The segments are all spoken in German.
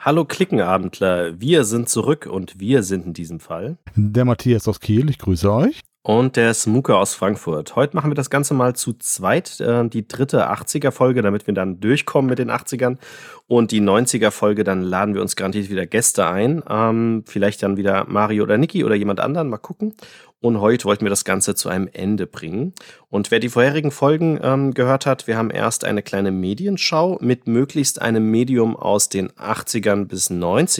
Hallo Klickenabendler, wir sind zurück und wir sind in diesem Fall. Der Matthias aus Kiel, ich grüße euch. Und der Smuke aus Frankfurt. Heute machen wir das Ganze mal zu zweit, die dritte 80er-Folge, damit wir dann durchkommen mit den 80ern. Und die 90er-Folge, dann laden wir uns garantiert wieder Gäste ein. Vielleicht dann wieder Mario oder Niki oder jemand anderen, mal gucken. Und heute wollten wir das Ganze zu einem Ende bringen. Und wer die vorherigen Folgen gehört hat, wir haben erst eine kleine Medienschau mit möglichst einem Medium aus den 80ern bis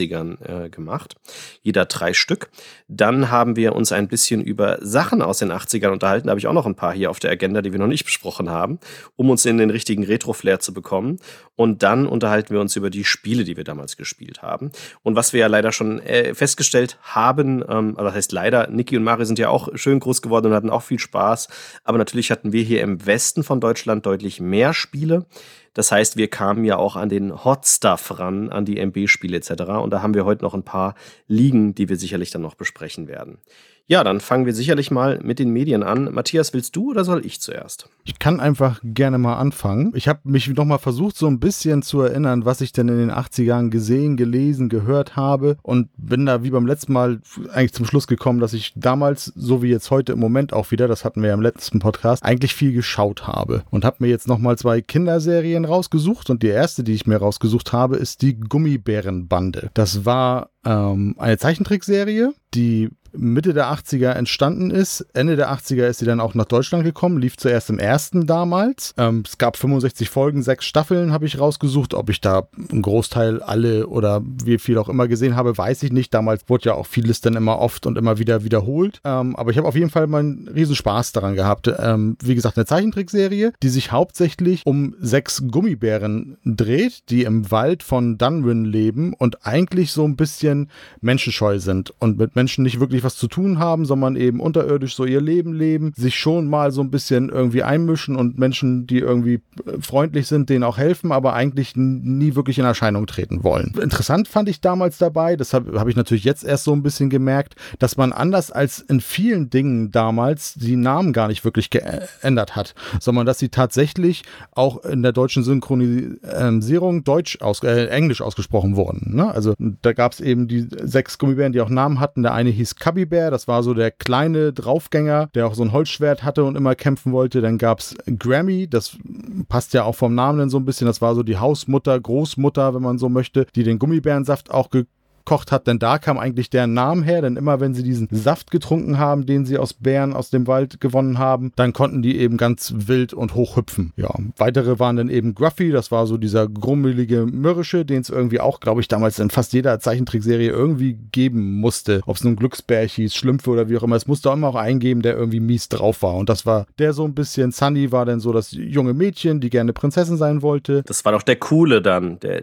90ern gemacht. Jeder 3 Stück. Dann haben wir uns ein bisschen über Sachen aus den 80ern unterhalten. Da habe ich auch noch ein paar hier auf der Agenda, die wir noch nicht besprochen haben, um uns in den richtigen Retro-Flair zu bekommen. Und dann unterhalten wir uns über die Spiele, die wir damals gespielt haben. Und was wir ja leider schon festgestellt haben, also das heißt leider, Niki und Mario sind ja auch schön groß geworden und hatten auch viel Spaß. Aber natürlich hatten wir hier im Westen von Deutschland deutlich mehr Spiele. Das heißt, wir kamen ja auch an den Hot Stuff ran, an die MB-Spiele etc. Und da haben wir heute noch ein paar liegen, die wir sicherlich dann noch besprechen werden. Ja, dann fangen wir sicherlich mal mit den Medien an. Matthias, willst du oder soll ich zuerst? Ich kann einfach gerne mal anfangen. Ich habe mich noch mal versucht, so ein bisschen zu erinnern, was ich denn in den 80ern gesehen, gelesen, gehört habe und bin da wie beim letzten Mal eigentlich zum Schluss gekommen, dass ich damals, so wie jetzt heute im Moment auch wieder, das hatten wir ja im letzten Podcast, eigentlich viel geschaut habe und habe mir jetzt noch mal 2 Kinderserien rausgesucht und die erste, die ich mir rausgesucht habe, ist die Gummibärenbande. Das war eine Zeichentrickserie, die Mitte der 80er entstanden ist. Ende der 80er ist sie dann auch nach Deutschland gekommen, lief zuerst im ersten damals. Es gab 65 Folgen, 6 Staffeln habe ich rausgesucht. Ob ich da einen Großteil alle oder wie viel auch immer gesehen habe, weiß ich nicht. Damals wurde ja auch vieles dann immer oft und immer wieder wiederholt. Aber ich habe auf jeden Fall mal einen riesen Spaß daran gehabt. Wie gesagt, eine Zeichentrickserie, die sich hauptsächlich um 6 Gummibären dreht, die im Wald von Dunwin leben und eigentlich so ein bisschen menschenscheu sind und mit Menschen nicht wirklich was zu tun haben, sondern eben unterirdisch so ihr Leben leben, sich schon mal so ein bisschen irgendwie einmischen und Menschen, die irgendwie freundlich sind, denen auch helfen, aber eigentlich nie wirklich in Erscheinung treten wollen. Interessant fand ich damals dabei, das hab ich natürlich jetzt erst so ein bisschen gemerkt, dass man anders als in vielen Dingen damals die Namen gar nicht wirklich geändert hat, sondern dass sie tatsächlich auch in der deutschen Synchronisierung Englisch ausgesprochen wurden. Ne? Also da gab es eben die 6 Gummibären, die auch Namen hatten. Der eine hieß Cubby Bear, das war so der kleine Draufgänger, der auch so ein Holzschwert hatte und immer kämpfen wollte. Dann gab es Grammy, das passt ja auch vom Namen dann so ein bisschen, das war so die Hausmutter, Großmutter, wenn man so möchte, die den Gummibärensaft auch gekocht hat, denn da kam eigentlich deren Name her, denn immer wenn sie diesen Saft getrunken haben, den sie aus Bären aus dem Wald gewonnen haben, dann konnten die eben ganz wild und hoch hüpfen. Ja, weitere waren dann eben Gruffy, das war so dieser grummelige Mürrische, den es irgendwie auch, glaube ich, damals in fast jeder Zeichentrickserie irgendwie geben musste. Ob es nun Glücksbär hieß, Schlümpfe oder wie auch immer, es musste auch immer auch eingeben, der irgendwie mies drauf war und das war der so ein bisschen. Sunny war dann so das junge Mädchen, die gerne Prinzessin sein wollte. Das war doch der Coole dann, der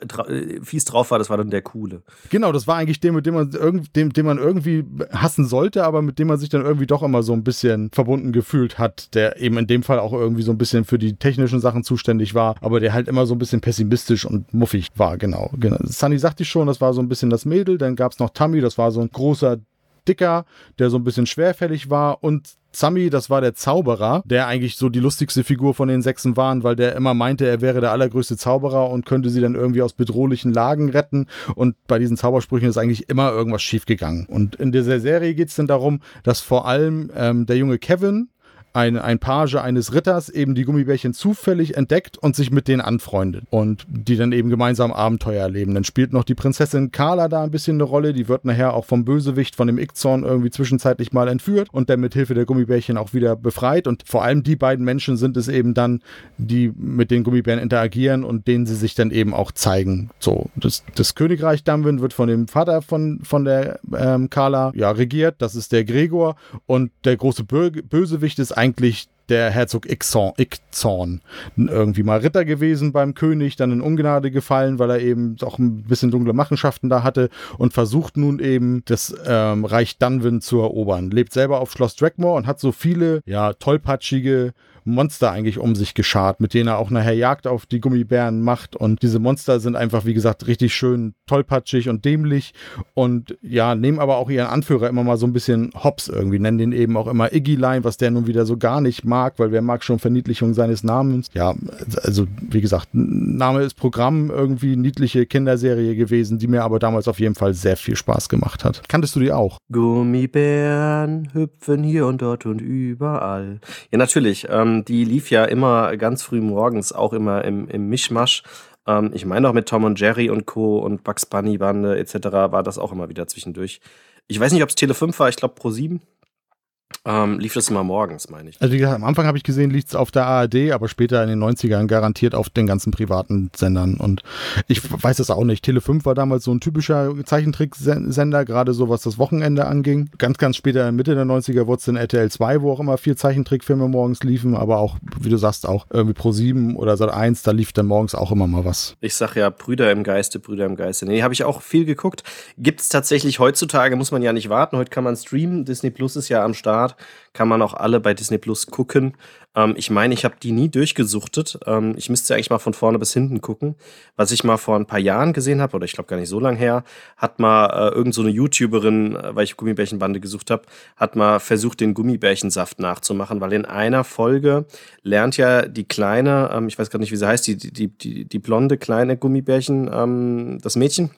fies drauf war, das war dann der Coole. Genau, das war eigentlich dem, mit dem man irgendwie hassen sollte, aber mit dem man sich dann irgendwie doch immer so ein bisschen verbunden gefühlt hat, der eben in dem Fall auch irgendwie so ein bisschen für die technischen Sachen zuständig war, aber der halt immer so ein bisschen pessimistisch und muffig war, genau. Sunny sagte ich schon, das war so ein bisschen das Mädel, dann gab es noch Tammy, das war so ein großer Dicker, der so ein bisschen schwerfällig war und Sammy, das war der Zauberer, der eigentlich so die lustigste Figur von den 6 waren, weil der immer meinte, er wäre der allergrößte Zauberer und könnte sie dann irgendwie aus bedrohlichen Lagen retten und bei diesen Zaubersprüchen ist eigentlich immer irgendwas schiefgegangen. Und in dieser Serie geht es dann darum, dass vor allem der junge Kevin, ein Page eines Ritters, eben die Gummibärchen zufällig entdeckt und sich mit denen anfreundet und die dann eben gemeinsam Abenteuer erleben. Dann spielt noch die Prinzessin Carla da ein bisschen eine Rolle, die wird nachher auch vom Bösewicht, von dem Ickzorn irgendwie zwischenzeitlich mal entführt und dann mit Hilfe der Gummibärchen auch wieder befreit und vor allem die beiden Menschen sind es eben dann, die mit den Gummibären interagieren und denen sie sich dann eben auch zeigen. So, das Königreich Dunwin wird von dem Vater von der Carla regiert, das ist der Gregor und der große Bösewicht ist eigentlich der Herzog Ickzorn. Irgendwie mal Ritter gewesen beim König, dann in Ungnade gefallen, weil er eben auch ein bisschen dunkle Machenschaften da hatte und versucht nun eben das Reich Dunwin zu erobern. Lebt selber auf Schloss Drakmore und hat so viele tollpatschige Monster eigentlich um sich geschart, mit denen er auch nachher Jagd auf die Gummibären macht. Und diese Monster sind einfach, wie gesagt, richtig schön tollpatschig und dämlich und ja, nehmen aber auch ihren Anführer immer mal so ein bisschen hops irgendwie, nennen den eben auch immer Iggylein, was der nun wieder so gar nicht mag, weil wer mag schon Verniedlichung seines Namens. Ja, also wie gesagt, Name ist Programm, irgendwie niedliche Kinderserie gewesen, die mir aber damals auf jeden Fall sehr viel Spaß gemacht hat. Kanntest du die auch? Gummibären hüpfen hier und dort und überall. Ja, natürlich. Die lief ja immer ganz früh morgens, auch immer im Mischmasch. Ich meine auch mit Tom und Jerry und Co. und Bugs Bunny Bande etc. war das auch immer wieder zwischendurch. Ich weiß nicht, ob es Tele 5 war, ich glaube Pro7. Lief das immer morgens, meine ich. Also wie gesagt, am Anfang habe ich gesehen, liegt es auf der ARD, aber später in den 90ern garantiert auf den ganzen privaten Sendern. Und ich weiß das auch nicht. Tele 5 war damals so ein typischer Zeichentricksender, gerade so was das Wochenende anging. Ganz, ganz später, Mitte der 90er, wurde es dann RTL 2, wo auch immer 4 Zeichentrickfilme morgens liefen, aber auch, wie du sagst, auch irgendwie Pro7 oder Sat.1, da lief dann morgens auch immer mal was. Ich sag ja, Brüder im Geiste, Brüder im Geiste. Nee, habe ich auch viel geguckt. Gibt's tatsächlich heutzutage, muss man ja nicht warten. Heute kann man streamen. Disney Plus ist ja am Start. Kann man auch alle bei Disney Plus gucken. Ich meine, ich habe die nie durchgesuchtet. Ich müsste eigentlich mal von vorne bis hinten gucken. Was ich mal vor ein paar Jahren gesehen habe, oder ich glaube gar nicht so lang her, hat mal irgend so eine YouTuberin, weil ich Gummibärchenbande gesucht habe, hat mal versucht, den Gummibärchensaft nachzumachen, weil in einer Folge lernt ja die kleine, ich weiß gar nicht, wie sie heißt, die blonde kleine Gummibärchen, das Mädchen.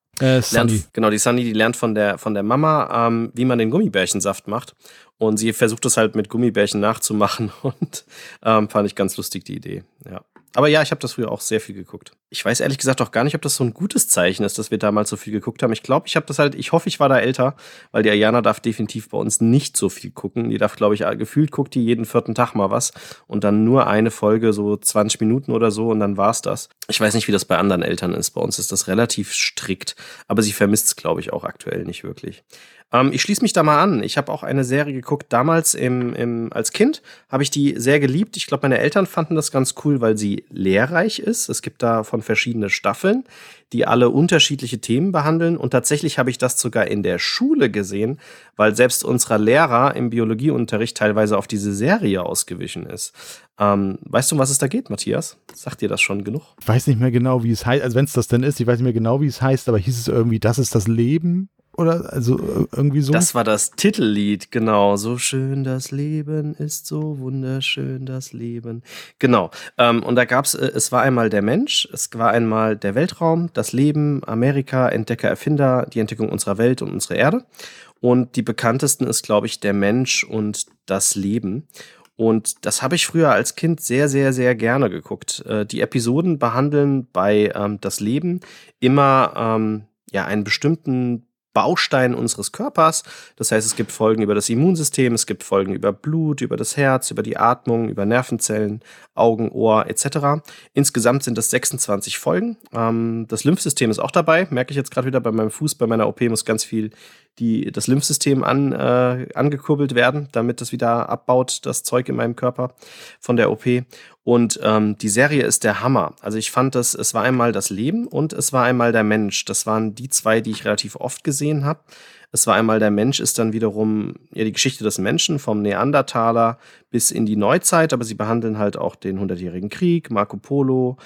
Sunny. Genau, die Sunny, die lernt von der Mama, wie man den Gummibärchensaft macht. Und sie versucht es halt mit Gummibärchen nachzumachen und fand ich ganz lustig, die Idee. Ja. Aber ja, ich habe das früher auch sehr viel geguckt. Ich weiß ehrlich gesagt auch gar nicht, ob das so ein gutes Zeichen ist, dass wir damals so viel geguckt haben. Ich glaube, ich hoffe, ich war da älter, weil die Ayana darf definitiv bei uns nicht so viel gucken. Die darf, glaube ich, gefühlt guckt die jeden 4. Tag mal was und dann nur eine Folge, so 20 Minuten oder so und dann war's das. Ich weiß nicht, wie das bei anderen Eltern ist. Bei uns ist das relativ strikt, aber sie vermisst es, glaube ich, auch aktuell nicht wirklich. Ich schließe mich da mal an. Ich habe auch eine Serie geguckt. Damals als Kind habe ich die sehr geliebt. Ich glaube, meine Eltern fanden das ganz cool, weil sie lehrreich ist. Es gibt davon verschiedene Staffeln, die alle unterschiedliche Themen behandeln. Und tatsächlich habe ich das sogar in der Schule gesehen, weil selbst unser Lehrer im Biologieunterricht teilweise auf diese Serie ausgewichen ist. Weißt du, um was es da geht, Matthias? Sagt dir das schon genug? Ich weiß nicht mehr genau, wie es heißt. Also wenn es das denn ist, ich weiß nicht mehr genau, wie es heißt, aber hieß es irgendwie, das ist das Leben? Oder also irgendwie so? Das war das Titellied, genau. So schön das Leben ist, so wunderschön das Leben. Genau. Und da gab's, es war einmal der Mensch, es war einmal der Weltraum, das Leben, Amerika, Entdecker, Erfinder, die Entdeckung unserer Welt und unsere Erde. Und die bekanntesten ist, glaube ich, der Mensch und das Leben. Und das habe ich früher als Kind sehr, sehr, sehr gerne geguckt. Die Episoden behandeln bei das Leben immer einen bestimmten Baustein unseres Körpers. Das heißt, es gibt Folgen über das Immunsystem, es gibt Folgen über Blut, über das Herz, über die Atmung, über Nervenzellen, Augen, Ohr etc. Insgesamt sind das 26 Folgen. Das Lymphsystem ist auch dabei. Merke ich jetzt gerade wieder bei meinem Fuß, bei meiner OP muss ganz viel das Lymphsystem angekurbelt werden, damit das wieder abbaut, das Zeug in meinem Körper von der OP. Und die Serie ist der Hammer. Also ich fand es war einmal das Leben und es war einmal der Mensch. Das waren die zwei, die ich relativ oft gesehen habe. Es war einmal der Mensch, ist dann wiederum die Geschichte des Menschen vom Neandertaler bis in die Neuzeit, aber sie behandeln halt auch den 100-jährigen Krieg, Marco Polo,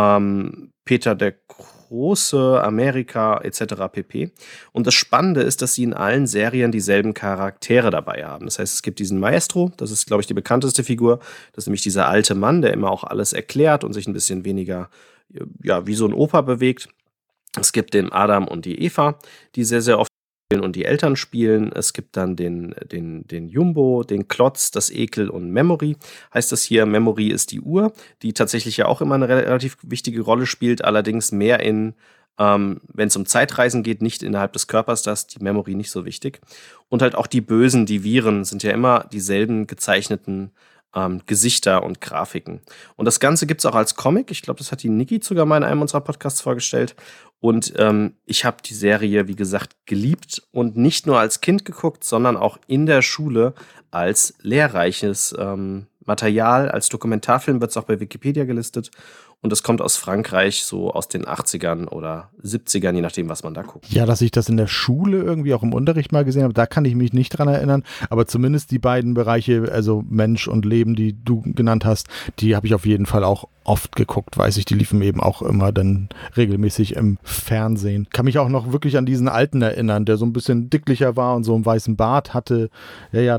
Peter der Große, Amerika etc. pp. Und das Spannende ist, dass sie in allen Serien dieselben Charaktere dabei haben. Das heißt, es gibt diesen Maestro, das ist, glaube ich, die bekannteste Figur. Das ist nämlich dieser alte Mann, der immer auch alles erklärt und sich ein bisschen weniger wie so ein Opa bewegt. Es gibt den Adam und die Eva, die sehr, sehr oft und die Eltern spielen. Es gibt dann den Jumbo, den Klotz, das Ekel und Memory. Heißt das hier, Memory ist die Uhr, die tatsächlich ja auch immer eine relativ wichtige Rolle spielt, allerdings mehr wenn es um Zeitreisen geht, nicht innerhalb des Körpers, da ist die Memory nicht so wichtig. Und halt auch die Bösen, die Viren, sind ja immer dieselben gezeichneten Gesichter und Grafiken. Und das Ganze gibt's auch als Comic. Ich glaube, das hat die Niki sogar mal in einem unserer Podcasts vorgestellt. Und ich habe die Serie, wie gesagt, geliebt und nicht nur als Kind geguckt, sondern auch in der Schule als lehrreiches Material. Als Dokumentarfilm wird es auch bei Wikipedia gelistet. Und es kommt aus Frankreich, so aus den 80ern oder 70ern, je nachdem, was man da guckt. Ja, dass ich das in der Schule irgendwie auch im Unterricht mal gesehen habe, da kann ich mich nicht dran erinnern. Aber zumindest die beiden Bereiche, also Mensch und Leben, die du genannt hast, die habe ich auf jeden Fall auch oft geguckt, weiß ich. Die liefen eben auch immer dann regelmäßig im Fernsehen. Kann mich auch noch wirklich an diesen Alten erinnern, der so ein bisschen dicklicher war und so einen weißen Bart hatte. Ja,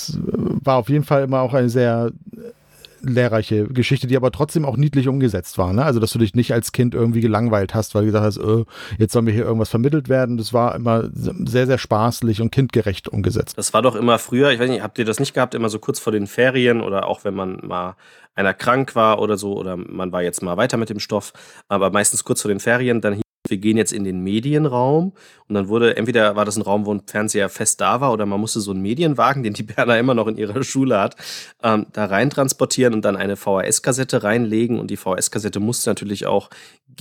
war auf jeden Fall immer auch eine sehr lehrreiche Geschichte, die aber trotzdem auch niedlich umgesetzt war. Ne? Also, dass du dich nicht als Kind irgendwie gelangweilt hast, weil du gesagt hast, jetzt soll mir hier irgendwas vermittelt werden. Das war immer sehr, sehr spaßlich und kindgerecht umgesetzt. Das war doch immer früher, ich weiß nicht, habt ihr das nicht gehabt, immer so kurz vor den Ferien oder auch wenn man mal einer krank war oder so oder man war jetzt mal weiter mit dem Stoff, aber meistens kurz vor den Ferien, dann wir gehen jetzt in den Medienraum und dann entweder war das ein Raum, wo ein Fernseher fest da war oder man musste so einen Medienwagen, den die Berner immer noch in ihrer Schule hat, da rein transportieren und dann eine VHS-Kassette reinlegen und die VHS-Kassette musste natürlich auch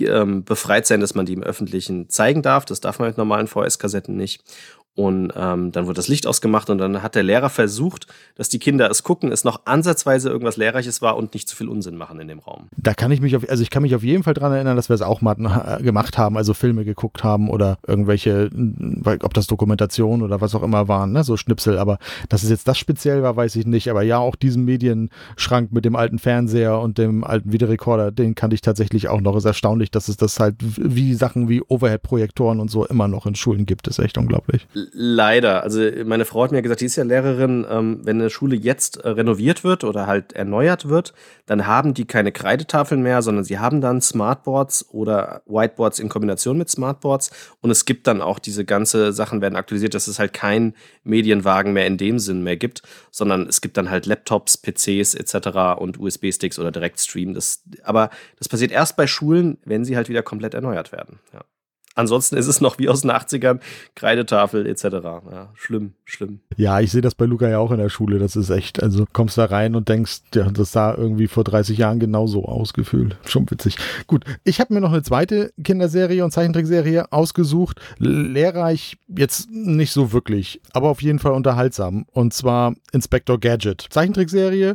befreit sein, dass man die im Öffentlichen zeigen darf. Das darf man mit normalen VHS-Kassetten nicht. Und dann wurde das Licht ausgemacht und dann hat der Lehrer versucht, dass die Kinder es gucken, es noch ansatzweise irgendwas Lehrreiches war und nicht zu viel Unsinn machen in dem Raum. Da kann ich mich ich kann mich auf jeden Fall dran erinnern, dass wir es auch mal gemacht haben, also Filme geguckt haben oder irgendwelche, ob das Dokumentation oder was auch immer waren, ne? So Schnipsel, aber dass es jetzt das speziell war, weiß ich nicht, aber ja, auch diesen Medienschrank mit dem alten Fernseher und dem alten Videorekorder, den kannte ich tatsächlich auch noch. Ist erstaunlich, dass es das halt wie Sachen wie Overhead-Projektoren und so immer noch in Schulen gibt, das ist echt unglaublich. Leider. Also meine Frau hat mir gesagt, die ist ja Lehrerin, wenn eine Schule jetzt renoviert wird oder halt erneuert wird, dann haben die keine Kreidetafeln mehr, sondern sie haben dann Smartboards oder Whiteboards in Kombination mit Smartboards und es gibt dann auch diese ganze Sachen werden aktualisiert, dass es halt kein Medienwagen mehr in dem Sinn mehr gibt, sondern es gibt dann halt Laptops, PCs etc. und USB-Sticks oder Direktstream. Aber das passiert erst bei Schulen, wenn sie halt wieder komplett erneuert werden. Ja. Ansonsten ist es noch wie aus den 80ern, Kreidetafel etc. Ja, schlimm. Ja, ich sehe das bei Luca ja auch in der Schule. Das ist echt, also kommst da rein und denkst, ja, das sah irgendwie vor 30 Jahren genauso ausgefühlt. Schon witzig. Gut, ich habe mir noch eine zweite Kinderserie und Zeichentrickserie ausgesucht. Lehrreich jetzt nicht so wirklich, aber auf jeden Fall unterhaltsam. Und zwar Inspector Gadget. Zeichentrickserie,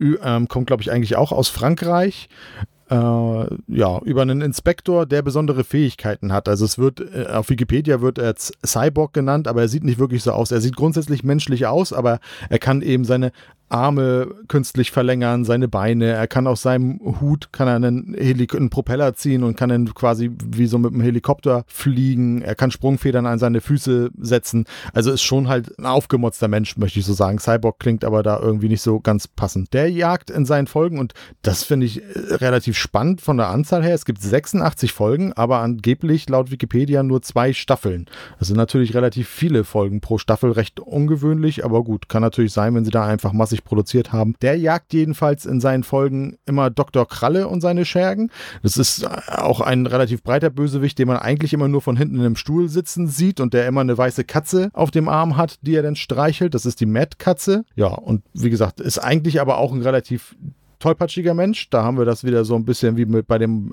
kommt glaube ich eigentlich auch aus Frankreich. Über einen Inspektor, der besondere Fähigkeiten hat. Also es wird, auf Wikipedia wird er Cyborg genannt, aber er sieht nicht wirklich so aus. Er sieht grundsätzlich menschlich aus, aber er kann eben seine Arme künstlich verlängern, seine Beine. Er kann aus seinem Hut einen Propeller ziehen und kann dann quasi wie so mit einem Helikopter fliegen. Er kann Sprungfedern an seine Füße setzen. Also ist schon halt ein aufgemotzter Mensch, möchte ich so sagen. Cyborg klingt aber da irgendwie nicht so ganz passend. Der jagt in seinen Folgen und das finde ich relativ spannend von der Anzahl her. Es gibt 86 Folgen, aber angeblich laut Wikipedia nur 2 Staffeln. Das sind natürlich relativ viele Folgen pro Staffel, recht ungewöhnlich, aber gut, kann natürlich sein, wenn sie da einfach massig produziert haben. Der jagt jedenfalls in seinen Folgen immer Dr. Kralle und seine Schergen. Das ist auch ein relativ breiter Bösewicht, den man eigentlich immer nur von hinten in einem Stuhl sitzen sieht und der immer eine weiße Katze auf dem Arm hat, die er dann streichelt. Das ist die Mad-Katze. Ja, und wie gesagt, ist eigentlich aber auch ein relativ tollpatschiger Mensch. Da haben wir das wieder so ein bisschen wie bei dem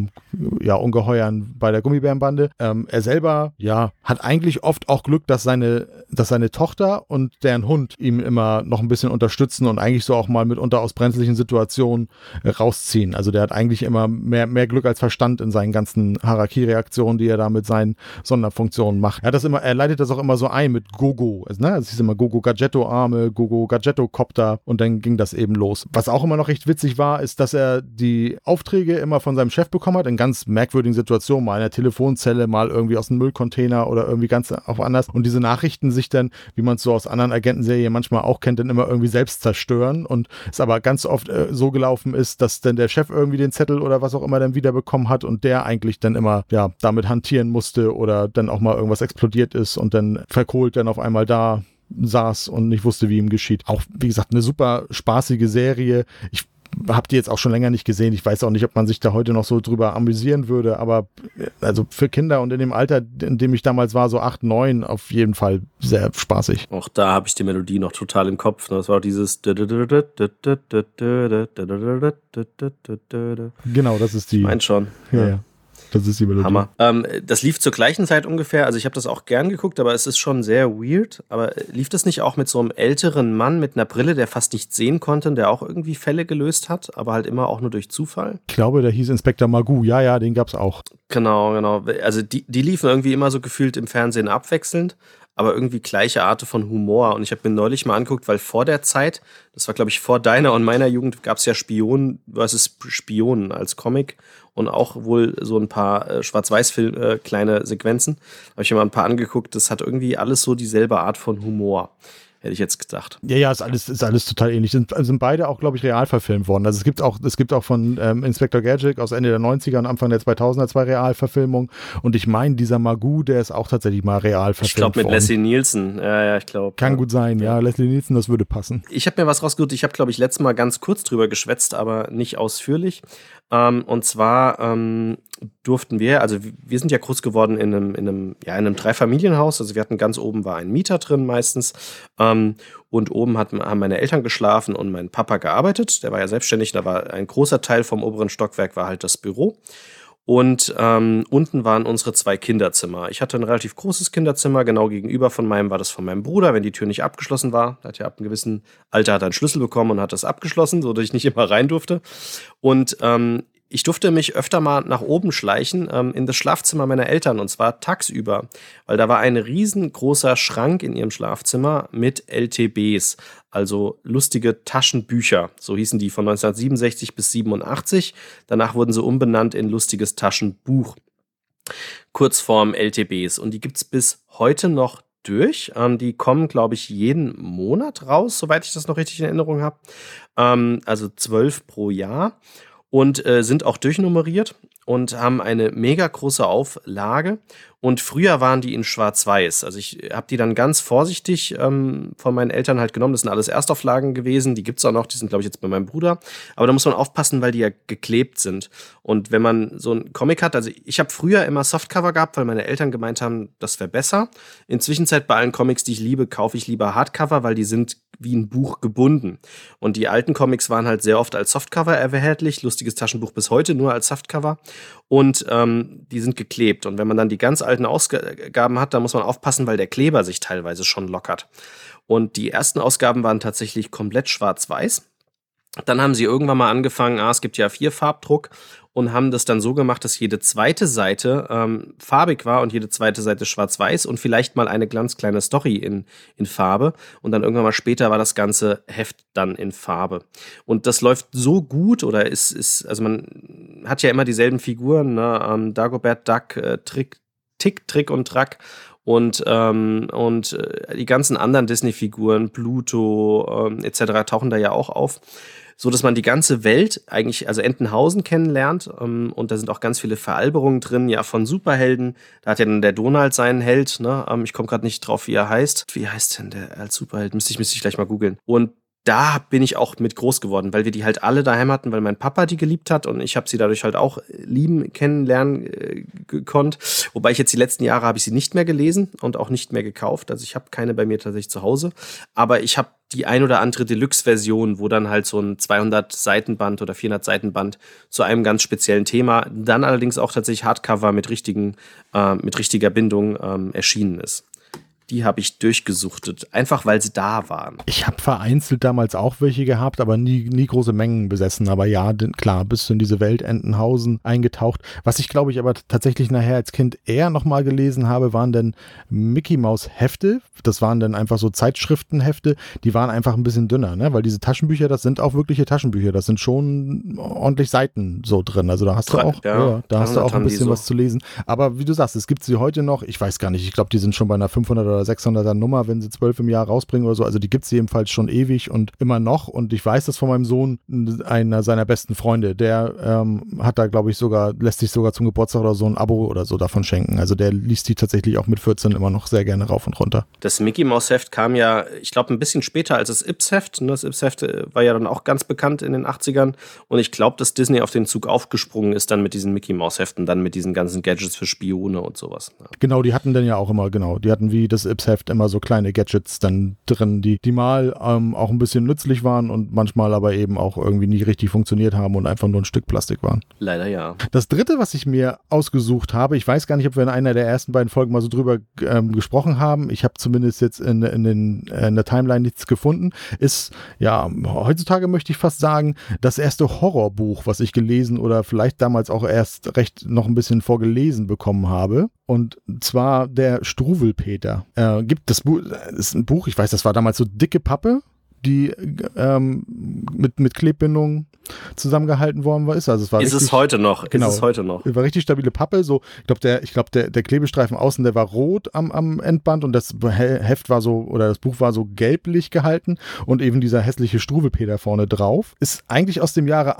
Ungeheuern bei der Gummibärenbande. Er selber, hat eigentlich oft auch Glück, dass seine Tochter und deren Hund ihm immer noch ein bisschen unterstützen und eigentlich so auch mal mitunter aus brenzlichen Situationen rausziehen. Also der hat eigentlich immer mehr Glück als Verstand in seinen ganzen Harakiri-Reaktionen, die er da mit seinen Sonderfunktionen macht. Er leitet das auch immer so ein mit Gogo. Also es hieß immer Gogo Gadgetto-Arme, Gogo Gadgetto-Copter und dann ging das eben los. Was auch immer noch recht witzig war, ist, dass er die Aufträge immer von seinem Chef bekommen hat, in ganz merkwürdigen Situationen, mal in der Telefonzelle, mal irgendwie aus einem Müllcontainer oder irgendwie ganz auch anders. Und diese Nachrichten sich dann, wie man es so aus anderen Agentenserien manchmal auch kennt, dann immer irgendwie selbst zerstören und es aber ganz oft so gelaufen ist, dass dann der Chef irgendwie den Zettel oder was auch immer dann wieder bekommen hat und der eigentlich dann immer damit hantieren musste oder dann auch mal irgendwas explodiert ist und dann verkohlt dann auf einmal da saß und nicht wusste, wie ihm geschieht. Auch, wie gesagt, eine super spaßige Serie. Ich habe die jetzt auch schon länger nicht gesehen. Ich weiß auch nicht, ob man sich da heute noch so drüber amüsieren würde, aber also für Kinder und in dem Alter, in dem ich damals war, so 8, 9, auf jeden Fall sehr spaßig. Auch da habe ich die Melodie noch total im Kopf. Das war auch dieses Genau, das ist die. Ich meine schon. Ja. Das ist die Melodie. Hammer. Das lief zur gleichen Zeit ungefähr, also ich habe das auch gern geguckt, aber es ist schon sehr weird. Aber lief das nicht auch mit so einem älteren Mann mit einer Brille, der fast nichts sehen konnte, der auch irgendwie Fälle gelöst hat, aber halt immer auch nur durch Zufall? Ich glaube, der hieß Inspektor Magoo. Ja, den gab's auch. Genau. Also die liefen irgendwie immer so gefühlt im Fernsehen abwechselnd, aber irgendwie gleiche Art von Humor. Und ich habe mir neulich mal angeguckt, weil vor der Zeit, das war glaube ich vor deiner und meiner Jugend, gab es ja Spion versus Spionen als Comic und auch wohl so ein paar Schwarz-Weiß-Film, kleine Sequenzen. Habe ich mir mal ein paar angeguckt, das hat irgendwie alles so dieselbe Art von Humor. Hätte ich jetzt gedacht. Ja, ist alles total ähnlich. Sind beide auch, glaube ich, real verfilmt worden. Also es gibt auch von Inspector Gadget aus Ende der 90er und Anfang der 2000er 2 Realverfilmungen. Und ich meine, dieser Magoo, der ist auch tatsächlich mal real verfilmt worden. Ich glaube mit Leslie Nielsen. Ja, ich glaube. Kann gut sein, ja. Leslie Nielsen, das würde passen. Ich habe mir was rausgesucht. Ich habe, glaube ich, letztes Mal ganz kurz drüber geschwätzt, aber nicht ausführlich. Und zwar durften wir, also wir sind ja groß geworden in einem Dreifamilienhaus, also wir hatten ganz oben war ein Mieter drin meistens und oben haben meine Eltern geschlafen und mein Papa gearbeitet, der war ja selbstständig, da war ein großer Teil vom oberen Stockwerk war halt das Büro. Und unten waren unsere 2 Kinderzimmer. Ich hatte ein relativ großes Kinderzimmer, genau gegenüber von meinem war das von meinem Bruder, wenn die Tür nicht abgeschlossen war. Der hat ja ab einem gewissen Alter hat er einen Schlüssel bekommen und hat das abgeschlossen, sodass ich nicht immer rein durfte. Und ich durfte mich öfter mal nach oben schleichen in das Schlafzimmer meiner Eltern und zwar tagsüber, weil da war ein riesengroßer Schrank in ihrem Schlafzimmer mit LTBs, also lustige Taschenbücher, so hießen die von 1967 bis 87. Danach wurden sie umbenannt in lustiges Taschenbuch, Kurzform LTBs und die gibt's bis heute noch durch. Die kommen, glaube ich, jeden Monat raus, soweit ich das noch richtig in Erinnerung habe, also 12 pro Jahr. Und sind auch durchnummeriert und haben eine mega große Auflage. Und früher waren die in Schwarz-Weiß. Also ich habe die dann ganz vorsichtig von meinen Eltern halt genommen. Das sind alles Erstauflagen gewesen. Die gibt's auch noch. Die sind, glaube ich, jetzt bei meinem Bruder. Aber da muss man aufpassen, weil die ja geklebt sind. Und wenn man so einen Comic hat, also ich habe früher immer Softcover gehabt, weil meine Eltern gemeint haben, das wäre besser. Inzwischen bei allen Comics, die ich liebe, kaufe ich lieber Hardcover, weil die sind wie ein Buch gebunden. Und die alten Comics waren halt sehr oft als Softcover erhältlich. Lustiges Taschenbuch bis heute nur als Softcover. Und die sind geklebt. Und wenn man dann die ganz alten Ausgaben hat, dann muss man aufpassen, weil der Kleber sich teilweise schon lockert. Und die ersten Ausgaben waren tatsächlich komplett schwarz-weiß. Dann haben sie irgendwann mal angefangen, es gibt ja 4-Farbdruck und haben das dann so gemacht, dass jede zweite Seite farbig war und jede zweite Seite schwarz-weiß und vielleicht mal eine ganz kleine Story in Farbe. Und dann irgendwann mal später war das ganze Heft dann in Farbe. Und das läuft so gut oder also man hat ja immer dieselben Figuren, ne? Dagobert Duck, Tick, Trick und Track. Und die ganzen anderen Disney-Figuren, Pluto etc. tauchen da ja auch auf, so dass man die ganze Welt eigentlich, also Entenhausen kennenlernt und da sind auch ganz viele Veralberungen drin, ja von Superhelden. Da hat ja dann der Donald seinen Held, ne? Ich komme gerade nicht drauf, wie er heißt. Wie heißt denn der als Superheld? Müsste ich gleich mal googeln. Und da bin ich auch mit groß geworden, weil wir die halt alle daheim hatten, weil mein Papa die geliebt hat und ich habe sie dadurch halt auch kennenlernen gekonnt. Wobei ich jetzt die letzten Jahre habe ich sie nicht mehr gelesen und auch nicht mehr gekauft. Also ich habe keine bei mir tatsächlich zu Hause. Aber ich habe die ein oder andere Deluxe-Version, wo dann halt so ein 200-Seiten-Band oder 400-Seiten-Band zu einem ganz speziellen Thema, dann allerdings auch tatsächlich Hardcover mit richtiger Bindung erschienen ist. Die habe ich durchgesuchtet, einfach weil sie da waren. Ich habe vereinzelt damals auch welche gehabt, aber nie große Mengen besessen. Aber ja, klar, bist du in diese Welt Entenhausen eingetaucht. Was ich, glaube ich, aber tatsächlich nachher als Kind eher nochmal gelesen habe, waren dann Mickey-Maus-Hefte. Das waren dann einfach so Zeitschriftenhefte. Die waren einfach ein bisschen dünner, ne? Weil diese Taschenbücher, das sind auch wirkliche Taschenbücher. Das sind schon ordentlich Seiten so drin. Also da hast du auch, da hast du auch ein bisschen was zu lesen. Aber wie du sagst, es gibt sie heute noch. Ich weiß gar nicht, ich glaube, die sind schon bei einer 500 oder 600er Nummer, wenn sie 12 im Jahr rausbringen oder so. Also die gibt es jedenfalls schon ewig und immer noch. Und ich weiß das von meinem Sohn, einer seiner besten Freunde, der hat da, glaube ich, lässt sich sogar zum Geburtstag oder so ein Abo oder so davon schenken. Also der liest die tatsächlich auch mit 14 immer noch sehr gerne rauf und runter. Das Mickey-Maus-Heft kam ja, ich glaube, ein bisschen später als das Ips-Heft. Das Ips-Heft war ja dann auch ganz bekannt in den 80ern. Und ich glaube, dass Disney auf den Zug aufgesprungen ist dann mit diesen Mickey-Maus-Heften, dann mit diesen ganzen Gadgets für Spione und sowas. Ja. Genau, die hatten dann ja auch immer, die hatten wie das Ips-Heft immer so kleine Gadgets dann drin, die mal auch ein bisschen nützlich waren und manchmal aber eben auch irgendwie nie richtig funktioniert haben und einfach nur ein Stück Plastik waren. Leider ja. Das dritte, was ich mir ausgesucht habe, ich weiß gar nicht, ob wir in einer der ersten beiden Folgen mal so drüber gesprochen haben, ich habe zumindest jetzt in der Timeline nichts gefunden, ist, ja, heutzutage möchte ich fast sagen, das erste Horrorbuch, was ich gelesen oder vielleicht damals auch erst recht noch ein bisschen vorgelesen bekommen habe. Und zwar der Struwwelpeter. Gibt das Buch, ist ein Buch, ich weiß, das war damals so dicke Pappe, die mit Klebbindung zusammengehalten worden war. Also es war es heute noch. Genau, ist es heute noch. War richtig stabile Pappe. So, ich glaube, der Klebestreifen außen, der war rot am Endband und das Heft war so, oder das Buch war so gelblich gehalten und eben dieser hässliche Struwwelpeter vorne drauf. Ist eigentlich aus dem Jahre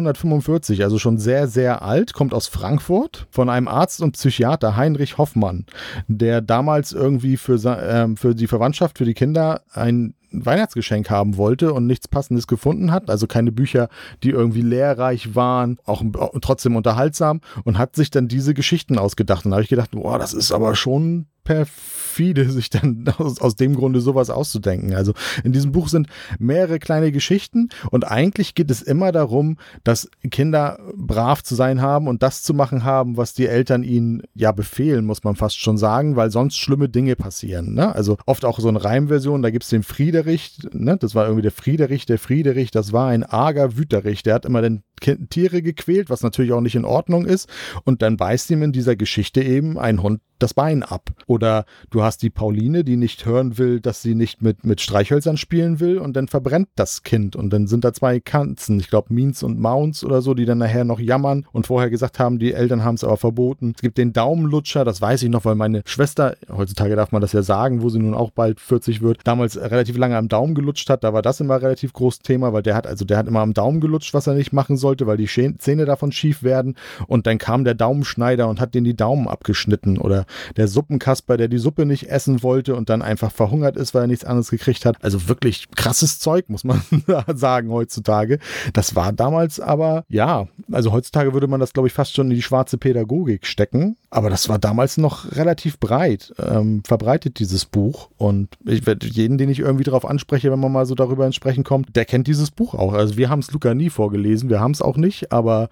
1845, also schon sehr, sehr alt, kommt aus Frankfurt von einem Arzt und Psychiater, Heinrich Hoffmann, der damals irgendwie für die Verwandtschaft, für die Kinder ein Weihnachtsgeschenk haben wollte und nichts Passendes gefunden hat, also keine Bücher, die irgendwie lehrreich waren, auch trotzdem unterhaltsam, und hat sich dann diese Geschichten ausgedacht. Und da habe ich gedacht, boah, das ist aber schon perfide, sich dann aus dem Grunde sowas auszudenken. Also in diesem Buch sind mehrere kleine Geschichten und eigentlich geht es immer darum, dass Kinder brav zu sein haben und das zu machen haben, was die Eltern ihnen ja befehlen, muss man fast schon sagen, weil sonst schlimme Dinge passieren. Ne? Also oft auch so eine Reimversion, da gibt es den Friederich, ne? Das war irgendwie der Friederich, das war ein arger Wüterich, der hat immer den Tiere gequält, was natürlich auch nicht in Ordnung ist, und dann beißt ihm in dieser Geschichte eben ein Hund das Bein ab. Oder du hast die Pauline, die nicht hören will, dass sie nicht mit Streichhölzern spielen will, und dann verbrennt das Kind und dann sind da zwei Katzen, ich glaube Means und Mounts oder so, die dann nachher noch jammern und vorher gesagt haben, die Eltern haben es aber verboten. Es gibt den Daumenlutscher, das weiß ich noch, weil meine Schwester, heutzutage darf man das ja sagen, wo sie nun auch bald 40 wird, damals relativ lange am Daumen gelutscht hat, da war das immer relativ großes Thema, weil der hat immer am Daumen gelutscht, was er nicht machen sollte, weil die Zähne davon schief werden, und dann kam der Daumenschneider und hat denen die Daumen abgeschnitten, oder der Suppenkasper, der die Suppe nicht essen wollte und dann einfach verhungert ist, weil er nichts anderes gekriegt hat. Also wirklich krasses Zeug, muss man sagen, heutzutage. Das war damals aber, ja, also heutzutage würde man das, glaube ich, fast schon in die schwarze Pädagogik stecken, aber das war damals noch relativ breit verbreitet, dieses Buch, und ich werde jeden, den ich irgendwie darauf anspreche, wenn man mal so darüber ins Sprechen kommt, der kennt dieses Buch auch. Also wir haben es Luca nie vorgelesen, wir haben es auch nicht, aber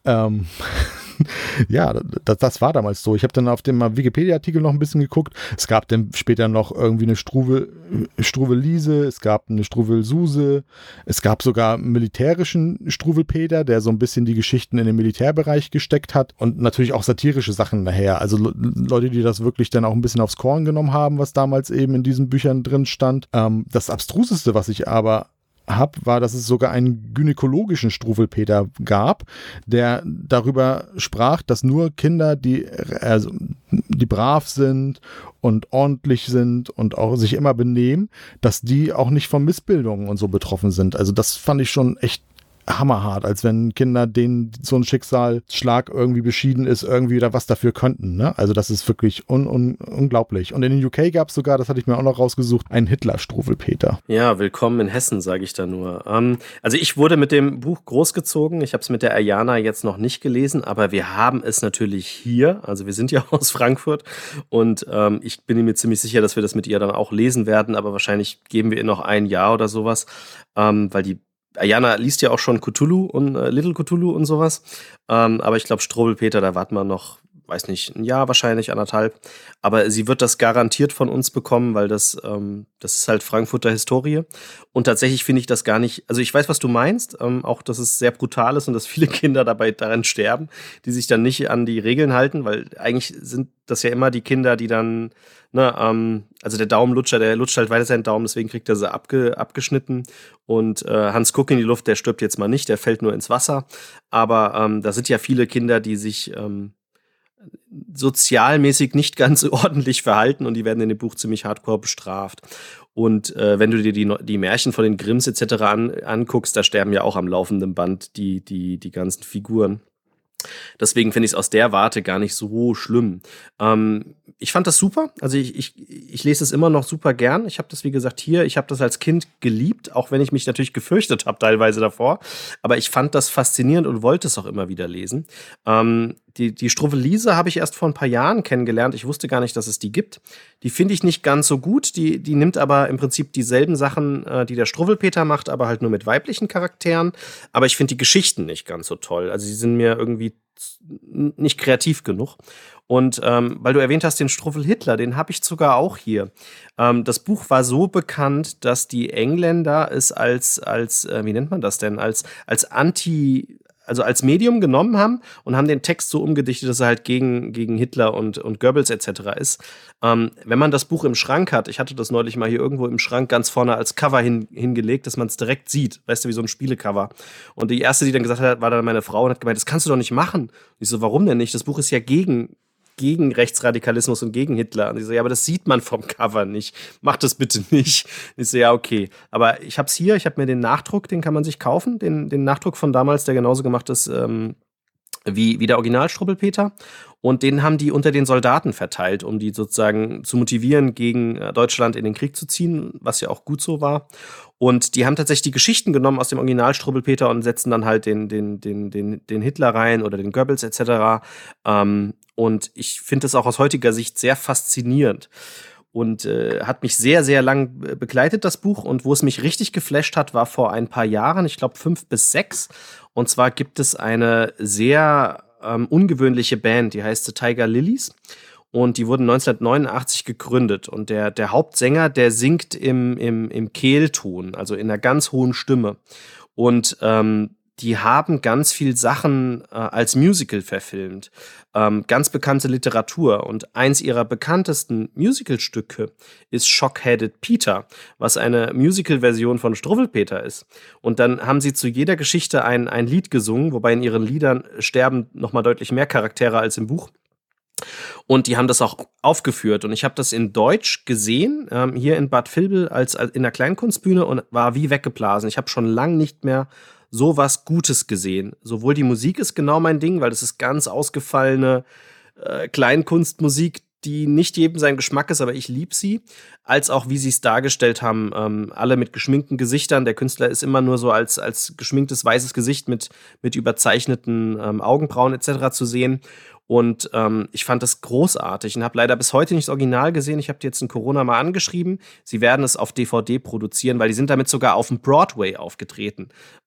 ja, das war damals so. Ich habe dann auf dem Wikipedia-Artikel noch ein bisschen geguckt. Es gab dann später noch irgendwie eine Struwwelise, es gab eine Struwwelsuse, es gab sogar einen militärischen Struwwelpeter, der so ein bisschen die Geschichten in den Militärbereich gesteckt hat, und natürlich auch satirische Sachen daher. Also Leute, die das wirklich dann auch ein bisschen aufs Korn genommen haben, was damals eben in diesen Büchern drin stand. Das Abstruseste, was ich aber war, dass es sogar einen gynäkologischen Struwwelpeter gab, der darüber sprach, dass nur Kinder, die brav sind und ordentlich sind und auch sich immer benehmen, dass die auch nicht von Missbildungen und so betroffen sind. Also das fand ich schon echt hammerhart, als wenn Kinder, denen so ein Schicksalsschlag irgendwie beschieden ist, irgendwie da was dafür könnten. Ne? Also das ist wirklich unglaublich. Und in den UK gab es sogar, das hatte ich mir auch noch rausgesucht, einen Hitler-Struwwelpeter. Ja, willkommen in Hessen, sage ich da nur. Also ich wurde mit dem Buch großgezogen. Ich habe es mit der Ayana jetzt noch nicht gelesen, aber wir haben es natürlich hier. Also wir sind ja aus Frankfurt und ich bin mir ziemlich sicher, dass wir das mit ihr dann auch lesen werden, aber wahrscheinlich geben wir ihr noch ein Jahr oder sowas, weil die Ayana liest ja auch schon Cthulhu und Little Cthulhu und sowas. Aber ich glaube, Struwwelpeter, da warten wir noch, weiß nicht, ein Jahr wahrscheinlich, 1,5. Aber sie wird das garantiert von uns bekommen, weil das ist halt Frankfurter Historie. Und tatsächlich finde ich das gar nicht, also ich weiß, was du meinst, auch, dass es sehr brutal ist und dass viele Kinder dabei daran sterben, die sich dann nicht an die Regeln halten, weil eigentlich sind das ja immer die Kinder, die dann, also der Daumenlutscher, der lutscht halt weiter seinen Daumen, deswegen kriegt er sie abgeschnitten. Und Hans Kuck in die Luft, der stirbt jetzt mal nicht, der fällt nur ins Wasser. Aber da sind ja viele Kinder, die sich sozialmäßig nicht ganz ordentlich verhalten, und die werden in dem Buch ziemlich hardcore bestraft. Und wenn du dir die Märchen von den Grimms etc. anguckst, da sterben ja auch am laufenden Band die ganzen Figuren. Deswegen finde ich es aus der Warte gar nicht so schlimm. Ich fand das super. Also ich lese es immer noch super gern. Ich habe das, wie gesagt, hier. Ich habe das als Kind geliebt, auch wenn ich mich natürlich gefürchtet habe teilweise davor. Aber ich fand das faszinierend und wollte es auch immer wieder lesen. Die Struwwelise habe ich erst vor ein paar Jahren kennengelernt. Ich wusste gar nicht, dass es die gibt. Die finde ich nicht ganz so gut. Die nimmt aber im Prinzip dieselben Sachen, die der Struwwelpeter macht, aber halt nur mit weiblichen Charakteren. Aber ich finde die Geschichten nicht ganz so toll. Also sie sind mir irgendwie nicht kreativ genug. Und weil du erwähnt hast, den Struwwelhitler, den habe ich sogar auch hier. Das Buch war so bekannt, dass die Engländer es als wie nennt man das denn, als Medium genommen haben und haben den Text so umgedichtet, dass er halt gegen Hitler und Goebbels etc. ist. Wenn man das Buch im Schrank hat, ich hatte das neulich mal hier irgendwo im Schrank ganz vorne als Cover hingelegt, dass man es direkt sieht, weißt du, wie so ein Spielecover. Und die erste, die dann gesagt hat, war dann meine Frau und hat gemeint, das kannst du doch nicht machen. Und ich so, warum denn nicht? Das Buch ist ja gegen Rechtsradikalismus und gegen Hitler. Und ich so, ja, aber das sieht man vom Cover nicht. Mach das bitte nicht. Und ich so, ja, okay. Aber ich hab's hier, ich habe mir den Nachdruck, den kann man sich kaufen, den Nachdruck von damals, der genauso gemacht ist wie der Original-Struwwelpeter. Und den haben die unter den Soldaten verteilt, um die sozusagen zu motivieren, gegen Deutschland in den Krieg zu ziehen, was ja auch gut so war. Und die haben tatsächlich die Geschichten genommen aus dem Original-Struwwelpeter und setzen dann halt den Hitler rein oder den Goebbels etc. Und ich finde das auch aus heutiger Sicht sehr faszinierend. Und hat mich sehr, sehr lang begleitet, das Buch. Und wo es mich richtig geflasht hat, war vor ein paar Jahren, ich glaube 5 bis 6. Und zwar gibt es eine sehr ungewöhnliche Band, die heißt The Tiger Lilies. Und die wurden 1989 gegründet. Und der Hauptsänger, der singt im Kehlton, also in einer ganz hohen Stimme. Und die haben ganz viel Sachen als Musical verfilmt. Ganz bekannte Literatur. Und eins ihrer bekanntesten Musicalstücke ist Shock-Headed Peter, was eine Musical-Version von Struwwelpeter ist. Und dann haben sie zu jeder Geschichte ein Lied gesungen, wobei in ihren Liedern sterben noch mal deutlich mehr Charaktere als im Buch. Und die haben das auch aufgeführt. Und ich habe das in Deutsch gesehen, hier in Bad Vilbel als in der Kleinkunstbühne und war wie weggeblasen. Ich habe schon lange nicht mehr so was Gutes gesehen. Sowohl die Musik ist genau mein Ding, weil das ist ganz ausgefallene Kleinkunstmusik, die nicht jedem sein Geschmack ist, aber ich liebe sie, als auch wie sie es dargestellt haben, alle mit geschminkten Gesichtern. Der Künstler ist immer nur so als geschminktes weißes Gesicht mit überzeichneten Augenbrauen etc. zu sehen. Und ich fand das großartig und habe leider bis heute nicht das Original gesehen. Ich habe die jetzt in Corona mal angeschrieben. Sie werden es auf DVD produzieren, weil die sind damit sogar auf dem Broadway aufgetreten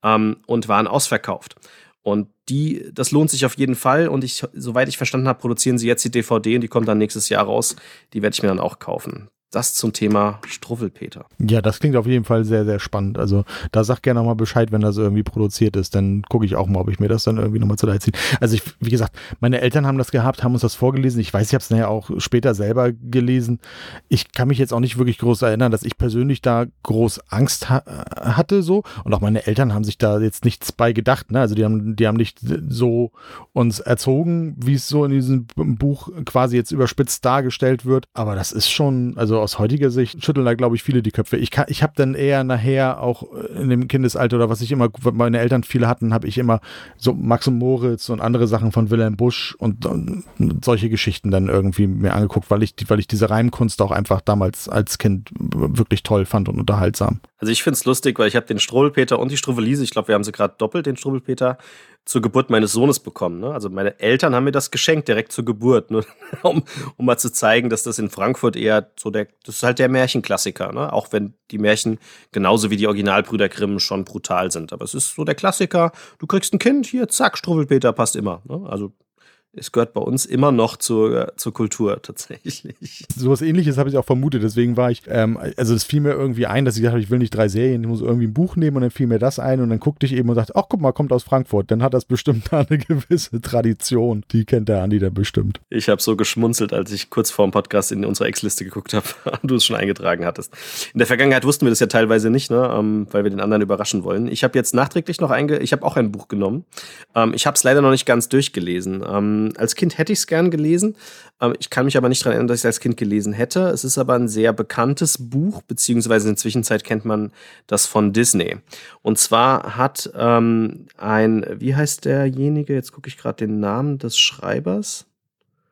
und waren ausverkauft. Und das lohnt sich auf jeden Fall. Und soweit ich verstanden habe, produzieren sie jetzt die DVD und die kommt dann nächstes Jahr raus. Die werde ich mir dann auch kaufen. Das zum Thema Struwwelpeter. Ja, das klingt auf jeden Fall sehr, sehr spannend. Also da sag gerne nochmal Bescheid, wenn das irgendwie produziert ist. Dann gucke ich auch mal, ob ich mir das dann irgendwie nochmal zu ziehe. Also wie gesagt, meine Eltern haben das gehabt, haben uns das vorgelesen. Ich weiß, ich habe es nachher auch später selber gelesen. Ich kann mich jetzt auch nicht wirklich groß erinnern, dass ich persönlich da groß Angst hatte so. Und auch meine Eltern haben sich da jetzt nichts bei gedacht. Ne? Also die haben nicht so uns erzogen, wie es so in diesem Buch quasi jetzt überspitzt dargestellt wird. Aber das ist schon, also aus heutiger Sicht schütteln da, glaube ich, viele die Köpfe. Ich habe dann eher nachher auch in dem Kindesalter oder was meine Eltern viele hatten, habe ich immer so Max und Moritz und andere Sachen von Wilhelm Busch und solche Geschichten dann irgendwie mir angeguckt, weil ich diese Reimkunst auch einfach damals als Kind wirklich toll fand und unterhaltsam. Also ich finde es lustig, weil ich habe den Struwwelpeter und die Struwwelise, ich glaube, wir haben sie gerade doppelt, den Struwwelpeter, zur Geburt meines Sohnes bekommen. Ne? Also meine Eltern haben mir das geschenkt, direkt zur Geburt, nur um mal zu zeigen, dass das in Frankfurt eher so das ist halt der Märchenklassiker, ne? Auch wenn die Märchen genauso wie die Originalbrüder Grimm schon brutal sind. Aber es ist so der Klassiker, du kriegst ein Kind, hier, zack, Struwwelpeter passt immer. Ne? Also es gehört bei uns immer noch zur Kultur tatsächlich. So was Ähnliches habe ich auch vermutet, deswegen war ich, also es fiel mir irgendwie ein, dass ich dachte, ich will nicht 3 Serien, ich muss irgendwie ein Buch nehmen und dann fiel mir das ein und dann guckte ich eben und dachte, ach guck mal, kommt aus Frankfurt, dann hat das bestimmt da eine gewisse Tradition, die kennt der Andi dann bestimmt. Ich habe so geschmunzelt, als ich kurz vor dem Podcast in unsere Ex-Liste geguckt habe und du es schon eingetragen hattest. In der Vergangenheit wussten wir das ja teilweise nicht, ne, weil wir den anderen überraschen wollen. Ich habe jetzt nachträglich noch ich habe auch ein Buch genommen. Ich habe es leider noch nicht ganz durchgelesen. Als Kind hätte ich es gern gelesen. Ich kann mich aber nicht daran erinnern, dass ich es als Kind gelesen hätte. Es ist aber ein sehr bekanntes Buch, beziehungsweise in der Zwischenzeit kennt man das von Disney. Und zwar hat wie heißt derjenige? Jetzt gucke ich gerade den Namen des Schreibers.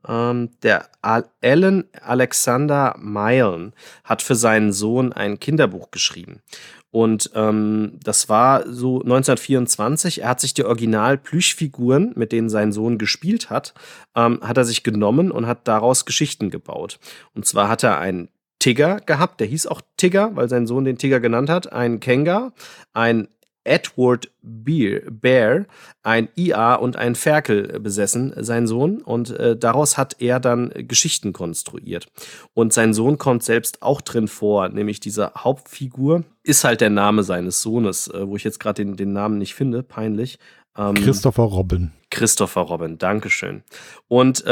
Der Alan Alexander Milne hat für seinen Sohn ein Kinderbuch geschrieben. Und das war so 1924. Er hat sich die Original-Plüschfiguren, mit denen sein Sohn gespielt hat, hat er sich genommen und hat daraus Geschichten gebaut. Und zwar hat er einen Tigger gehabt, der hieß auch Tigger, weil sein Sohn den Tigger genannt hat, einen Kenga, ein Edward Bear, ein IA und ein Ferkel besessen, sein Sohn. Und daraus hat er dann Geschichten konstruiert. Und sein Sohn kommt selbst auch drin vor, nämlich diese Hauptfigur ist halt der Name seines Sohnes, wo ich jetzt gerade den Namen nicht finde, peinlich. Christopher Robin. Christopher Robin, Dankeschön. Und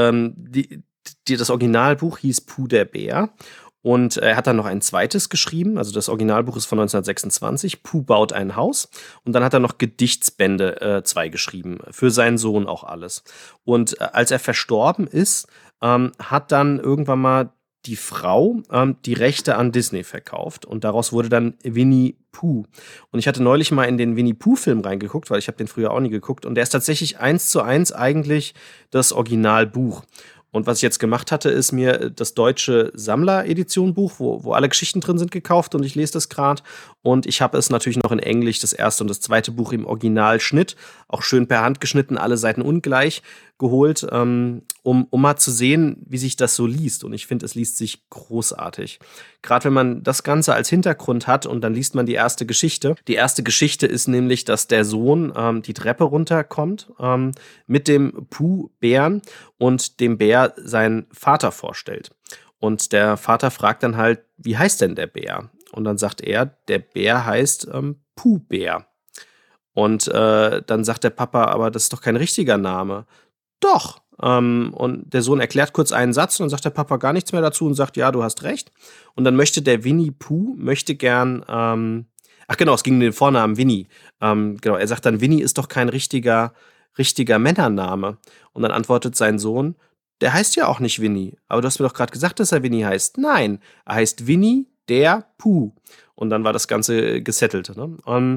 das Originalbuch hieß Puh der Bär. Und er hat dann noch ein zweites geschrieben, also das Originalbuch ist von 1926, Puh baut ein Haus. Und dann hat er noch Gedichtsbände 2 geschrieben, für seinen Sohn auch alles. Und als er verstorben ist, hat dann irgendwann mal die Frau die Rechte an Disney verkauft. Und daraus wurde dann Winnie Pooh. Und ich hatte neulich mal in den Winnie Pooh-Film reingeguckt, weil ich habe den früher auch nie geguckt. Und der ist tatsächlich 1:1 eigentlich das Originalbuch. Und was ich jetzt gemacht hatte, ist mir das deutsche Sammler-Edition-Buch, wo alle Geschichten drin sind, gekauft und ich lese das gerade. Und ich habe es natürlich noch in Englisch, das erste und das zweite Buch im Originalschnitt, auch schön per Hand geschnitten, alle Seiten ungleich geholt, um mal zu sehen, wie sich das so liest. Und ich finde, es liest sich großartig. Gerade wenn man das Ganze als Hintergrund hat und dann liest man die erste Geschichte. Die erste Geschichte ist nämlich, dass der Sohn die Treppe runterkommt mit dem Puh-Bären und dem Bär seinen Vater vorstellt. Und der Vater fragt dann halt, wie heißt denn der Bär? Und dann sagt er, der Bär heißt Puh-Bär. Und dann sagt der Papa, aber das ist doch kein richtiger Name. Doch. Und der Sohn erklärt kurz einen Satz und dann sagt der Papa gar nichts mehr dazu und sagt, ja, du hast recht. Und dann möchte der Winnie Pooh, gern, ach genau, es ging um den Vornamen Winnie. Genau, er sagt dann, Winnie ist doch kein richtiger Männername. Und dann antwortet sein Sohn, der heißt ja auch nicht Winnie. Aber du hast mir doch gerade gesagt, dass er Winnie heißt. Nein, er heißt Winnie der Pooh. Und dann war das Ganze gesettelt. Ne?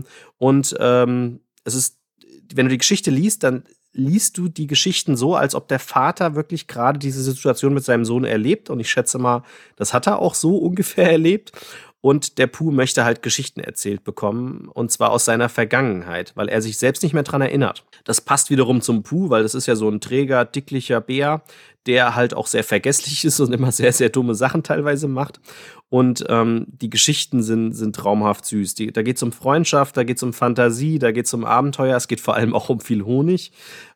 Es ist, wenn du die Geschichte liest, dann liest du die Geschichten so, als ob der Vater wirklich gerade diese Situation mit seinem Sohn erlebt. Und ich schätze mal, das hat er auch so ungefähr erlebt. Und der Pooh möchte halt Geschichten erzählt bekommen, und zwar aus seiner Vergangenheit, weil er sich selbst nicht mehr dran erinnert. Das passt wiederum zum Pooh, weil das ist ja so ein träger, dicklicher Bär, der halt auch sehr vergesslich ist und immer sehr, sehr dumme Sachen teilweise macht. Und die Geschichten sind traumhaft süß. Da geht es um Freundschaft, da geht es um Fantasie, da geht es um Abenteuer, es geht vor allem auch um viel Honig.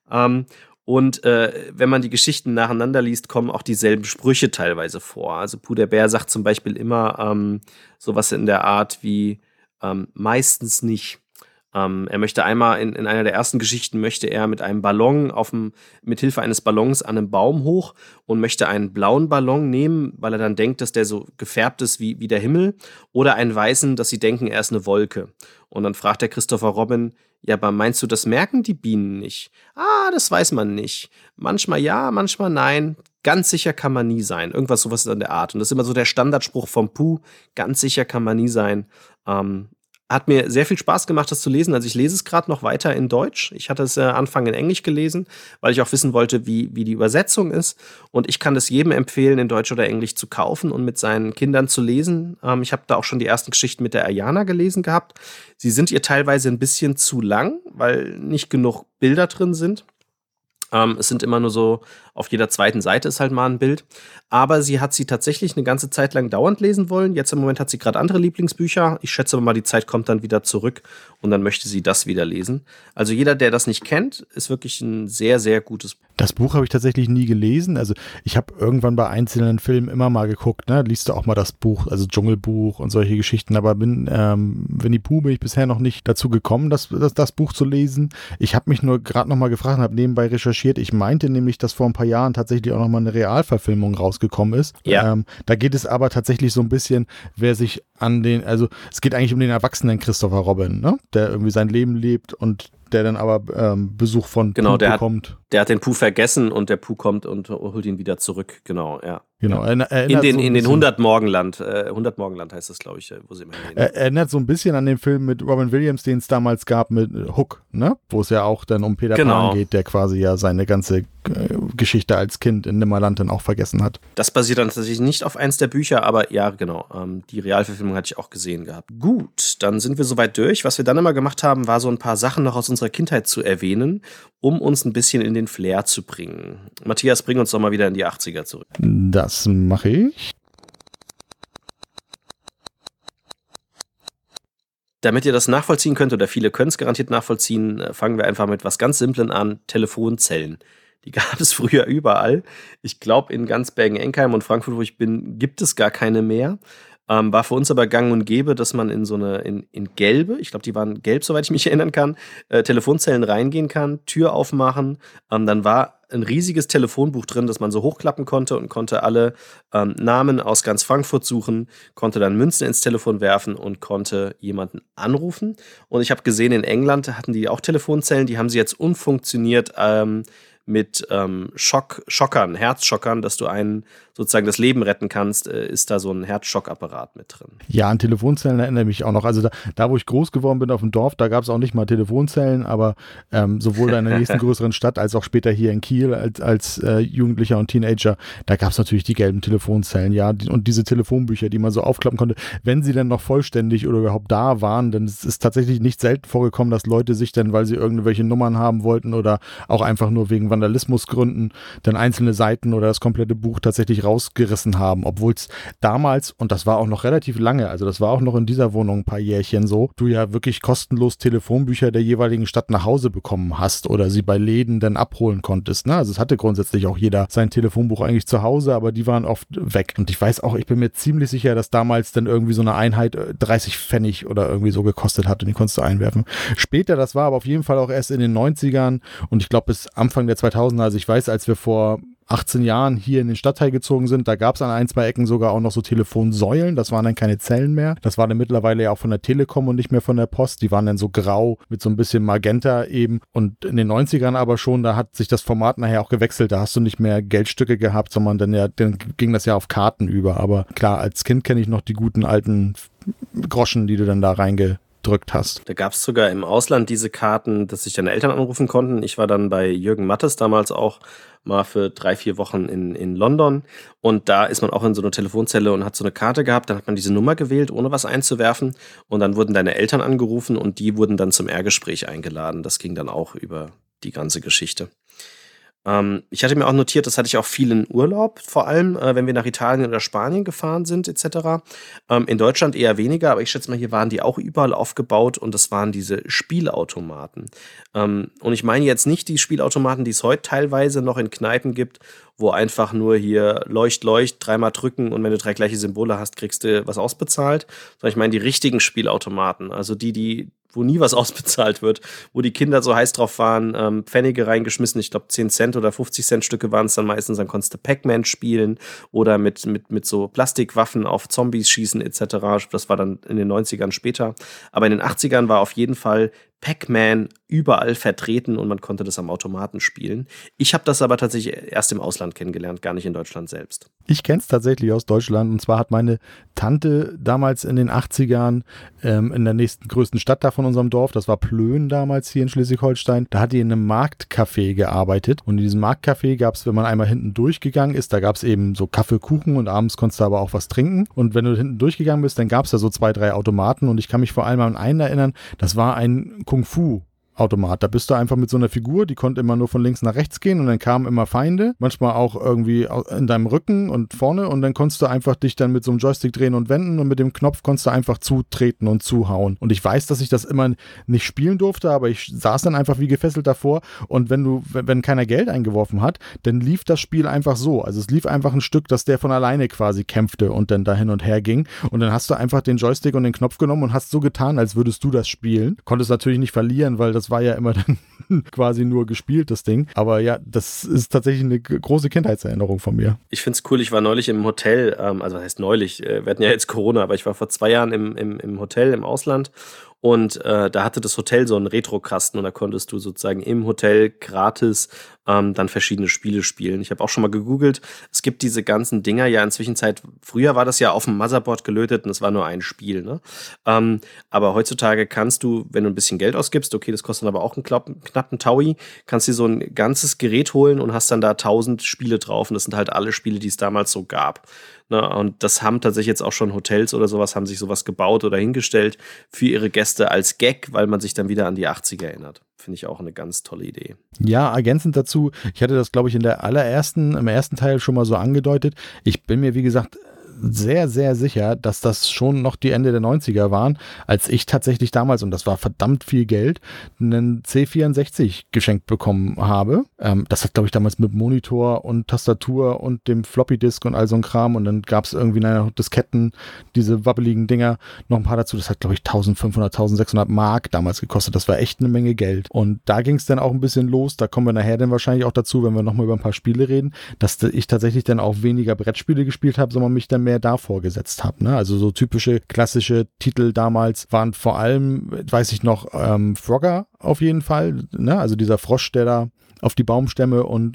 Und wenn man die Geschichten nacheinander liest, kommen auch dieselben Sprüche teilweise vor. Also Puh der Bär sagt zum Beispiel immer sowas in der Art wie meistens nicht. Er möchte einmal in einer der ersten Geschichten möchte er mit einem Ballon mit Hilfe eines Ballons an einem Baum hoch und möchte einen blauen Ballon nehmen, weil er dann denkt, dass der so gefärbt ist wie der Himmel, oder einen weißen, dass sie denken, er ist eine Wolke. Und dann fragt der Christopher Robin, ja, aber meinst du, das merken die Bienen nicht? Ah, das weiß man nicht. Manchmal ja, manchmal nein. Ganz sicher kann man nie sein. Irgendwas sowas in der Art. Und das ist immer so der Standardspruch vom Pooh. Ganz sicher kann man nie sein. Hat mir sehr viel Spaß gemacht, das zu lesen. Also ich lese es gerade noch weiter in Deutsch. Ich hatte es Anfang in Englisch gelesen, weil ich auch wissen wollte, wie die Übersetzung ist. Und ich kann es jedem empfehlen, in Deutsch oder Englisch zu kaufen und mit seinen Kindern zu lesen. Ich habe da auch schon die ersten Geschichten mit der Ayana gelesen gehabt. Sie sind ihr teilweise ein bisschen zu lang, weil nicht genug Bilder drin sind. Es sind immer nur so, auf jeder zweiten Seite ist halt mal ein Bild. Aber sie hat sie tatsächlich eine ganze Zeit lang dauernd lesen wollen. Jetzt im Moment hat sie gerade andere Lieblingsbücher. Ich schätze mal, die Zeit kommt dann wieder zurück und dann möchte sie das wieder lesen. Also jeder, der das nicht kennt, ist wirklich ein sehr, sehr gutes Buch. Das Buch habe ich tatsächlich nie gelesen. Also ich habe irgendwann bei einzelnen Filmen immer mal geguckt, ne? Liest du auch mal das Buch, also Dschungelbuch und solche Geschichten. Aber Winnie Pooh bin ich bisher noch nicht dazu gekommen, das Buch zu lesen. Ich habe mich nur gerade noch mal gefragt und habe nebenbei recherchiert. Ich meinte nämlich, dass vor ein paar Jahren tatsächlich auch noch mal eine Realverfilmung rausgekommen ist. Ja. Da geht es aber tatsächlich so ein bisschen, wer sich es geht eigentlich um den erwachsenen Christopher Robin, ne? Der irgendwie sein Leben lebt und der dann aber Besuch von Genau, Pooh bekommt. Der hat den Pooh vergessen und der Pooh kommt und holt ihn wieder zurück. Genau, ja. Genau, in den 100 Morgenland. 100 Morgenland heißt das, glaube ich, wo sie immer hingehen. Erinnert so ein bisschen an den Film mit Robin Williams, den es damals gab mit Hook, ne? Wo es ja auch dann um Peter Pan geht, der quasi ja seine ganze Geschichte als Kind in Nimmerland dann auch vergessen hat. Das basiert dann tatsächlich nicht auf eins der Bücher, aber ja, genau. Die Realverfilmung hatte ich auch gesehen gehabt. Gut, dann sind wir soweit durch. Was wir dann immer gemacht haben, war so ein paar Sachen noch aus unserer Kindheit zu erwähnen, um uns ein bisschen in den Flair zu bringen. Matthias, bring uns doch mal wieder in die 80er zurück. Das mache ich. Damit ihr das nachvollziehen könnt, oder viele können es garantiert nachvollziehen, fangen wir einfach mit was ganz Simplem an: Telefonzellen. Die gab es früher überall. Ich glaube, in ganz Bergen-Enkheim und Frankfurt, wo ich bin, gibt es gar keine mehr. War für uns aber gang und gäbe, dass man in so eine, in gelbe, ich glaube, die waren gelb, soweit ich mich erinnern kann, Telefonzellen reingehen kann, Tür aufmachen. Dann war ein riesiges Telefonbuch drin, das man so hochklappen konnte und konnte alle Namen aus ganz Frankfurt suchen, konnte dann Münzen ins Telefon werfen und konnte jemanden anrufen. Und ich habe gesehen, in England hatten die auch Telefonzellen, die haben sie jetzt umfunktioniert mit Schockern, Herzschockern, dass du einen sozusagen das Leben retten kannst, ist da so ein Herzschockapparat mit drin. Ja, an Telefonzellen erinnere ich mich auch noch. Also da wo ich groß geworden bin auf dem Dorf, da gab es auch nicht mal Telefonzellen, aber sowohl in der nächsten größeren Stadt als auch später hier in Kiel als Jugendlicher und Teenager, da gab es natürlich die gelben Telefonzellen, ja, und diese Telefonbücher, die man so aufklappen konnte, wenn sie dann noch vollständig oder überhaupt da waren, denn es ist tatsächlich nicht selten vorgekommen, dass Leute sich dann, weil sie irgendwelche Nummern haben wollten oder auch einfach nur wegen Vandalismusgründen, dann einzelne Seiten oder das komplette Buch tatsächlich rausgerissen haben, obwohl es damals, und das war auch noch relativ lange, also das war auch noch in dieser Wohnung ein paar Jährchen so, du ja wirklich kostenlos Telefonbücher der jeweiligen Stadt nach Hause bekommen hast oder sie bei Läden dann abholen konntest, ne? Also es hatte grundsätzlich auch jeder sein Telefonbuch eigentlich zu Hause, aber die waren oft weg. Und ich weiß auch, ich bin mir ziemlich sicher, dass damals dann irgendwie so eine Einheit 30 Pfennig oder irgendwie so gekostet hat und die konntest du einwerfen. Später, das war aber auf jeden Fall auch erst in den 90ern und ich glaube bis Anfang der 2000er, also ich weiß, als wir vor 18 Jahren hier in den Stadtteil gezogen sind, da gab es an ein, zwei Ecken sogar auch noch so Telefonsäulen, das waren dann keine Zellen mehr, das war dann mittlerweile ja auch von der Telekom und nicht mehr von der Post, die waren dann so grau mit so ein bisschen Magenta eben und in den 90ern aber schon, da hat sich das Format nachher auch gewechselt, da hast du nicht mehr Geldstücke gehabt, sondern dann ging das ja auf Karten über, aber klar, als Kind kenne ich noch die guten alten Groschen, die du dann da reingedrückt hast. Da gab es sogar im Ausland diese Karten, dass sich deine Eltern anrufen konnten. Ich war dann bei Jürgen Mattes damals auch mal für 3-4 Wochen in London und da ist man auch in so einer Telefonzelle und hat so eine Karte gehabt, dann hat man diese Nummer gewählt, ohne was einzuwerfen und dann wurden deine Eltern angerufen und die wurden dann zum R-Gespräch eingeladen. Das ging dann auch über die ganze Geschichte. Ich hatte mir auch notiert, das hatte ich auch viel in Urlaub, vor allem, wenn wir nach Italien oder Spanien gefahren sind, etc. In Deutschland eher weniger, aber ich schätze mal, hier waren die auch überall aufgebaut und das waren diese Spielautomaten. Und ich meine jetzt nicht die Spielautomaten, die es heute teilweise noch in Kneipen gibt, wo einfach nur hier leucht, 3-mal drücken und wenn du 3 gleiche Symbole hast, kriegst du was ausbezahlt. Sondern ich meine die richtigen Spielautomaten, also wo nie was ausbezahlt wird, wo die Kinder so heiß drauf waren, Pfennige reingeschmissen, ich glaube 10 Cent oder 50 Cent Stücke waren es dann meistens, dann konntest du Pac-Man spielen oder mit so Plastikwaffen auf Zombies schießen etc. Das war dann in den 90ern später. Aber in den 80ern war auf jeden Fall Pac-Man überall vertreten und man konnte das am Automaten spielen. Ich habe das aber tatsächlich erst im Ausland kennengelernt, gar nicht in Deutschland selbst. Ich kenne es tatsächlich aus Deutschland und zwar hat meine Tante damals in den 80ern in der nächsten größten Stadt da von unserem Dorf, das war Plön damals hier in Schleswig-Holstein, da hat die in einem Marktcafé gearbeitet und in diesem Marktcafé gab es, wenn man einmal hinten durchgegangen ist, da gab es eben so Kaffee, Kuchen und abends konntest du aber auch was trinken und wenn du hinten durchgegangen bist, dann gab es da so 2, 3 Automaten und ich kann mich vor allem an einen erinnern, das war ein Kung-Fu-Automat. Da bist du einfach mit so einer Figur, die konnte immer nur von links nach rechts gehen und dann kamen immer Feinde, manchmal auch irgendwie in deinem Rücken und vorne und dann konntest du einfach dich dann mit so einem Joystick drehen und wenden und mit dem Knopf konntest du einfach zutreten und zuhauen. Und ich weiß, dass ich das immer nicht spielen durfte, aber ich saß dann einfach wie gefesselt davor und wenn keiner Geld eingeworfen hat, dann lief das Spiel einfach so. Also es lief einfach ein Stück, dass der von alleine quasi kämpfte und dann da hin und her ging und dann hast du einfach den Joystick und den Knopf genommen und hast so getan, als würdest du das spielen. Konntest natürlich nicht verlieren, weil das war ja immer dann quasi nur gespielt, das Ding. Aber ja, das ist tatsächlich eine große Kindheitserinnerung von mir. Ich finde es cool, ich war neulich im Hotel, also was heißt neulich, wir hatten ja jetzt Corona, aber ich war vor 2 Jahren im Hotel im Ausland Und da hatte das Hotel so einen Retro-Kasten und da konntest du sozusagen im Hotel gratis dann verschiedene Spiele spielen. Ich habe auch schon mal gegoogelt, es gibt diese ganzen Dinger ja inzwischen früher war das ja auf dem Motherboard gelötet und es war nur ein Spiel, ne? Aber heutzutage kannst du, wenn du ein bisschen Geld ausgibst, okay, das kostet aber auch einen knappen Taui, kannst dir so ein ganzes Gerät holen und hast dann da 1000 Spiele drauf und das sind halt alle Spiele, die es damals so gab. Ne? Und das haben tatsächlich jetzt auch schon Hotels oder sowas, haben sich sowas gebaut oder hingestellt für ihre Gäste als Gag, weil man sich dann wieder an die 80er erinnert. Finde ich auch eine ganz tolle Idee. Ja, ergänzend dazu, ich hatte das, glaube ich, im ersten Teil schon mal so angedeutet. Ich bin mir, wie gesagt, sehr, sehr sicher, dass das schon noch die Ende der 90er waren, als ich tatsächlich damals, und das war verdammt viel Geld, einen C64 geschenkt bekommen habe. Das hat, glaube ich, damals mit Monitor und Tastatur und dem Floppy-Disk und all so ein Kram und dann gab es irgendwie noch Disketten, diese wabbeligen Dinger, noch ein paar dazu. Das hat, glaube ich, 1500, 1600 Mark damals gekostet. Das war echt eine Menge Geld. Und da ging es dann auch ein bisschen los. Da kommen wir nachher dann wahrscheinlich auch dazu, wenn wir nochmal über ein paar Spiele reden, dass ich tatsächlich dann auch weniger Brettspiele gespielt habe, sondern mich dann mehr davor gesetzt habe. Ne? Also so typische klassische Titel damals waren vor allem, weiß ich noch, Frogger auf jeden Fall. Ne? Also dieser Frosch, der da auf die Baumstämme und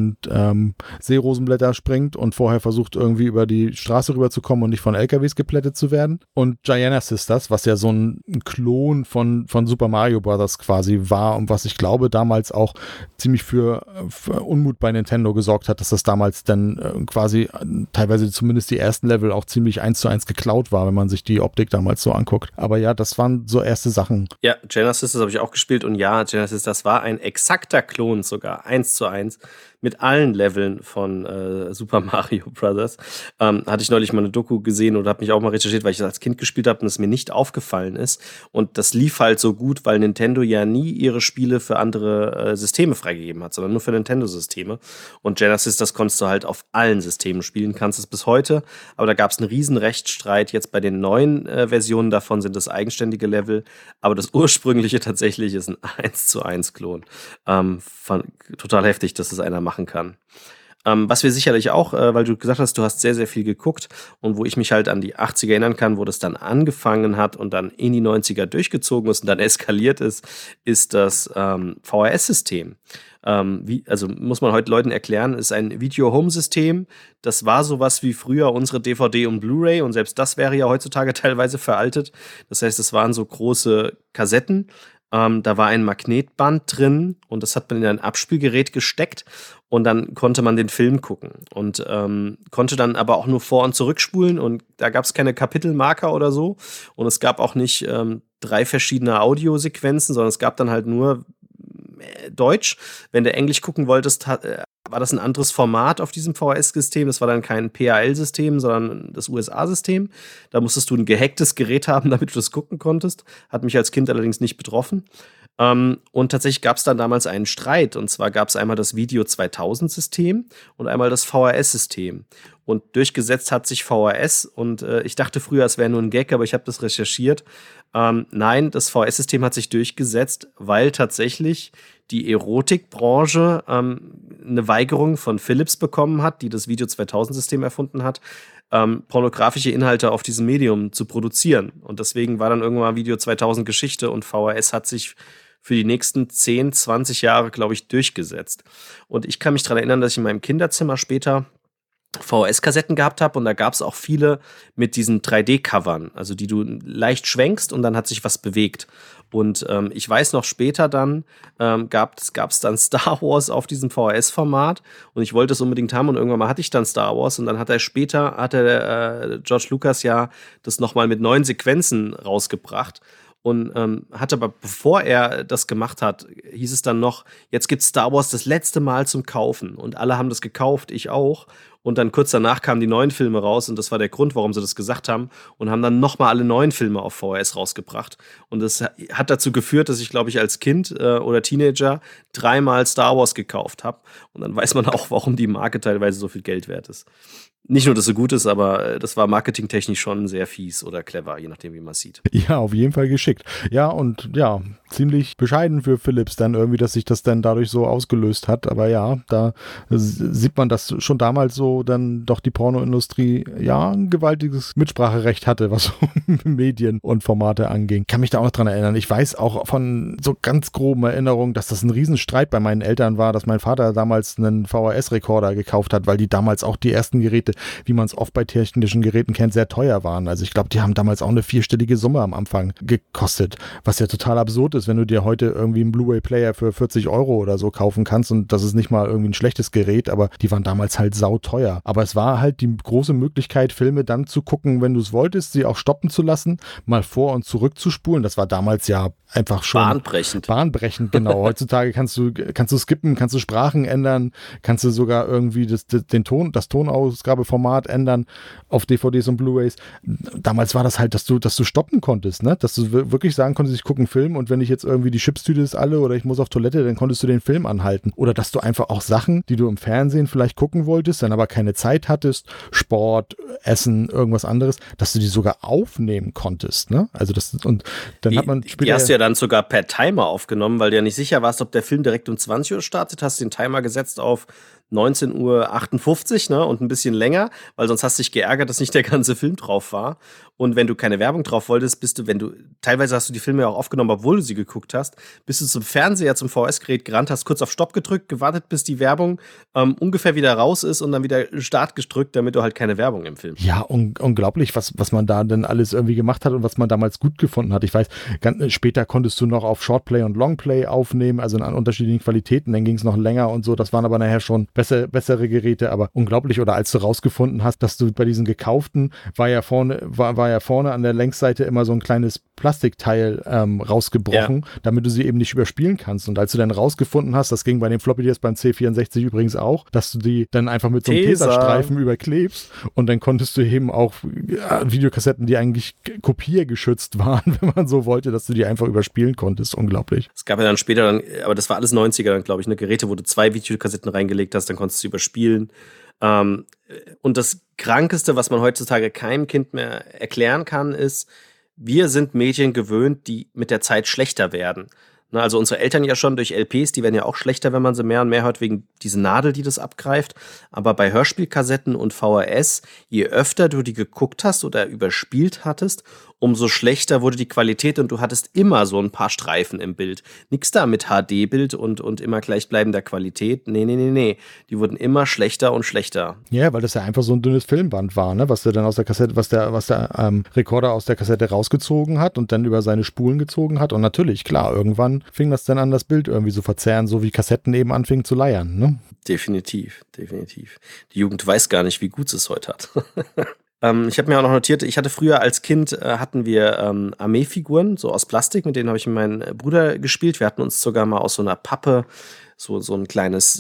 Seerosenblätter springt und vorher versucht irgendwie über die Straße rüberzukommen und nicht von LKWs geplättet zu werden. Und Giana Sisters, was ja so ein Klon von Super Mario Bros. Quasi war und was ich glaube damals auch ziemlich für Unmut bei Nintendo gesorgt hat, dass das damals dann quasi teilweise zumindest die ersten Level auch ziemlich 1:1 geklaut war, wenn man sich die Optik damals so anguckt. Aber ja, das waren so erste Sachen. Ja, Giana Sisters habe ich auch gespielt und ja, Giana Sisters war ein exakter Klon sogar, 1:1, mit allen Leveln von Super Mario Bros. Hatte ich neulich mal eine Doku gesehen oder habe mich auch mal recherchiert, weil ich das als Kind gespielt habe und es mir nicht aufgefallen ist. Und das lief halt so gut, weil Nintendo ja nie ihre Spiele für andere Systeme freigegeben hat, sondern nur für Nintendo-Systeme. Und Genesis, das konntest du halt auf allen Systemen spielen, kannst es bis heute. Aber da gab es einen riesen Rechtsstreit. Jetzt bei den neuen Versionen davon sind das eigenständige Level. Aber das ursprüngliche tatsächlich ist ein 1:1-Klon. Total heftig, dass das einer machen kann. Was wir sicherlich auch, weil du gesagt hast, du hast sehr, sehr viel geguckt und wo ich mich halt an die 80er erinnern kann, wo das dann angefangen hat und dann in die 90er durchgezogen ist und dann eskaliert ist das VHS-System. Also muss man heute Leuten erklären, ist ein Video-Home-System. Das war sowas wie früher unsere DVD und Blu-ray und selbst das wäre ja heutzutage teilweise veraltet. Das heißt, es waren so große Kassetten. Da war ein Magnetband drin und das hat man in ein Abspielgerät gesteckt und dann konnte man den Film gucken und konnte dann aber auch nur vor- und zurückspulen und da gab es keine Kapitelmarker oder so und es gab auch nicht 3 verschiedene Audiosequenzen, sondern es gab dann halt nur Deutsch. Wenn du Englisch gucken wolltest, war das ein anderes Format auf diesem VHS-System. Das war dann kein PAL-System, sondern das USA-System. Da musstest du ein gehacktes Gerät haben, damit du das gucken konntest. Hat mich als Kind allerdings nicht betroffen. Und tatsächlich gab es dann damals einen Streit. Und zwar gab es einmal das Video 2000-System und einmal das VHS-System. Und durchgesetzt hat sich VHS. Und ich dachte früher, es wäre nur ein Gag, aber ich habe das recherchiert. Nein, das VHS-System hat sich durchgesetzt, weil tatsächlich die Erotikbranche eine Weigerung von Philips bekommen hat, die das Video 2000-System erfunden hat, pornografische Inhalte auf diesem Medium zu produzieren. Und deswegen war dann irgendwann Video 2000 Geschichte und VHS hat sich für die nächsten 10, 20 Jahre, glaube ich, durchgesetzt. Und ich kann mich daran erinnern, dass ich in meinem Kinderzimmer später VHS-Kassetten gehabt habe und da gab es auch viele mit diesen 3D-Covern, also die du leicht schwenkst und dann hat sich was bewegt. Und ich weiß noch später dann gab es dann Star Wars auf diesem VHS-Format und ich wollte es unbedingt haben und irgendwann mal hatte ich dann Star Wars und dann hat George Lucas ja das nochmal mit 9 Sequenzen rausgebracht. Und hat aber, bevor er das gemacht hat, hieß es dann noch, jetzt gibt Star Wars das letzte Mal zum Kaufen. Und alle haben das gekauft, ich auch. Und dann kurz danach kamen die neuen Filme raus und das war der Grund, warum sie das gesagt haben. Und haben dann nochmal alle neuen Filme auf VHS rausgebracht. Und das hat dazu geführt, dass ich, glaube ich, als Kind oder Teenager 3-mal Star Wars gekauft habe. Und dann weiß man auch, warum die Marke teilweise so viel Geld wert ist. Nicht nur, dass sie gut ist, aber das war marketingtechnisch schon sehr fies oder clever, je nachdem, wie man es sieht. Ja, auf jeden Fall geschickt. Ja, und ja, ziemlich bescheiden für Philips dann irgendwie, dass sich das dann dadurch so ausgelöst hat. Aber ja, da sieht man, dass schon damals so dann doch die Pornoindustrie ja ein gewaltiges Mitspracherecht hatte, was so Medien und Formate anging. Kann mich da auch noch dran erinnern. Ich weiß auch von so ganz groben Erinnerungen, dass das ein Riesenstreit bei meinen Eltern war, dass mein Vater damals einen VHS-Rekorder gekauft hat, weil die damals auch die ersten Geräte, wie man es oft bei technischen Geräten kennt, sehr teuer waren. Also ich glaube, die haben damals auch eine 4-stellige Summe am Anfang gekostet, was ja total absurd ist, wenn du dir heute irgendwie einen Blu-ray-Player für 40 Euro oder so kaufen kannst und das ist nicht mal irgendwie ein schlechtes Gerät, aber die waren damals halt sauteuer. Aber es war halt die große Möglichkeit, Filme dann zu gucken, wenn du es wolltest, sie auch stoppen zu lassen, mal vor- und zurückzuspulen. Das war damals ja einfach schon bahnbrechend, genau. Heutzutage kannst du skippen, kannst du Sprachen ändern, kannst du sogar irgendwie das Tonausgabeformat ändern auf DVDs und Blu-rays. Damals war das halt, dass du stoppen konntest, ne? Dass du wirklich sagen konntest, ich gucke einen Film und wenn ich jetzt irgendwie die Chipstüte ist alle oder ich muss auf Toilette, dann konntest du den Film anhalten. Oder dass du einfach auch Sachen, die du im Fernsehen vielleicht gucken wolltest, dann aber keine Zeit hattest, Sport, Essen, irgendwas anderes, dass du die sogar aufnehmen konntest, ne? Also und dann hat man später... Die hast du ja dann sogar per Timer aufgenommen, weil du ja nicht sicher warst, ob der Film direkt um 20 Uhr startet, hast den Timer gesetzt auf 19:58 Uhr, ne, und ein bisschen länger, weil sonst hast du dich geärgert, dass nicht der ganze Film drauf war. Und wenn du keine Werbung drauf wolltest, teilweise hast du die Filme ja auch aufgenommen, obwohl du sie geguckt hast, bist du zum Fernseher, zum VHS-Gerät gerannt, hast kurz auf Stopp gedrückt, gewartet, bis die Werbung ungefähr wieder raus ist und dann wieder Start gedrückt, damit du halt keine Werbung im Film. Ja, unglaublich, was man da denn alles irgendwie gemacht hat und was man damals gut gefunden hat. Ich weiß, später konntest du noch auf Shortplay und Longplay aufnehmen, also in unterschiedlichen Qualitäten, dann ging es noch länger und so, das waren aber nachher schon bessere Geräte, aber unglaublich. Oder als du rausgefunden hast, dass du bei diesen gekauften, war ja vorne an der Längsseite immer so ein kleines Plastikteil rausgebrochen, damit du sie eben nicht überspielen kannst. Und als du dann rausgefunden hast, das ging bei den Floppy Disks beim C64 übrigens auch, dass du die dann einfach mit so einem Tesastreifen überklebst und dann konntest du eben auch Videokassetten, die eigentlich kopiergeschützt waren, wenn man so wollte, dass du die einfach überspielen konntest. Unglaublich. Es gab ja dann später, aber das war alles 90er dann, glaube ich, Geräte, wo du 2 Videokassetten reingelegt hast, dann konntest du überspielen. Und das Krankeste, was man heutzutage keinem Kind mehr erklären kann, ist, wir sind Medien gewöhnt, die mit der Zeit schlechter werden. Also unsere Eltern ja schon durch LPs, die werden ja auch schlechter, wenn man sie mehr und mehr hört, wegen dieser Nadel, die das abgreift. Aber bei Hörspielkassetten und VHS, je öfter du die geguckt hast oder überspielt hattest, umso schlechter wurde die Qualität und du hattest immer so ein paar Streifen im Bild. Nix da mit HD-Bild und immer gleichbleibender Qualität. Nee. Die wurden immer schlechter und schlechter. Ja, weil das ja einfach so ein dünnes Filmband war, ne? Was der dann aus der Kassette, was der Rekorder aus der Kassette rausgezogen hat und dann über seine Spulen gezogen hat. Und natürlich, klar, irgendwann fing das dann an, das Bild irgendwie so verzerren, so wie Kassetten eben anfingen zu leiern, ne? Definitiv. Die Jugend weiß gar nicht, wie gut es heute hat. Ich habe mir auch noch notiert, ich hatte früher als Kind, hatten wir Armeefiguren, so aus Plastik, mit denen habe ich mit meinem Bruder gespielt. Wir hatten uns sogar mal aus so einer Pappe so ein kleines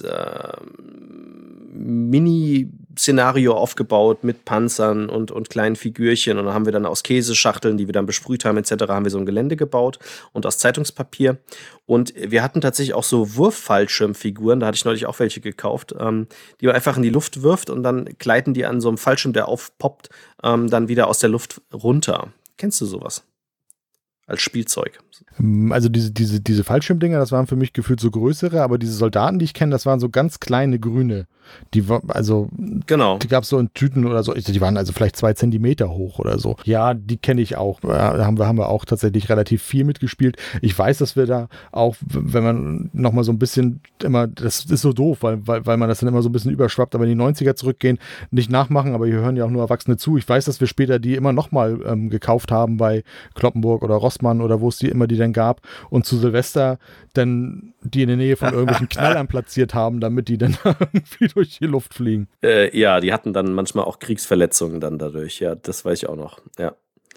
Mini-Szenario aufgebaut mit Panzern und kleinen Figürchen. Und dann haben wir dann aus Käseschachteln, die wir dann besprüht haben etc., haben wir so ein Gelände gebaut und aus Zeitungspapier. Und wir hatten tatsächlich auch so Wurffallschirmfiguren, da hatte ich neulich auch welche gekauft, die man einfach in die Luft wirft und dann gleiten die an so einem Fallschirm, der aufpoppt, dann wieder aus der Luft runter. Kennst du sowas? Als Spielzeug. Also diese Fallschirmdinger, das waren für mich gefühlt so größere, aber diese Soldaten, die ich kenne, das waren so ganz kleine grüne. Genau. Die gab es so in Tüten oder so, die waren also vielleicht 2 Zentimeter hoch oder so. Ja, die kenne ich auch. Da haben wir auch tatsächlich relativ viel mitgespielt. Ich weiß, dass wir da auch, wenn man nochmal so ein bisschen immer, das ist so doof, weil man das dann immer so ein bisschen überschwappt, aber in die 90er zurückgehen, nicht nachmachen, aber hier hören ja auch nur Erwachsene zu. Ich weiß, dass wir später die immer nochmal gekauft haben bei Kloppenburg oder Rossmann oder wo es die dann gab und zu Silvester dann die in der Nähe von irgendwelchen Knallern platziert haben, damit die dann irgendwie durch die Luft fliegen. Ja, die hatten dann manchmal auch Kriegsverletzungen dann dadurch. Ja, das weiß ich auch noch. Ja.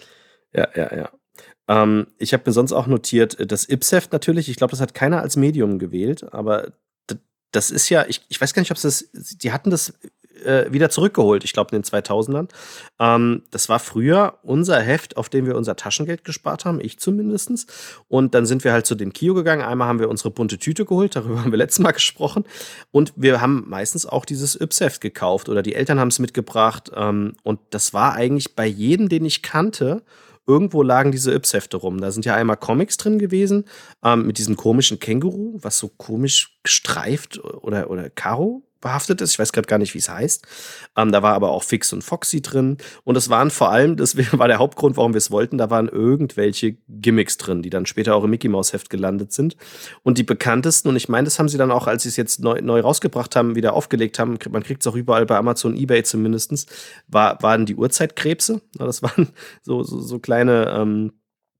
Ich habe mir sonst auch notiert, das Yps-Heft natürlich, ich glaube, das hat keiner als Medium gewählt, aber das ist ja, ich weiß gar nicht, ob es das, die hatten das wieder zurückgeholt, ich glaube in den 2000ern. Das war früher unser Heft, auf dem wir unser Taschengeld gespart haben, ich zumindest. Und dann sind wir halt zu dem Kio gegangen. Einmal haben wir unsere bunte Tüte geholt, darüber haben wir letztes Mal gesprochen. Und wir haben meistens auch dieses Yps-Heft gekauft oder die Eltern haben es mitgebracht. Und das war eigentlich bei jedem, den ich kannte, irgendwo lagen diese Yps-Hefte rum. Da sind ja einmal Comics drin gewesen, mit diesem komischen Känguru, was so komisch gestreift oder Karo behaftet ist. Ich weiß gerade gar nicht, wie es heißt. Da war aber auch Fix und Foxy drin. Und es waren vor allem, das war der Hauptgrund, warum wir es wollten, da waren irgendwelche Gimmicks drin, die dann später auch im Mickey-Maus-Heft gelandet sind. Und die bekanntesten, und ich meine, das haben sie dann auch, als sie es jetzt neu rausgebracht haben, wieder aufgelegt haben, man kriegt es auch überall bei Amazon, eBay zumindest, waren die Urzeitkrebse. Das waren so kleine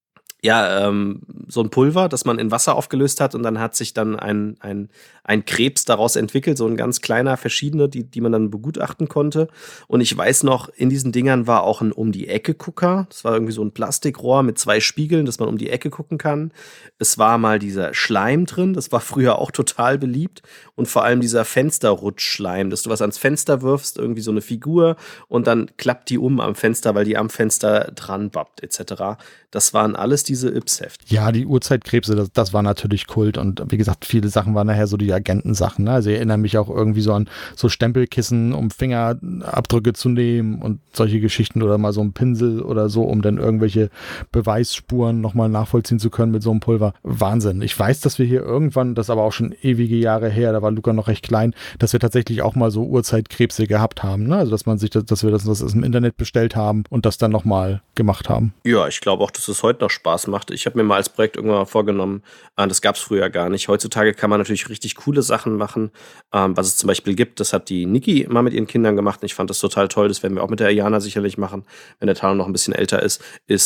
so ein Pulver, das man in Wasser aufgelöst hat und dann hat sich dann ein Krebs daraus entwickelt, so ein ganz kleiner, verschiedene, die man dann begutachten konnte. Und ich weiß noch, in diesen Dingern war auch ein Um-die-Ecke-Gucker. Das war irgendwie so ein Plastikrohr mit 2 Spiegeln, dass man um die Ecke gucken kann. Es war mal dieser Schleim drin, das war früher auch total beliebt. Und vor allem dieser Fensterrutschschleim, dass du was ans Fenster wirfst, irgendwie so eine Figur und dann klappt die am Fenster, weil die am Fenster dran bappt, etc. Das waren alles diese Yps-Hefte. Ja, die Urzeitkrebse, das war natürlich Kult und wie gesagt, viele Sachen waren nachher so die Agentensachen. Ne? Also ich erinnere mich auch irgendwie so an so Stempelkissen, um Fingerabdrücke zu nehmen und solche Geschichten oder mal so ein Pinsel oder so, um dann irgendwelche Beweisspuren nochmal nachvollziehen zu können mit so einem Pulver. Wahnsinn. Ich weiß, dass wir hier irgendwann, das ist aber auch schon ewige Jahre her, da war Luca noch recht klein, dass wir tatsächlich auch mal so Urzeitkrebse gehabt haben. Ne? Also dass wir das im Internet bestellt haben und das dann nochmal gemacht haben. Ja, ich glaube auch, dass es heute noch Spaß macht. Ich habe mir mal als Projekt irgendwann mal vorgenommen, das gab es früher gar nicht. Heutzutage kann man natürlich richtig coole Sachen machen, was es zum Beispiel gibt. Das hat die Niki mal mit ihren Kindern gemacht und ich fand das total toll. Das werden wir auch mit der Ayana sicherlich machen, wenn der Tano noch ein bisschen älter ist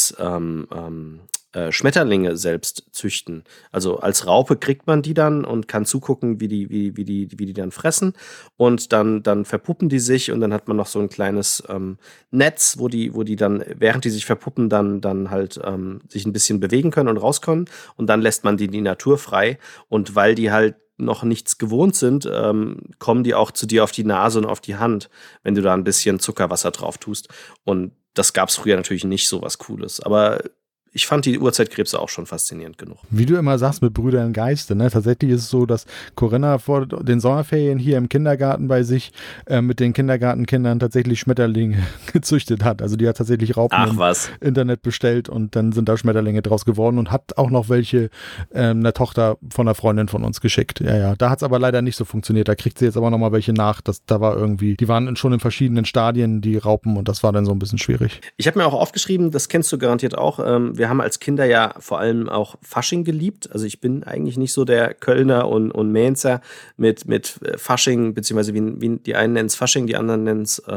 Schmetterlinge selbst züchten. Also als Raupe kriegt man die dann und kann zugucken, wie die dann fressen und dann verpuppen die sich und dann hat man noch so ein kleines Netz, wo die dann, während die sich verpuppen, dann halt sich ein bisschen bewegen können und raus können und dann lässt man die in die Natur frei und weil die halt noch nichts gewohnt sind, kommen die auch zu dir auf die Nase und auf die Hand, wenn du da ein bisschen Zuckerwasser drauf tust und das gab's früher natürlich nicht, so was Cooles, aber ich fand die Urzeitkrebse auch schon faszinierend genug. Wie du immer sagst, mit Brüdern Geiste, ne? Tatsächlich ist es so, dass Corinna vor den Sommerferien hier im Kindergarten bei sich mit den Kindergartenkindern tatsächlich Schmetterlinge gezüchtet hat. Also die hat tatsächlich Raupen im Internet bestellt und dann sind da Schmetterlinge draus geworden und hat auch noch welche einer Tochter von einer Freundin von uns geschickt. Ja. Da hat es aber leider nicht so funktioniert. Da kriegt sie jetzt aber nochmal welche nach. Da war irgendwie, die waren schon in verschiedenen Stadien, die Raupen, und das war dann so ein bisschen schwierig. Ich habe mir auch aufgeschrieben, das kennst du garantiert auch, wir haben als Kinder ja vor allem auch Fasching geliebt. Also ich bin eigentlich nicht so der Kölner und Mainzer mit Fasching, beziehungsweise wie die einen nennen es Fasching, die anderen nennen es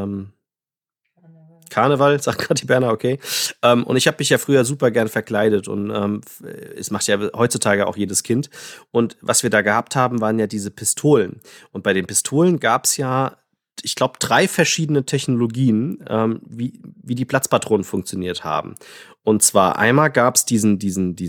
Karneval, sagt gerade die Berner, okay. Und ich habe mich ja früher super gern verkleidet und es macht ja heutzutage auch jedes Kind. Und was wir da gehabt haben, waren ja diese Pistolen. Und bei den Pistolen gab es ja, ich glaube, 3 verschiedene Technologien, wie die Platzpatronen funktioniert haben. Und zwar einmal gab es diesen,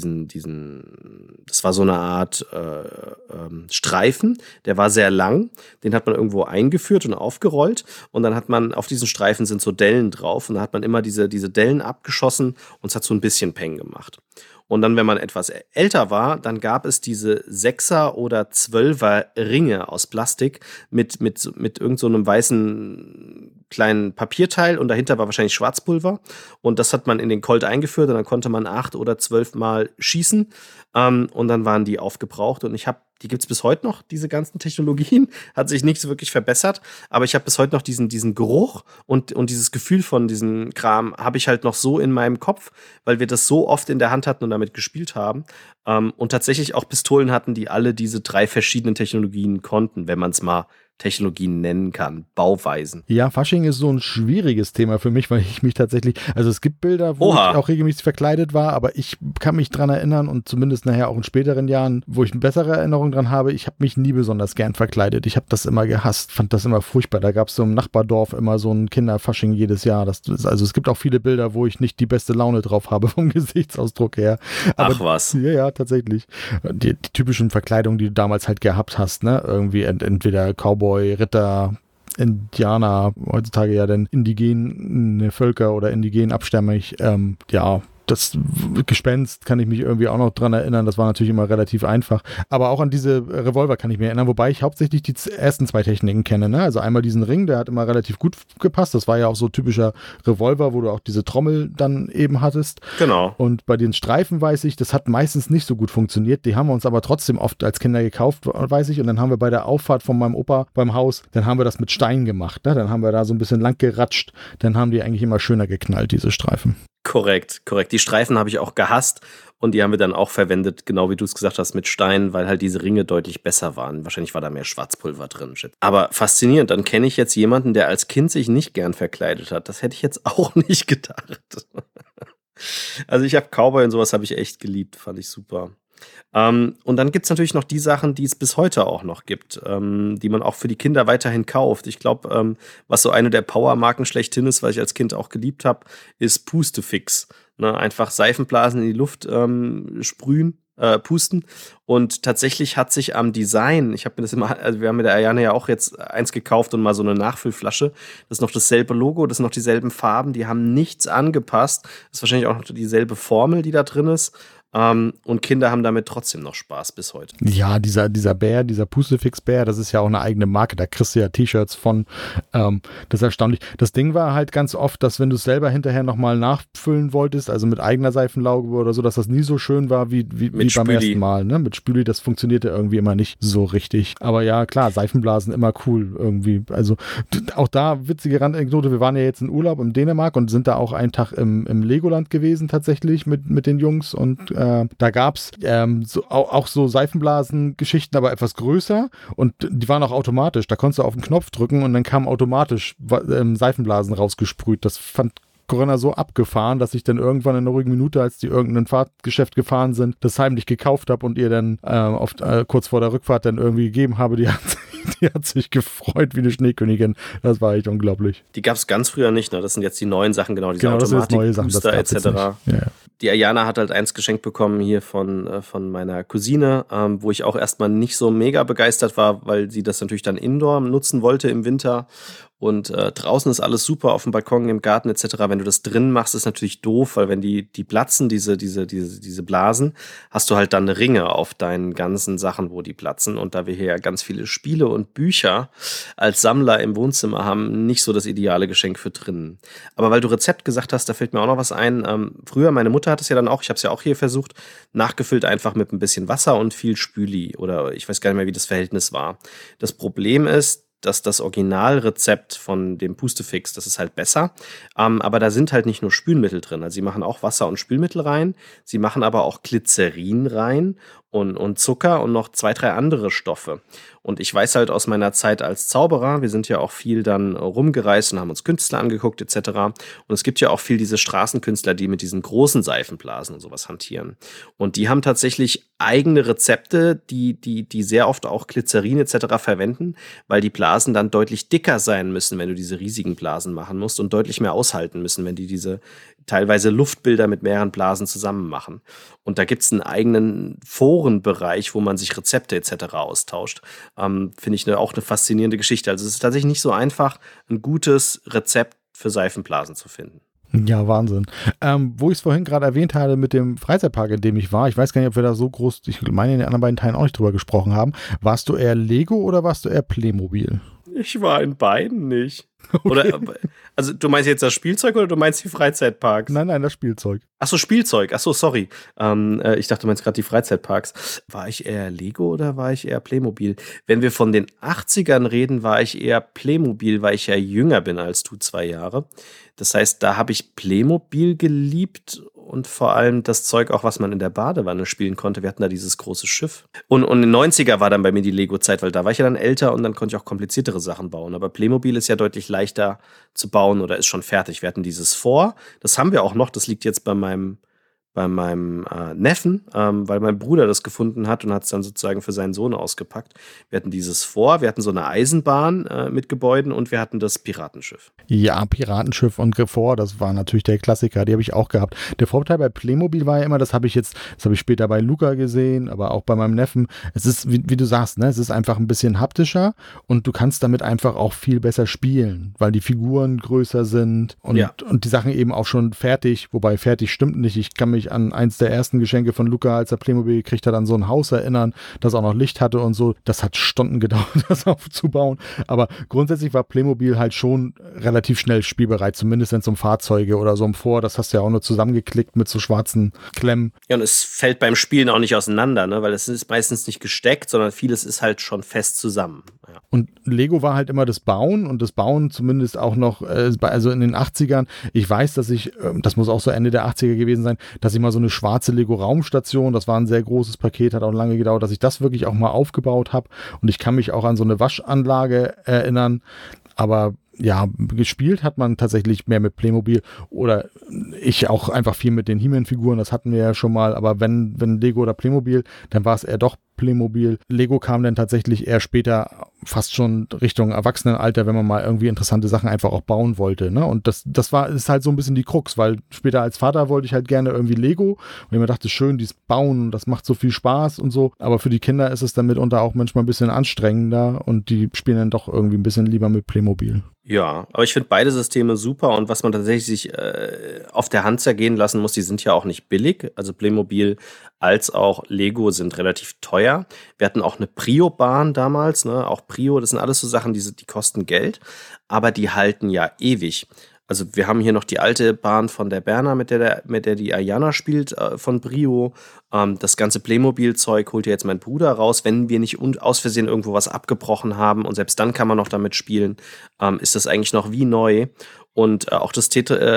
das war so eine Art Streifen, der war sehr lang, den hat man irgendwo eingeführt und aufgerollt und dann hat man, auf diesen Streifen sind so Dellen drauf und dann hat man immer diese Dellen abgeschossen und es hat so ein bisschen Peng gemacht. Und dann, wenn man etwas älter war, dann gab es diese 6er oder 12er Ringe aus Plastik mit irgend so einem weißen kleinen Papierteil und dahinter war wahrscheinlich Schwarzpulver. Und das hat man in den Colt eingeführt und dann konnte man 8 oder 12 Mal schießen. Und dann waren die aufgebraucht und die gibt's bis heute noch, diese ganzen Technologien, hat sich nicht so wirklich verbessert, aber ich habe bis heute noch diesen Geruch und dieses Gefühl von diesem Kram habe ich halt noch so in meinem Kopf, weil wir das so oft in der Hand hatten und damit gespielt haben und tatsächlich auch Pistolen hatten, die alle diese 3 verschiedenen Technologien konnten, wenn man es mal Technologien nennen kann, Bauweisen. Ja, Fasching ist so ein schwieriges Thema für mich, weil ich mich tatsächlich, also es gibt Bilder, wo ich auch regelmäßig verkleidet war, aber ich kann mich dran erinnern und zumindest nachher auch in späteren Jahren, wo ich eine bessere Erinnerung dran habe, ich habe mich nie besonders gern verkleidet. Ich habe das immer gehasst, fand das immer furchtbar. Da gab es so im Nachbardorf immer so ein Kinderfasching jedes Jahr. Also es gibt auch viele Bilder, wo ich nicht die beste Laune drauf habe vom Gesichtsausdruck her. Aber, ach was. Ja, tatsächlich. Die typischen Verkleidungen, die du damals halt gehabt hast, ne? Irgendwie entweder Cowboy, Ritter, Indianer, heutzutage ja dann indigene Völker oder indigen abstämmig, das Gespenst kann ich mich irgendwie auch noch dran erinnern. Das war natürlich immer relativ einfach. Aber auch an diese Revolver kann ich mich erinnern, wobei ich hauptsächlich die ersten zwei Techniken kenne. Ne? Also einmal diesen Ring, der hat immer relativ gut gepasst. Das war ja auch so typischer Revolver, wo du auch diese Trommel dann eben hattest. Genau. Und bei den Streifen weiß ich, das hat meistens nicht so gut funktioniert. Die haben wir uns aber trotzdem oft als Kinder gekauft, weiß ich. Und dann haben wir bei der Auffahrt von meinem Opa beim Haus, dann haben wir das mit Stein gemacht. Ne? Dann haben wir da so ein bisschen lang geratscht. Dann haben die eigentlich immer schöner geknallt, diese Streifen. Korrekt. Die Streifen habe ich auch gehasst und die haben wir dann auch verwendet, genau wie du es gesagt hast, mit Stein, weil halt diese Ringe deutlich besser waren. Wahrscheinlich war da mehr Schwarzpulver drin. Shit. Aber faszinierend, dann kenne ich jetzt jemanden, der als Kind sich nicht gern verkleidet hat. Das hätte ich jetzt auch nicht gedacht. Also ich habe Cowboy und sowas habe ich echt geliebt, fand ich super. Und dann gibt es natürlich noch die Sachen, die es bis heute auch noch gibt, die man auch für die Kinder weiterhin kauft. Ich glaube, was so eine der Power-Marken schlechthin ist, was ich als Kind auch geliebt habe, ist Pustefix. Ne? Einfach Seifenblasen in die Luft sprühen, pusten. Und tatsächlich hat sich am Design, ich habe mir das immer, also wir haben mit der Ayane ja auch jetzt eins gekauft und mal so eine Nachfüllflasche. Das ist noch dasselbe Logo, das sind noch dieselben Farben, die haben nichts angepasst. Das ist wahrscheinlich auch noch dieselbe Formel, die da drin ist. Und Kinder haben damit trotzdem noch Spaß bis heute. Ja, dieser Bär, dieser Pustefix-Bär, das ist ja auch eine eigene Marke. Da kriegst du ja T-Shirts von. Das ist erstaunlich. Das Ding war halt ganz oft, dass wenn du es selber hinterher nochmal nachfüllen wolltest, also mit eigener Seifenlauge oder so, dass das nie so schön war wie beim ersten Mal. Ne? Mit Spüli, das funktionierte irgendwie immer nicht so richtig. Aber ja, klar, Seifenblasen immer cool irgendwie. Also auch da, witzige Randanekdote, wir waren ja jetzt in Urlaub in Dänemark und sind da auch einen Tag im Legoland gewesen tatsächlich mit den Jungs und da gab es auch so Seifenblasen-Geschichten, aber etwas größer und die waren auch automatisch. Da konntest du auf den Knopf drücken und dann kamen automatisch Seifenblasen rausgesprüht. Das fand Corinna so abgefahren, dass ich dann irgendwann in einer ruhigen Minute, als die irgendein Fahrtgeschäft gefahren sind, das heimlich gekauft habe und ihr dann kurz vor der Rückfahrt dann irgendwie gegeben habe. Die hat sich gefreut wie eine Schneekönigin. Das war echt unglaublich. Die gab es ganz früher nicht, ne? Das sind jetzt die neuen Sachen, genau, diese Automatik-Booster etc. Ja. Die Ayana hat halt eins geschenkt bekommen hier von meiner Cousine, wo ich auch erstmal nicht so mega begeistert war, weil sie das natürlich dann indoor nutzen wollte im Winter. Und draußen ist alles super, auf dem Balkon, im Garten etc. Wenn du das drin machst, ist natürlich doof, weil wenn die platzen, diese Blasen, hast du halt dann Ringe auf deinen ganzen Sachen, wo die platzen. Und da wir hier ja ganz viele Spiele und Bücher als Sammler im Wohnzimmer haben, nicht so das ideale Geschenk für drinnen. Aber weil du Rezept gesagt hast, da fällt mir auch noch was ein. Früher, meine Mutter hat es ja dann auch, ich habe es ja auch hier versucht, nachgefüllt einfach mit ein bisschen Wasser und viel Spüli. Oder ich weiß gar nicht mehr, wie das Verhältnis war. Das Problem ist, dass das Originalrezept von dem Pustefix, das ist halt besser. Aber da sind halt nicht nur Spülmittel drin. Also sie machen auch Wasser und Spülmittel rein. Sie machen aber auch Glycerin rein und Zucker und noch 2, 3 andere Stoffe. Und ich weiß halt aus meiner Zeit als Zauberer, wir sind ja auch viel dann rumgereist und haben uns Künstler angeguckt etc. Und es gibt ja auch viel diese Straßenkünstler, die mit diesen großen Seifenblasen und sowas hantieren. Und die haben tatsächlich eigene Rezepte, die sehr oft auch Glycerin etc. verwenden, weil die Blasen dann deutlich dicker sein müssen, wenn du diese riesigen Blasen machen musst und deutlich mehr aushalten müssen, wenn die diese teilweise Luftbilder mit mehreren Blasen zusammen machen. Und da gibt es einen eigenen Forenbereich, wo man sich Rezepte etc. austauscht. Finde ich auch eine faszinierende Geschichte. Also es ist tatsächlich nicht so einfach, ein gutes Rezept für Seifenblasen zu finden. Ja, Wahnsinn. Wo ich es vorhin gerade erwähnt habe mit dem Freizeitpark, in dem ich war, ich weiß gar nicht, ob wir da so groß, ich meine in den anderen beiden Teilen auch nicht drüber gesprochen haben. Warst du eher Lego oder warst du eher Playmobil? Ich war in beiden nicht. Okay. Oder, also du meinst jetzt das Spielzeug oder du meinst die Freizeitparks? Nein, das Spielzeug. Achso, Spielzeug. Achso, sorry. Ich dachte, du meinst gerade die Freizeitparks. War ich eher Lego oder war ich eher Playmobil? Wenn wir von den 80ern reden, war ich eher Playmobil, weil ich ja jünger bin als du 2 Jahre. Das heißt, da habe ich Playmobil geliebt und vor allem das Zeug auch, was man in der Badewanne spielen konnte. Wir hatten da dieses große Schiff. Und in den 90er war dann bei mir die Lego-Zeit, weil da war ich ja dann älter und dann konnte ich auch kompliziertere Sachen bauen. Aber Playmobil ist ja deutlich leichter zu bauen oder ist schon fertig. Wir hatten dieses das haben wir auch noch, das liegt jetzt bei meinem bei meinem Neffen, weil mein Bruder das gefunden hat und hat es dann sozusagen für seinen Sohn ausgepackt. Wir hatten dieses Fort, wir hatten so eine Eisenbahn mit Gebäuden und wir hatten das Piratenschiff. Ja, Piratenschiff und Fort, das war natürlich der Klassiker, die habe ich auch gehabt. Der Vorteil bei Playmobil war ja immer, das habe ich später bei Luca gesehen, aber auch bei meinem Neffen. Es ist, wie du sagst, ne, es ist einfach ein bisschen haptischer und du kannst damit einfach auch viel besser spielen, weil die Figuren größer sind und die Sachen eben auch schon fertig, wobei fertig stimmt nicht. Ich kann mich an eins der ersten Geschenke von Luca, als er Playmobil gekriegt hat, an so ein Haus erinnern, das auch noch Licht hatte und so. Das hat Stunden gedauert, das aufzubauen. Aber grundsätzlich war Playmobil halt schon relativ schnell spielbereit, zumindest wenn es um Fahrzeuge oder so Fort, das hast du ja auch nur zusammengeklickt mit so schwarzen Klemmen. Ja, und es fällt beim Spielen auch nicht auseinander, ne? Weil es ist meistens nicht gesteckt, sondern vieles ist halt schon fest zusammen. Ja. Und Lego war halt immer das Bauen und das Bauen zumindest auch noch, also in den 80ern. Ich weiß, dass das muss auch so Ende der 80er gewesen sein, dass ich mal so eine schwarze Lego-Raumstation, das war ein sehr großes Paket, hat auch lange gedauert, dass ich das wirklich auch mal aufgebaut habe. Und ich kann mich auch an so eine Waschanlage erinnern. Aber ja, gespielt hat man tatsächlich mehr mit Playmobil oder ich auch einfach viel mit den He-Man-Figuren, das hatten wir ja schon mal, aber wenn Lego oder Playmobil, dann war es eher doch Playmobil. Lego kam dann tatsächlich eher später fast schon Richtung Erwachsenenalter, wenn man mal irgendwie interessante Sachen einfach auch bauen wollte, ne? Und das ist halt so ein bisschen die Krux, weil später als Vater wollte ich halt gerne irgendwie Lego und ich mir dachte, schön, dies bauen, das macht so viel Spaß und so, aber für die Kinder ist es dann mitunter auch manchmal ein bisschen anstrengender und die spielen dann doch irgendwie ein bisschen lieber mit Playmobil. Ja, aber ich finde beide Systeme super und was man tatsächlich auf der Hand zergehen lassen muss, die sind ja auch nicht billig. Also Playmobil als auch Lego sind relativ teuer. Wir hatten auch eine Prio-Bahn damals, ne? Auch Prio, das sind alles so Sachen, die kosten Geld, aber die halten ja ewig. Also wir haben hier noch die alte Bahn von der Berner, mit der die Ayana spielt, von Brio. Das ganze Playmobil-Zeug holt ja jetzt mein Bruder raus. Wenn wir nicht aus Versehen irgendwo was abgebrochen haben und selbst dann kann man noch damit spielen, ist das eigentlich noch wie neu. Und auch das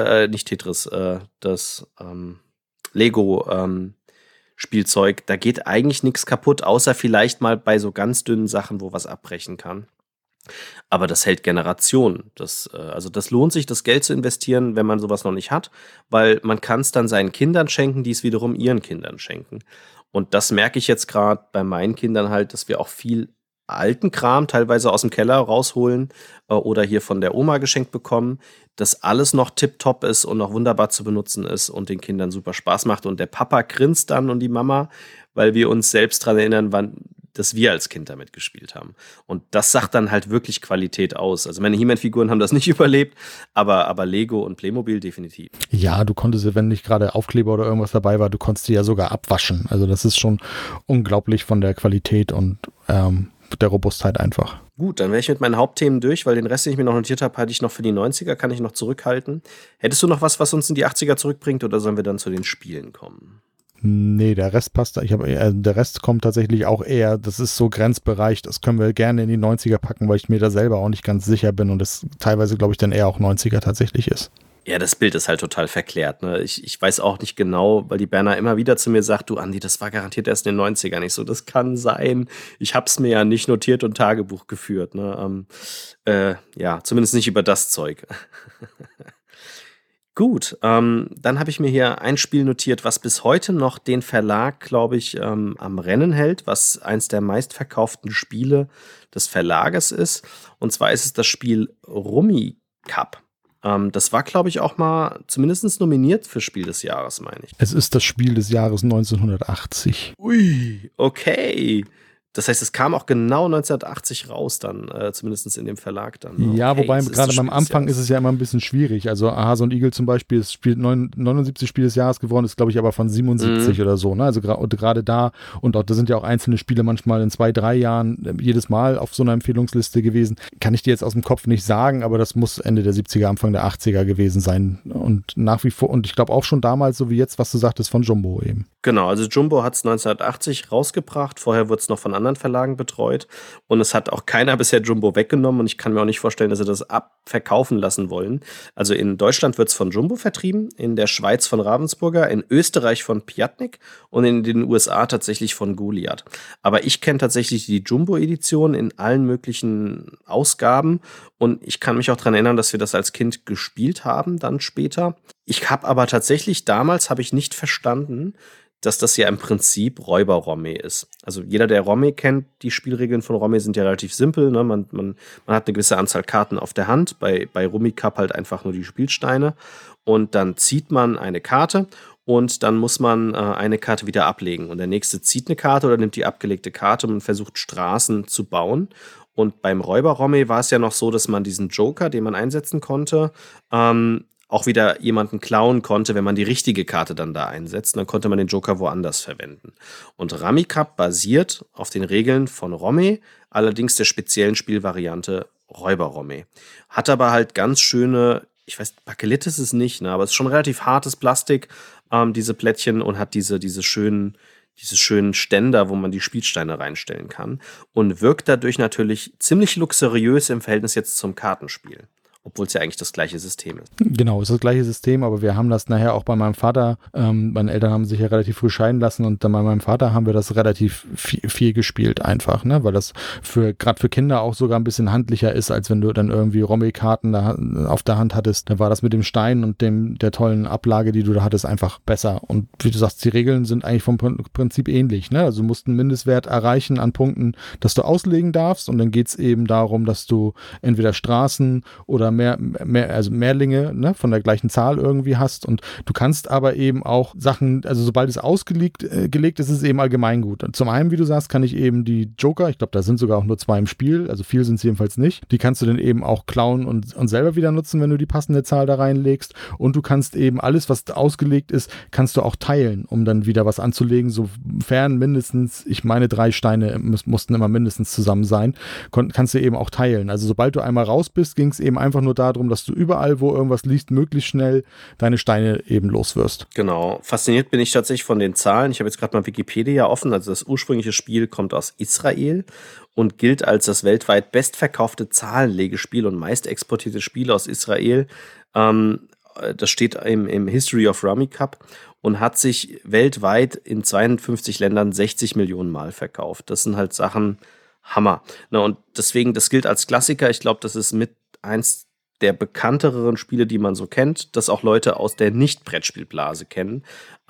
Lego Spielzeug, da geht eigentlich nichts kaputt, außer vielleicht mal bei so ganz dünnen Sachen, wo was abbrechen kann. Aber das hält Generationen. Also das lohnt sich, das Geld zu investieren, wenn man sowas noch nicht hat, weil man kann es dann seinen Kindern schenken, die es wiederum ihren Kindern schenken. Und das merke ich jetzt gerade bei meinen Kindern halt, dass wir auch viel alten Kram teilweise aus dem Keller rausholen oder hier von der Oma geschenkt bekommen, dass alles noch tipptopp ist und noch wunderbar zu benutzen ist und den Kindern super Spaß macht. Und der Papa grinst dann und die Mama, weil wir uns selbst daran erinnern, dass wir als Kind damit gespielt haben. Und das sagt dann halt wirklich Qualität aus. Also meine He-Man-Figuren haben das nicht überlebt, aber Lego und Playmobil definitiv. Ja, du konntest, wenn nicht gerade Aufkleber oder irgendwas dabei war, du konntest die ja sogar abwaschen. Also das ist schon unglaublich von der Qualität und der Robustheit einfach. Gut, dann wäre ich mit meinen Hauptthemen durch, weil den Rest, den ich mir noch notiert habe, hatte ich noch für die 90er, kann ich noch zurückhalten. Hättest du noch was uns in die 80er zurückbringt oder sollen wir dann zu den Spielen kommen? Nee, der Rest passt. Der Rest kommt tatsächlich auch eher, das ist so Grenzbereich, das können wir gerne in die 90er packen, weil ich mir da selber auch nicht ganz sicher bin und das teilweise, glaube ich, dann eher auch 90er tatsächlich ist. Ja, das Bild ist halt total verklärt. Ne? Ich weiß auch nicht genau, weil die Berner immer wieder zu mir sagt, du Andi, das war garantiert erst in den 90ern. Ich so, das kann sein. Ich hab's mir ja nicht notiert und Tagebuch geführt. Ne? Ja, zumindest nicht über das Zeug. Gut, dann habe ich mir hier ein Spiel notiert, was bis heute noch den Verlag, glaube ich, am Rennen hält, was eins der meistverkauften Spiele des Verlages ist. Und zwar ist es das Spiel Rummy Cup. Das war, glaube ich, auch mal zumindest nominiert für Spiel des Jahres, meine ich. Es ist das Spiel des Jahres 1980. Ui, okay. Das heißt, es kam auch genau 1980 raus dann, zumindest in dem Verlag dann. Ne? Ja, wobei gerade beim Anfang ist es ja immer ein bisschen schwierig. Also Hase und Igel zum Beispiel ist 79 Spiel des Jahres geworden, ist glaube ich aber von 77 oder so. Ne? Also gerade da und auch da sind ja auch einzelne Spiele manchmal in 2-3 Jahren jedes Mal auf so einer Empfehlungsliste gewesen. Kann ich dir jetzt aus dem Kopf nicht sagen, aber das muss Ende der 70er, Anfang der 80er gewesen sein. Und nach wie vor, und ich glaube auch schon damals, so wie jetzt, was du sagtest, von Jumbo eben. Genau, also Jumbo hat es 1980 rausgebracht. Vorher wird es noch von anderen anderen Verlagen betreut. Und es hat auch keiner bisher Jumbo weggenommen. Und ich kann mir auch nicht vorstellen, dass sie das abverkaufen lassen wollen. Also in Deutschland wird es von Jumbo vertrieben, in der Schweiz von Ravensburger, in Österreich von Piatnik und in den USA tatsächlich von Goliath. Aber ich kenne tatsächlich die Jumbo-Edition in allen möglichen Ausgaben. Und ich kann mich auch daran erinnern, dass wir das als Kind gespielt haben, dann später. Ich habe aber tatsächlich damals nicht verstanden, dass das ja im Prinzip Räuber-Romme ist. Also jeder, der Romme kennt, die Spielregeln von Romme sind ja relativ simpel. Ne? Man hat eine gewisse Anzahl Karten auf der Hand, bei Rummikub halt einfach nur die Spielsteine. Und dann zieht man eine Karte und dann muss man eine Karte wieder ablegen. Und der nächste zieht eine Karte oder nimmt die abgelegte Karte und versucht Straßen zu bauen. Und beim Räuber-Romme war es ja noch so, dass man diesen Joker, den man einsetzen konnte, auch wieder jemanden klauen konnte, wenn man die richtige Karte dann da einsetzt. Dann konnte man den Joker woanders verwenden. Und Rummikub basiert auf den Regeln von Romme, allerdings der speziellen Spielvariante Räuber-Romme. Hat aber halt ganz schöne, ich weiß, Bakelit ist es nicht, ne, aber es ist schon relativ hartes Plastik, diese Plättchen, und hat diese schönen Ständer, wo man die Spielsteine reinstellen kann. Und wirkt dadurch natürlich ziemlich luxuriös im Verhältnis jetzt zum Kartenspiel. Obwohl es ja eigentlich das gleiche System ist. Genau, es ist das gleiche System, aber wir haben das nachher auch bei meinem Vater, meine Eltern haben sich ja relativ früh scheiden lassen und dann bei meinem Vater haben wir das relativ viel gespielt einfach, ne, weil das gerade für Kinder auch sogar ein bisschen handlicher ist, als wenn du dann irgendwie Romme-Karten auf der Hand hattest. Da war das mit dem Stein und der tollen Ablage, die du da hattest, einfach besser. Und wie du sagst, die Regeln sind eigentlich vom Prinzip ähnlich, ne, also du musst einen Mindestwert erreichen an Punkten, dass du auslegen darfst, und dann geht es eben darum, dass du entweder Straßen oder also Mehrlinge, ne, von der gleichen Zahl irgendwie hast, und du kannst aber eben auch Sachen, also sobald es gelegt ist, ist es eben allgemeingut. Und zum einen, wie du sagst, kann ich eben die Joker, ich glaube, da sind sogar auch nur 2 im Spiel, also viel sind es jedenfalls nicht, die kannst du dann eben auch klauen und selber wieder nutzen, wenn du die passende Zahl da reinlegst, und du kannst eben alles, was ausgelegt ist, kannst du auch teilen, um dann wieder was anzulegen, sofern mindestens, ich meine 3 Steine mussten immer mindestens zusammen sein, kannst du eben auch teilen. Also sobald du einmal raus bist, ging es eben einfach nur darum, dass du überall, wo irgendwas liegt, möglichst schnell deine Steine eben loswirst. Genau. Fasziniert bin ich tatsächlich von den Zahlen. Ich habe jetzt gerade mal Wikipedia offen. Also das ursprüngliche Spiel kommt aus Israel und gilt als das weltweit bestverkaufte Zahlenlegespiel und meist exportierte Spiel aus Israel. Das steht im History of Rummikub und hat sich weltweit in 52 Ländern 60 Millionen Mal verkauft. Das sind halt Sachen, Hammer. Na, und deswegen, das gilt als Klassiker. Ich glaube, das ist mit eins der bekannteren Spiele, die man so kennt, das auch Leute aus der Nicht-Brettspielblase kennen,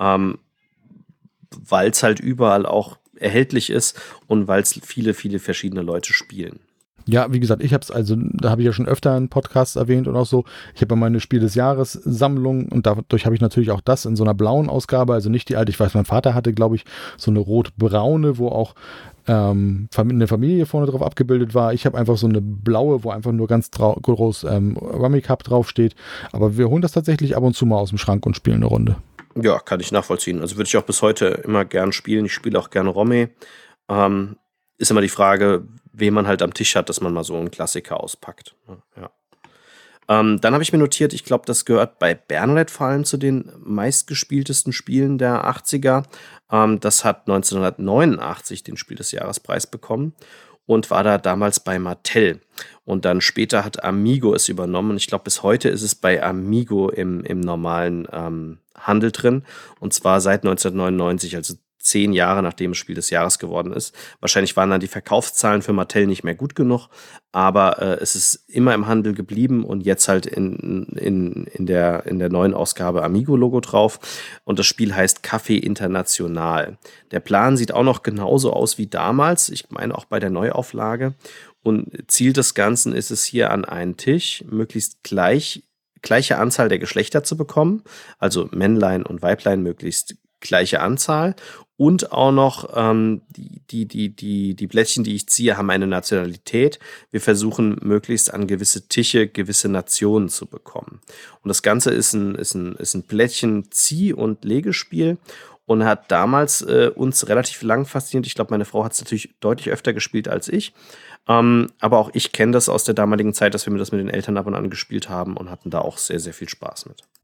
weil es halt überall auch erhältlich ist und weil es viele, viele verschiedene Leute spielen. Ja, wie gesagt, da habe ich ja schon öfter einen Podcast erwähnt und auch so, ich habe ja meine Spiel des Jahres Sammlung und dadurch habe ich natürlich auch das in so einer blauen Ausgabe, also nicht die alte, ich weiß, mein Vater hatte, glaube ich, so eine rot-braune, wo auch eine Familie vorne drauf abgebildet war. Ich habe einfach so eine blaue, wo einfach nur ganz groß Rummikub draufsteht, aber wir holen das tatsächlich ab und zu mal aus dem Schrank und spielen eine Runde. Ja, kann ich nachvollziehen. Also würde ich auch bis heute immer gern spielen. Ich spiele auch gerne Romme. Ist immer die Frage, wen man halt am Tisch hat, dass man mal so einen Klassiker auspackt. Ja. Dann habe ich mir notiert, ich glaube, das gehört bei Bernhard vor allem zu den meistgespieltesten Spielen der 80er. Das hat 1989 den Spiel des Jahrespreis bekommen und war da damals bei Mattel. Und dann später hat Amigo es übernommen. Und ich glaube, bis heute ist es bei Amigo im normalen Handel drin. Und zwar seit 1999, also 10 Jahre nachdem es Spiel des Jahres geworden ist. Wahrscheinlich waren dann die Verkaufszahlen für Mattel nicht mehr gut genug, aber es ist immer im Handel geblieben und jetzt halt in der neuen Ausgabe Amigo-Logo drauf. Und das Spiel heißt Café International. Der Plan sieht auch noch genauso aus wie damals, ich meine auch bei der Neuauflage. Und Ziel des Ganzen ist es hier, an einen Tisch möglichst gleiche Anzahl der Geschlechter zu bekommen, also Männlein und Weiblein möglichst gleiche Anzahl, und auch noch die Plättchen, die ich ziehe, haben eine Nationalität. Wir versuchen möglichst an gewisse Tische gewisse Nationen zu bekommen. Und das Ganze ist ein Plättchen-Zieh- und Legespiel und hat damals uns relativ lang fasziniert. Ich glaube, meine Frau hat es natürlich deutlich öfter gespielt als ich. Aber auch ich kenne das aus der damaligen Zeit, dass wir das mit den Eltern ab und an gespielt haben und hatten da auch sehr, sehr viel Spaß mit.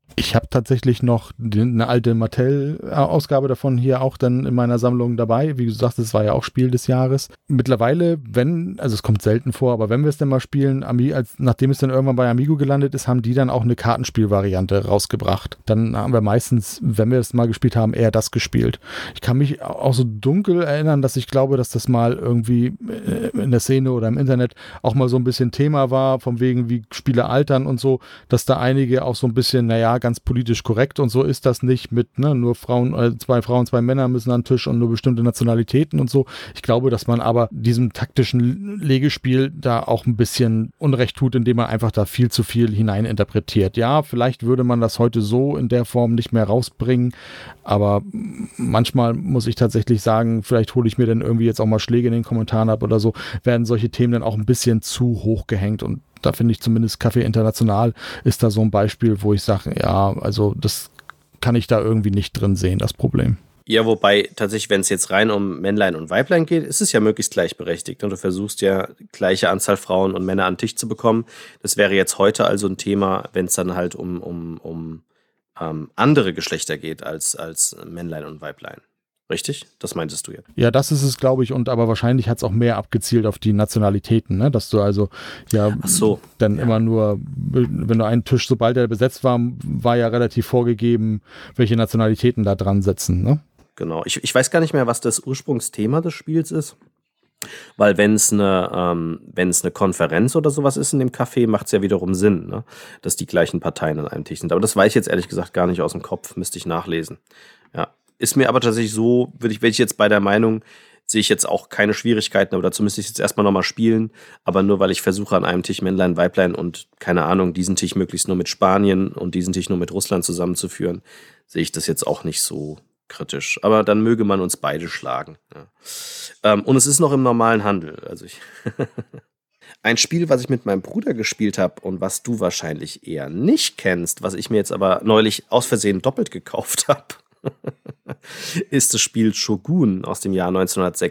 Ich habe tatsächlich noch eine alte Mattel-Ausgabe davon hier auch dann in meiner Sammlung dabei. Wie du sagst, das war ja auch Spiel des Jahres. Mittlerweile, also es kommt selten vor, aber wenn wir es dann mal spielen, nachdem es dann irgendwann bei Amigo gelandet ist, haben die dann auch eine Kartenspielvariante rausgebracht. Dann haben wir meistens, wenn wir es mal gespielt haben, eher das gespielt. Ich kann mich auch so dunkel erinnern, dass ich glaube, dass das mal irgendwie in der Szene oder im Internet auch mal so ein bisschen Thema war, von wegen wie Spiele altern und so, dass da einige auch so ein bisschen, ganz politisch korrekt und so ist das nicht mit, nur Frauen, 2 Frauen, 2 Männer müssen an den Tisch und nur bestimmte Nationalitäten und so. Ich glaube, dass man aber diesem taktischen Legespiel da auch ein bisschen Unrecht tut, indem man einfach da viel zu viel hineininterpretiert. Ja, vielleicht würde man das heute so in der Form nicht mehr rausbringen, aber manchmal muss ich tatsächlich sagen, vielleicht hole ich mir dann irgendwie jetzt auch mal Schläge in den Kommentaren ab oder so, werden solche Themen dann auch ein bisschen zu hoch gehängt und da finde ich zumindest Café International ist da so ein Beispiel, wo ich sage, ja, also das kann ich da irgendwie nicht drin sehen, das Problem. Ja, wobei tatsächlich, wenn es jetzt rein um Männlein und Weiblein geht, ist es ja möglichst gleichberechtigt. Und du versuchst ja, gleiche Anzahl Frauen und Männer an den Tisch zu bekommen. Das wäre jetzt heute also ein Thema, wenn es dann halt um andere Geschlechter geht als Männlein und Weiblein. Richtig? Das meintest du jetzt. Ja, das ist es, glaube ich, aber wahrscheinlich hat es auch mehr abgezielt auf die Nationalitäten, ne? Dass du also immer nur, wenn du einen Tisch, sobald er besetzt war, war ja relativ vorgegeben, welche Nationalitäten da dran sitzen, ne? Genau. Ich weiß gar nicht mehr, was das Ursprungsthema des Spiels ist. Weil wenn es eine Konferenz oder sowas ist in dem Café, macht es ja wiederum Sinn, ne? Dass die gleichen Parteien an einem Tisch sind. Aber das weiß ich jetzt ehrlich gesagt gar nicht aus dem Kopf, müsste ich nachlesen. Ja. Ist mir aber tatsächlich so, wäre ich jetzt bei der Meinung, sehe ich jetzt auch keine Schwierigkeiten, aber dazu müsste ich jetzt erstmal nochmal spielen. Aber nur weil ich versuche, an einem Tisch Männlein, Weiblein und keine Ahnung, diesen Tisch möglichst nur mit Spanien und diesen Tisch nur mit Russland zusammenzuführen, sehe ich das jetzt auch nicht so kritisch. Aber dann möge man uns beide schlagen. Ja. Und es ist noch im normalen Handel. Also ein Spiel, was ich mit meinem Bruder gespielt habe und was du wahrscheinlich eher nicht kennst, was ich mir jetzt aber neulich aus Versehen doppelt gekauft habe, ist das Spiel Shogun aus dem Jahr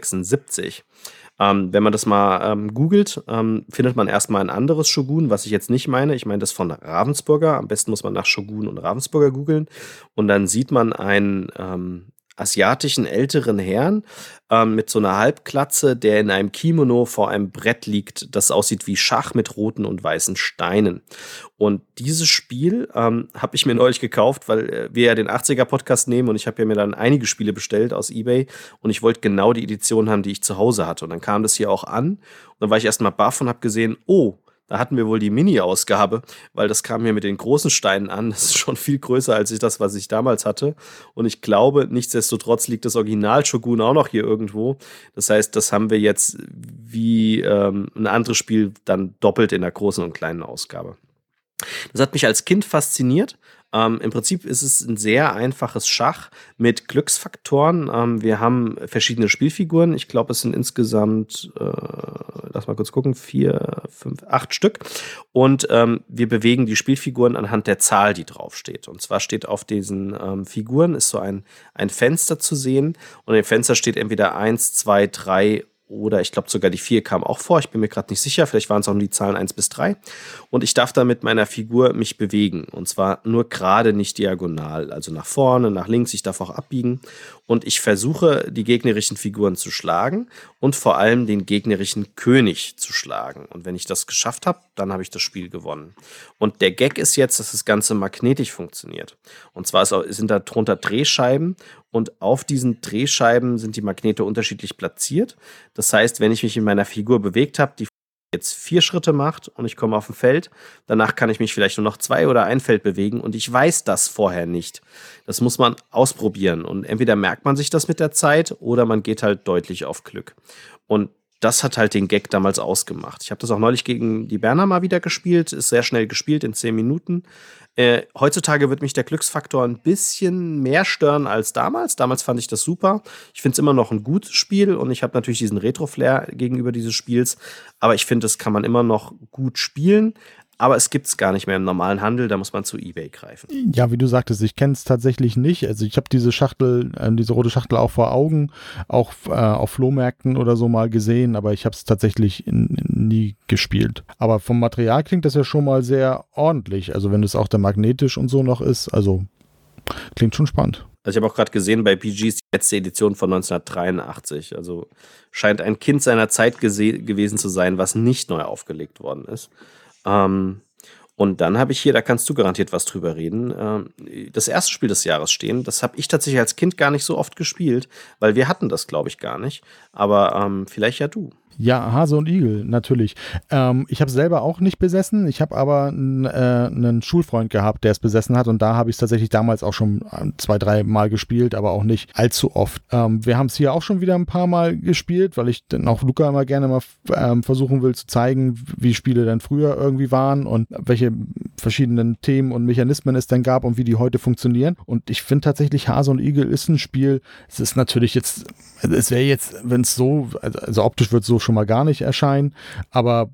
1976. Wenn man das mal googelt, findet man erstmal ein anderes Shogun, was ich jetzt nicht meine. Ich meine das von Ravensburger. Am besten muss man nach Shogun und Ravensburger googeln. Und dann sieht man einen asiatischen älteren Herrn mit so einer Halbglatze, der in einem Kimono vor einem Brett liegt, das aussieht wie Schach mit roten und weißen Steinen. Und dieses Spiel habe ich mir neulich gekauft, weil wir ja den 80er-Podcast nehmen und ich habe ja mir dann einige Spiele bestellt aus eBay und ich wollte genau die Edition haben, die ich zu Hause hatte. Und dann kam das hier auch an und dann war ich erstmal baff und habe gesehen, oh, da hatten wir wohl die Mini-Ausgabe, weil das kam hier mit den großen Steinen an. Das ist schon viel größer als das, was ich damals hatte. Und ich glaube, nichtsdestotrotz liegt das Original Shogun auch noch hier irgendwo. Das heißt, das haben wir jetzt wie ein anderes Spiel dann doppelt in der großen und kleinen Ausgabe. Das hat mich als Kind fasziniert. Im Prinzip ist es ein sehr einfaches Schach mit Glücksfaktoren. Wir haben verschiedene Spielfiguren. Ich glaube, es sind insgesamt, lass mal kurz gucken, 4, 5, 8 Stück. Und wir bewegen die Spielfiguren anhand der Zahl, die draufsteht. Und zwar steht auf diesen Figuren ist so ein Fenster zu sehen. Und im Fenster steht entweder 1, 2, 3 oder ich glaube sogar die 4 kam auch vor. Ich bin mir gerade nicht sicher. Vielleicht waren es auch nur die Zahlen 1 bis 3. Und ich darf da mit meiner Figur mich bewegen. Und zwar nur gerade, nicht diagonal. Also nach vorne, nach links. Ich darf auch abbiegen. Und ich versuche, die gegnerischen Figuren zu schlagen und vor allem den gegnerischen König zu schlagen. Und wenn ich das geschafft habe, dann habe ich das Spiel gewonnen. Und der Gag ist jetzt, dass das Ganze magnetisch funktioniert. Und zwar sind da drunter Drehscheiben und auf diesen Drehscheiben sind die Magnete unterschiedlich platziert. Das heißt, wenn ich mich in meiner Figur bewegt habe, die jetzt 4 Schritte macht und ich komme auf ein Feld, danach kann ich mich vielleicht nur noch 2 oder ein Feld bewegen und ich weiß das vorher nicht. Das muss man ausprobieren und entweder merkt man sich das mit der Zeit oder man geht halt deutlich auf Glück. Und das hat halt den Gag damals ausgemacht. Ich habe das auch neulich gegen die Berner mal wieder gespielt, ist sehr schnell gespielt, in 10 Minuten. Heutzutage wird mich der Glücksfaktor ein bisschen mehr stören als damals. Damals fand ich das super. Ich finde es immer noch ein gutes Spiel und ich habe natürlich diesen Retro-Flair gegenüber dieses Spiels. Aber ich finde, das kann man immer noch gut spielen. aber es gibt es gar nicht mehr im normalen Handel, da muss man zu eBay greifen. Ja, wie du sagtest, ich kenne es tatsächlich nicht. Also ich habe diese Schachtel, diese rote Schachtel auch vor Augen, auch auf Flohmärkten oder so mal gesehen, aber ich habe es tatsächlich nie gespielt. Aber vom Material klingt das ja schon mal sehr ordentlich. Also wenn es auch der magnetisch und so noch ist, also klingt schon spannend. Also ich habe auch gerade gesehen, bei PGs die letzte Edition von 1983. Also scheint ein Kind seiner Zeit gewesen zu sein, was nicht neu aufgelegt worden ist. Und dann habe ich hier, da kannst du garantiert was drüber reden, das erste Spiel des Jahres stehen. Das habe ich tatsächlich als Kind gar nicht so oft gespielt, weil wir hatten das, glaube ich, gar nicht. Aber vielleicht ja du. Ja, Hase und Igel, natürlich. Ich habe es selber auch nicht besessen. Ich habe aber einen Schulfreund gehabt, der es besessen hat. Und da habe ich es tatsächlich damals auch schon 2-3 Mal gespielt, aber auch nicht allzu oft. Wir haben es hier auch schon wieder ein paar Mal gespielt, weil ich dann auch Luca immer gerne mal versuchen will zu zeigen, wie Spiele dann früher irgendwie waren und welche verschiedenen Themen und Mechanismen es dann gab und wie die heute funktionieren. Und ich finde tatsächlich, Hase und Igel ist ein Spiel. Es ist natürlich jetzt, es wäre jetzt, wenn es so, also optisch wird es so schon mal gar nicht erscheinen, aber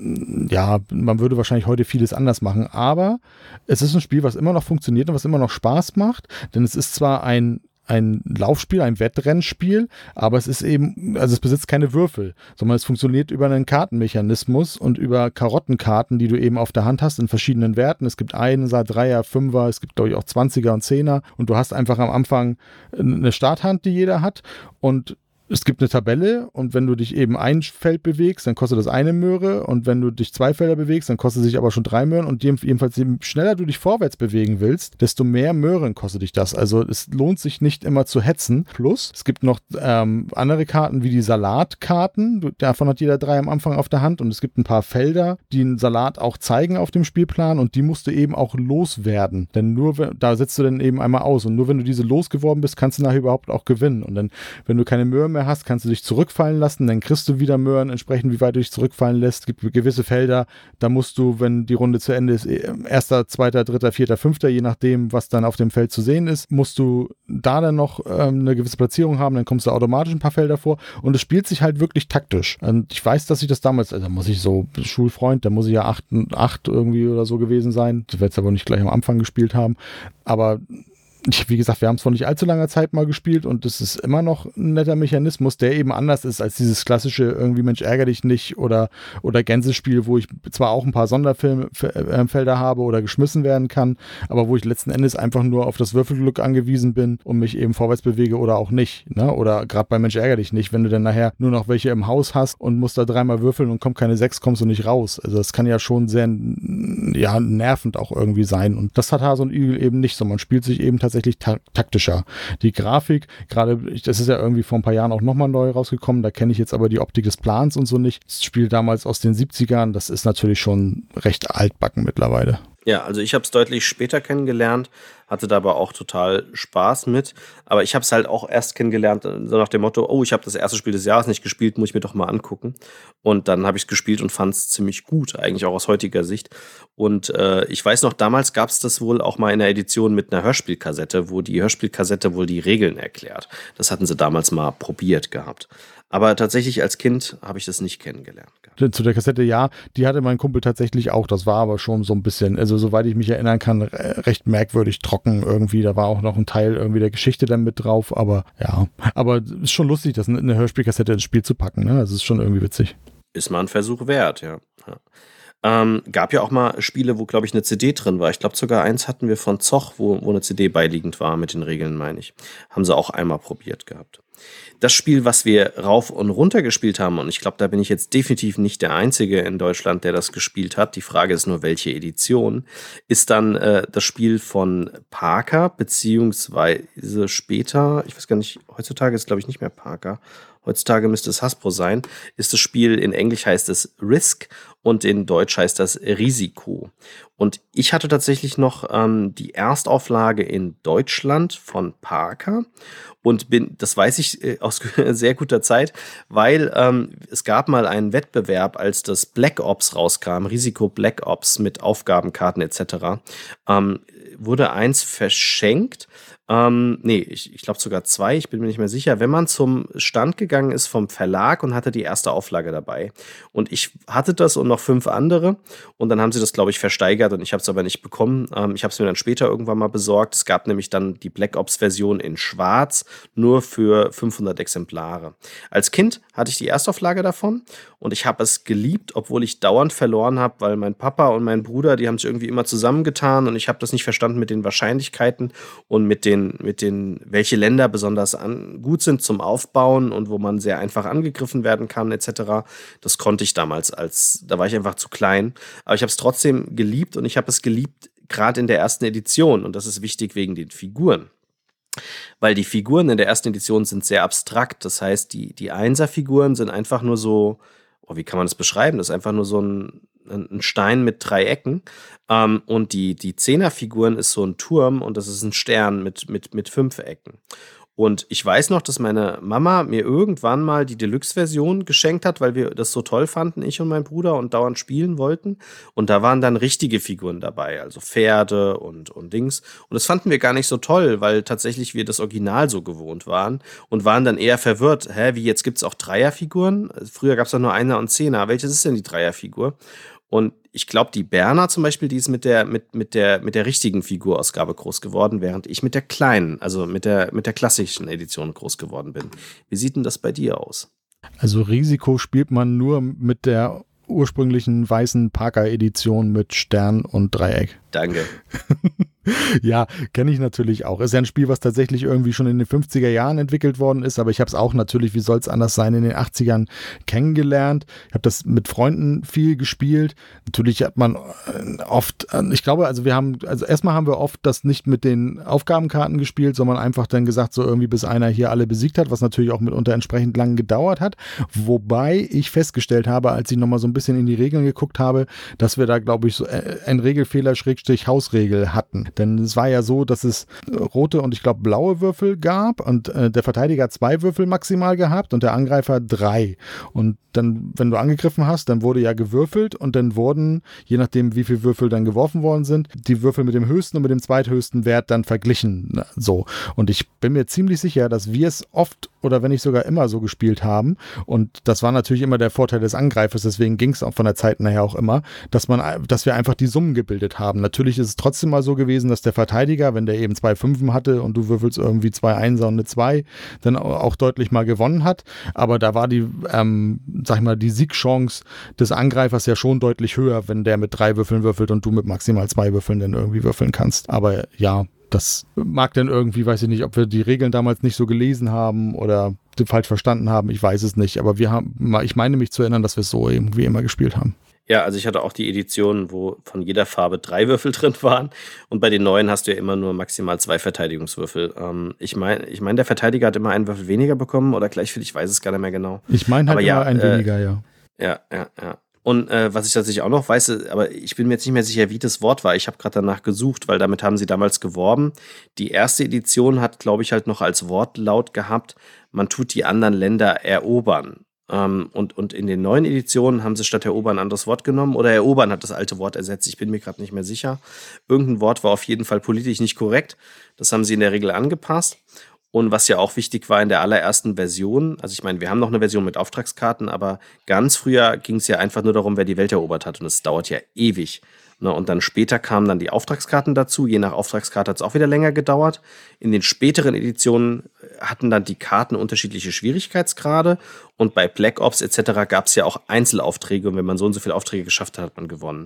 ja, man würde wahrscheinlich heute vieles anders machen, aber es ist ein Spiel, was immer noch funktioniert und was immer noch Spaß macht, denn es ist zwar ein Laufspiel, ein Wettrennspiel, aber es ist eben, also es besitzt keine Würfel, sondern es funktioniert über einen Kartenmechanismus und über Karottenkarten, die du eben auf der Hand hast in verschiedenen Werten. Es gibt 1er, 3er, 5er, es gibt glaube ich auch 20er und 10er und du hast einfach am Anfang eine Starthand, die jeder hat und es gibt eine Tabelle und wenn du dich eben ein Feld bewegst, dann kostet das eine Möhre und wenn du dich 2 Felder bewegst, dann kostet es sich aber schon 3 Möhren und jedenfalls je schneller du dich vorwärts bewegen willst, desto mehr Möhren kostet dich das. Also es lohnt sich nicht immer zu hetzen. Plus, es gibt noch andere Karten wie die Salatkarten, davon hat jeder 3 am Anfang auf der Hand und es gibt ein paar Felder, die einen Salat auch zeigen auf dem Spielplan und die musst du eben auch loswerden. Denn da setzt du dann eben einmal aus und nur wenn du diese losgeworden bist, kannst du nachher überhaupt auch gewinnen. Und dann, wenn du keine Möhren mehr hast, kannst du dich zurückfallen lassen, dann kriegst du wieder Möhren, entsprechend wie weit du dich zurückfallen lässt. Es gibt gewisse Felder, da musst du, wenn die Runde zu Ende ist, 1., 2., 3., 4., 5., je nachdem, was dann auf dem Feld zu sehen ist, musst du da dann noch eine gewisse Platzierung haben, dann kommst du automatisch ein paar Felder vor und es spielt sich halt wirklich taktisch. Und ich weiß, dass ich das damals, also da muss ich so, Schulfreund, da muss ich ja 8 irgendwie oder so gewesen sein. Ich werde es aber nicht gleich am Anfang gespielt haben, aber wie gesagt, wir haben es vor nicht allzu langer Zeit mal gespielt und es ist immer noch ein netter Mechanismus, der eben anders ist als dieses klassische irgendwie Mensch ärger dich nicht oder Gänsespiel, wo ich zwar auch ein paar Sonderfelder habe oder geschmissen werden kann, aber wo ich letzten Endes einfach nur auf das Würfelglück angewiesen bin und mich eben vorwärts bewege oder auch nicht. Ne? Oder gerade bei Mensch ärger dich nicht, wenn du dann nachher nur noch welche im Haus hast und musst da 3-mal würfeln und kommt keine 6, kommst du nicht raus. Also das kann ja schon sehr nervend auch irgendwie sein und das hat Hase und Igel eben nicht, sondern man spielt sich eben tatsächlich taktischer. Die Grafik, gerade, das ist ja irgendwie vor ein paar Jahren auch nochmal neu rausgekommen, da kenne ich jetzt aber die Optik des Plans und so nicht. Das Spiel damals aus den 70ern, das ist natürlich schon recht altbacken mittlerweile. Ja, also ich habe es deutlich später kennengelernt, hatte da aber auch total Spaß mit. Aber ich habe es halt auch erst kennengelernt, so nach dem Motto, oh, ich habe das erste Spiel des Jahres nicht gespielt, muss ich mir doch mal angucken. Und dann habe ich es gespielt und fand es ziemlich gut, eigentlich auch aus heutiger Sicht. Und ich weiß noch, damals gab es das wohl auch mal in einer Edition mit einer Hörspielkassette, wo die Hörspielkassette wohl die Regeln erklärt. Das hatten sie damals mal probiert gehabt. Aber tatsächlich als Kind habe ich das nicht kennengelernt. Zu der Kassette, ja, die hatte mein Kumpel tatsächlich auch. Das war aber schon so ein bisschen, also soweit ich mich erinnern kann, recht merkwürdig trocken irgendwie. Da war auch noch ein Teil irgendwie der Geschichte dann mit drauf. Aber ja, aber es ist schon lustig, das eine Hörspielkassette ins Spiel zu packen. Ne? Das ist schon irgendwie witzig. Ist mal ein Versuch wert, ja. Gab ja auch mal Spiele, wo, glaube ich, eine CD drin war. Ich glaube, sogar eins hatten wir von Zoch, wo eine CD beiliegend war mit den Regeln, meine ich. Haben sie auch einmal probiert gehabt. Das Spiel, was wir rauf und runter gespielt haben, und ich glaube, da bin ich jetzt definitiv nicht der Einzige in Deutschland, der das gespielt hat, die Frage ist nur, welche Edition, ist dann das Spiel von Parker, beziehungsweise später, ich weiß gar nicht, heutzutage ist, glaube ich, nicht mehr Parker, heutzutage müsste es Hasbro sein, ist das Spiel, in Englisch heißt es Risk und in Deutsch heißt das Risiko. Und ich hatte tatsächlich noch die Erstauflage in Deutschland von Parker und das weiß ich aus sehr guter Zeit, weil es gab mal einen Wettbewerb, als das Black Ops rauskam, Risiko Black Ops mit Aufgabenkarten etc., wurde eins verschenkt. Nee, ich glaube sogar 2, ich bin mir nicht mehr sicher. Wenn man zum Stand gegangen ist vom Verlag und hatte die erste Auflage dabei. Und ich hatte das und noch 5 andere. Und dann haben sie das, glaube ich, versteigert und ich habe es aber nicht bekommen. Ich habe es mir dann später irgendwann mal besorgt. Es gab nämlich dann die Black Ops-Version in Schwarz, nur für 500 Exemplare. Als Kind hatte ich die Erstauflage davon und ich habe es geliebt, obwohl ich dauernd verloren habe, weil mein Papa und mein Bruder, die haben sich irgendwie immer zusammengetan und ich habe das nicht verstanden mit den Wahrscheinlichkeiten und mit den, welche Länder besonders gut sind zum Aufbauen und wo man sehr einfach angegriffen werden kann, etc. Das konnte ich damals da war ich einfach zu klein. Aber ich habe es trotzdem geliebt und ich habe es geliebt, gerade in der ersten Edition. Und das ist wichtig wegen den Figuren. Weil die Figuren in der ersten Edition sind sehr abstrakt. Das heißt, die Einser-Figuren sind einfach nur so, wie kann man das beschreiben? Das ist einfach nur so ein Stein mit 3 Ecken. Und die Zehner-Figuren ist so ein Turm und das ist ein Stern mit 5 Ecken. Und ich weiß noch, dass meine Mama mir irgendwann mal die Deluxe-Version geschenkt hat, weil wir das so toll fanden, ich und mein Bruder, und dauernd spielen wollten. Und da waren dann richtige Figuren dabei, also Pferde und Dings. Und das fanden wir gar nicht so toll, weil tatsächlich wir das Original so gewohnt waren und waren dann eher verwirrt. Wie jetzt gibt's auch Dreierfiguren? Früher gab's doch nur Einer und Zehner. Welches ist denn die Dreierfigur? Und ich glaube, die Berna zum Beispiel, die ist mit der richtigen Figurausgabe groß geworden, während ich mit der kleinen, also mit der klassischen Edition groß geworden bin. Wie sieht denn das bei dir aus? Also Risiko spielt man nur mit der ursprünglichen weißen Parker-Edition mit Stern und Dreieck. Danke. Ja, kenne ich natürlich auch. Ist ja ein Spiel, was tatsächlich irgendwie schon in den 50er Jahren entwickelt worden ist, aber ich habe es auch natürlich, wie soll es anders sein, in den 80ern kennengelernt. Ich habe das mit Freunden viel gespielt. Natürlich hat man oft, ich glaube, also erstmal haben wir oft das nicht mit den Aufgabenkarten gespielt, sondern einfach dann gesagt, so irgendwie bis einer hier alle besiegt hat, was natürlich auch mitunter entsprechend lang gedauert hat. Wobei ich festgestellt habe, als ich nochmal so ein bisschen in die Regeln geguckt habe, dass wir da, glaube ich, so ein Regelfehler Hausregel hatten. Denn es war ja so, dass es rote und ich glaube blaue Würfel gab und der Verteidiger 2 Würfel maximal gehabt und der Angreifer 3. Und dann, wenn du angegriffen hast, dann wurde ja gewürfelt und dann wurden, je nachdem wie viele Würfel dann geworfen worden sind, die Würfel mit dem höchsten und mit dem zweithöchsten Wert dann verglichen. So. Und ich bin mir ziemlich sicher, dass wir es oft oder wenn nicht sogar immer so gespielt haben. Und das war natürlich immer der Vorteil des Angreifers, deswegen ging es auch von der Zeit nachher auch immer, dass wir einfach die Summen gebildet haben. Natürlich ist es trotzdem mal so gewesen, dass der Verteidiger, wenn der eben 2 Fünfen hatte und du würfelst irgendwie 2 Einser und eine 2, dann auch deutlich mal gewonnen hat. Aber da war die Siegchance des Angreifers ja schon deutlich höher, wenn der mit 3 Würfeln würfelt und du mit maximal 2 Würfeln dann irgendwie würfeln kannst. Aber ja, das mag dann irgendwie, weiß ich nicht, ob wir die Regeln damals nicht so gelesen haben oder falsch verstanden haben, ich weiß es nicht. Aber ich meine mich zu erinnern, dass wir es so irgendwie immer gespielt haben. Ja, also ich hatte auch die Edition, wo von jeder Farbe 3 Würfel drin waren. Und bei den neuen hast du ja immer nur maximal 2 Verteidigungswürfel. Ich meine, der Verteidiger hat immer einen Würfel weniger bekommen oder gleich viel, ich weiß es gar nicht mehr genau. Ich meine halt immer einen weniger, ja. Ja. Und was ich tatsächlich auch noch weiß, aber ich bin mir jetzt nicht mehr sicher, wie das Wort war. Ich habe gerade danach gesucht, weil damit haben sie damals geworben. Die erste Edition hat, glaube ich, halt noch als Wortlaut gehabt, man tut die anderen Länder erobern. Und in den neuen Editionen haben sie statt erobern ein anderes Wort genommen oder erobern hat das alte Wort ersetzt. Ich bin mir gerade nicht mehr sicher. Irgendein Wort war auf jeden Fall politisch nicht korrekt. Das haben sie in der Regel angepasst. Und was ja auch wichtig war in der allerersten Version, also ich meine, wir haben noch eine Version mit Auftragskarten, aber ganz früher ging es ja einfach nur darum, wer die Welt erobert hat. Und es dauert ja ewig. Und dann später kamen dann die Auftragskarten dazu. Je nach Auftragskarte hat es auch wieder länger gedauert. In den späteren Editionen hatten dann die Karten unterschiedliche Schwierigkeitsgrade. Und bei Black Ops etc. gab es ja auch Einzelaufträge. Und wenn man so und so viele Aufträge geschafft hat, hat man gewonnen.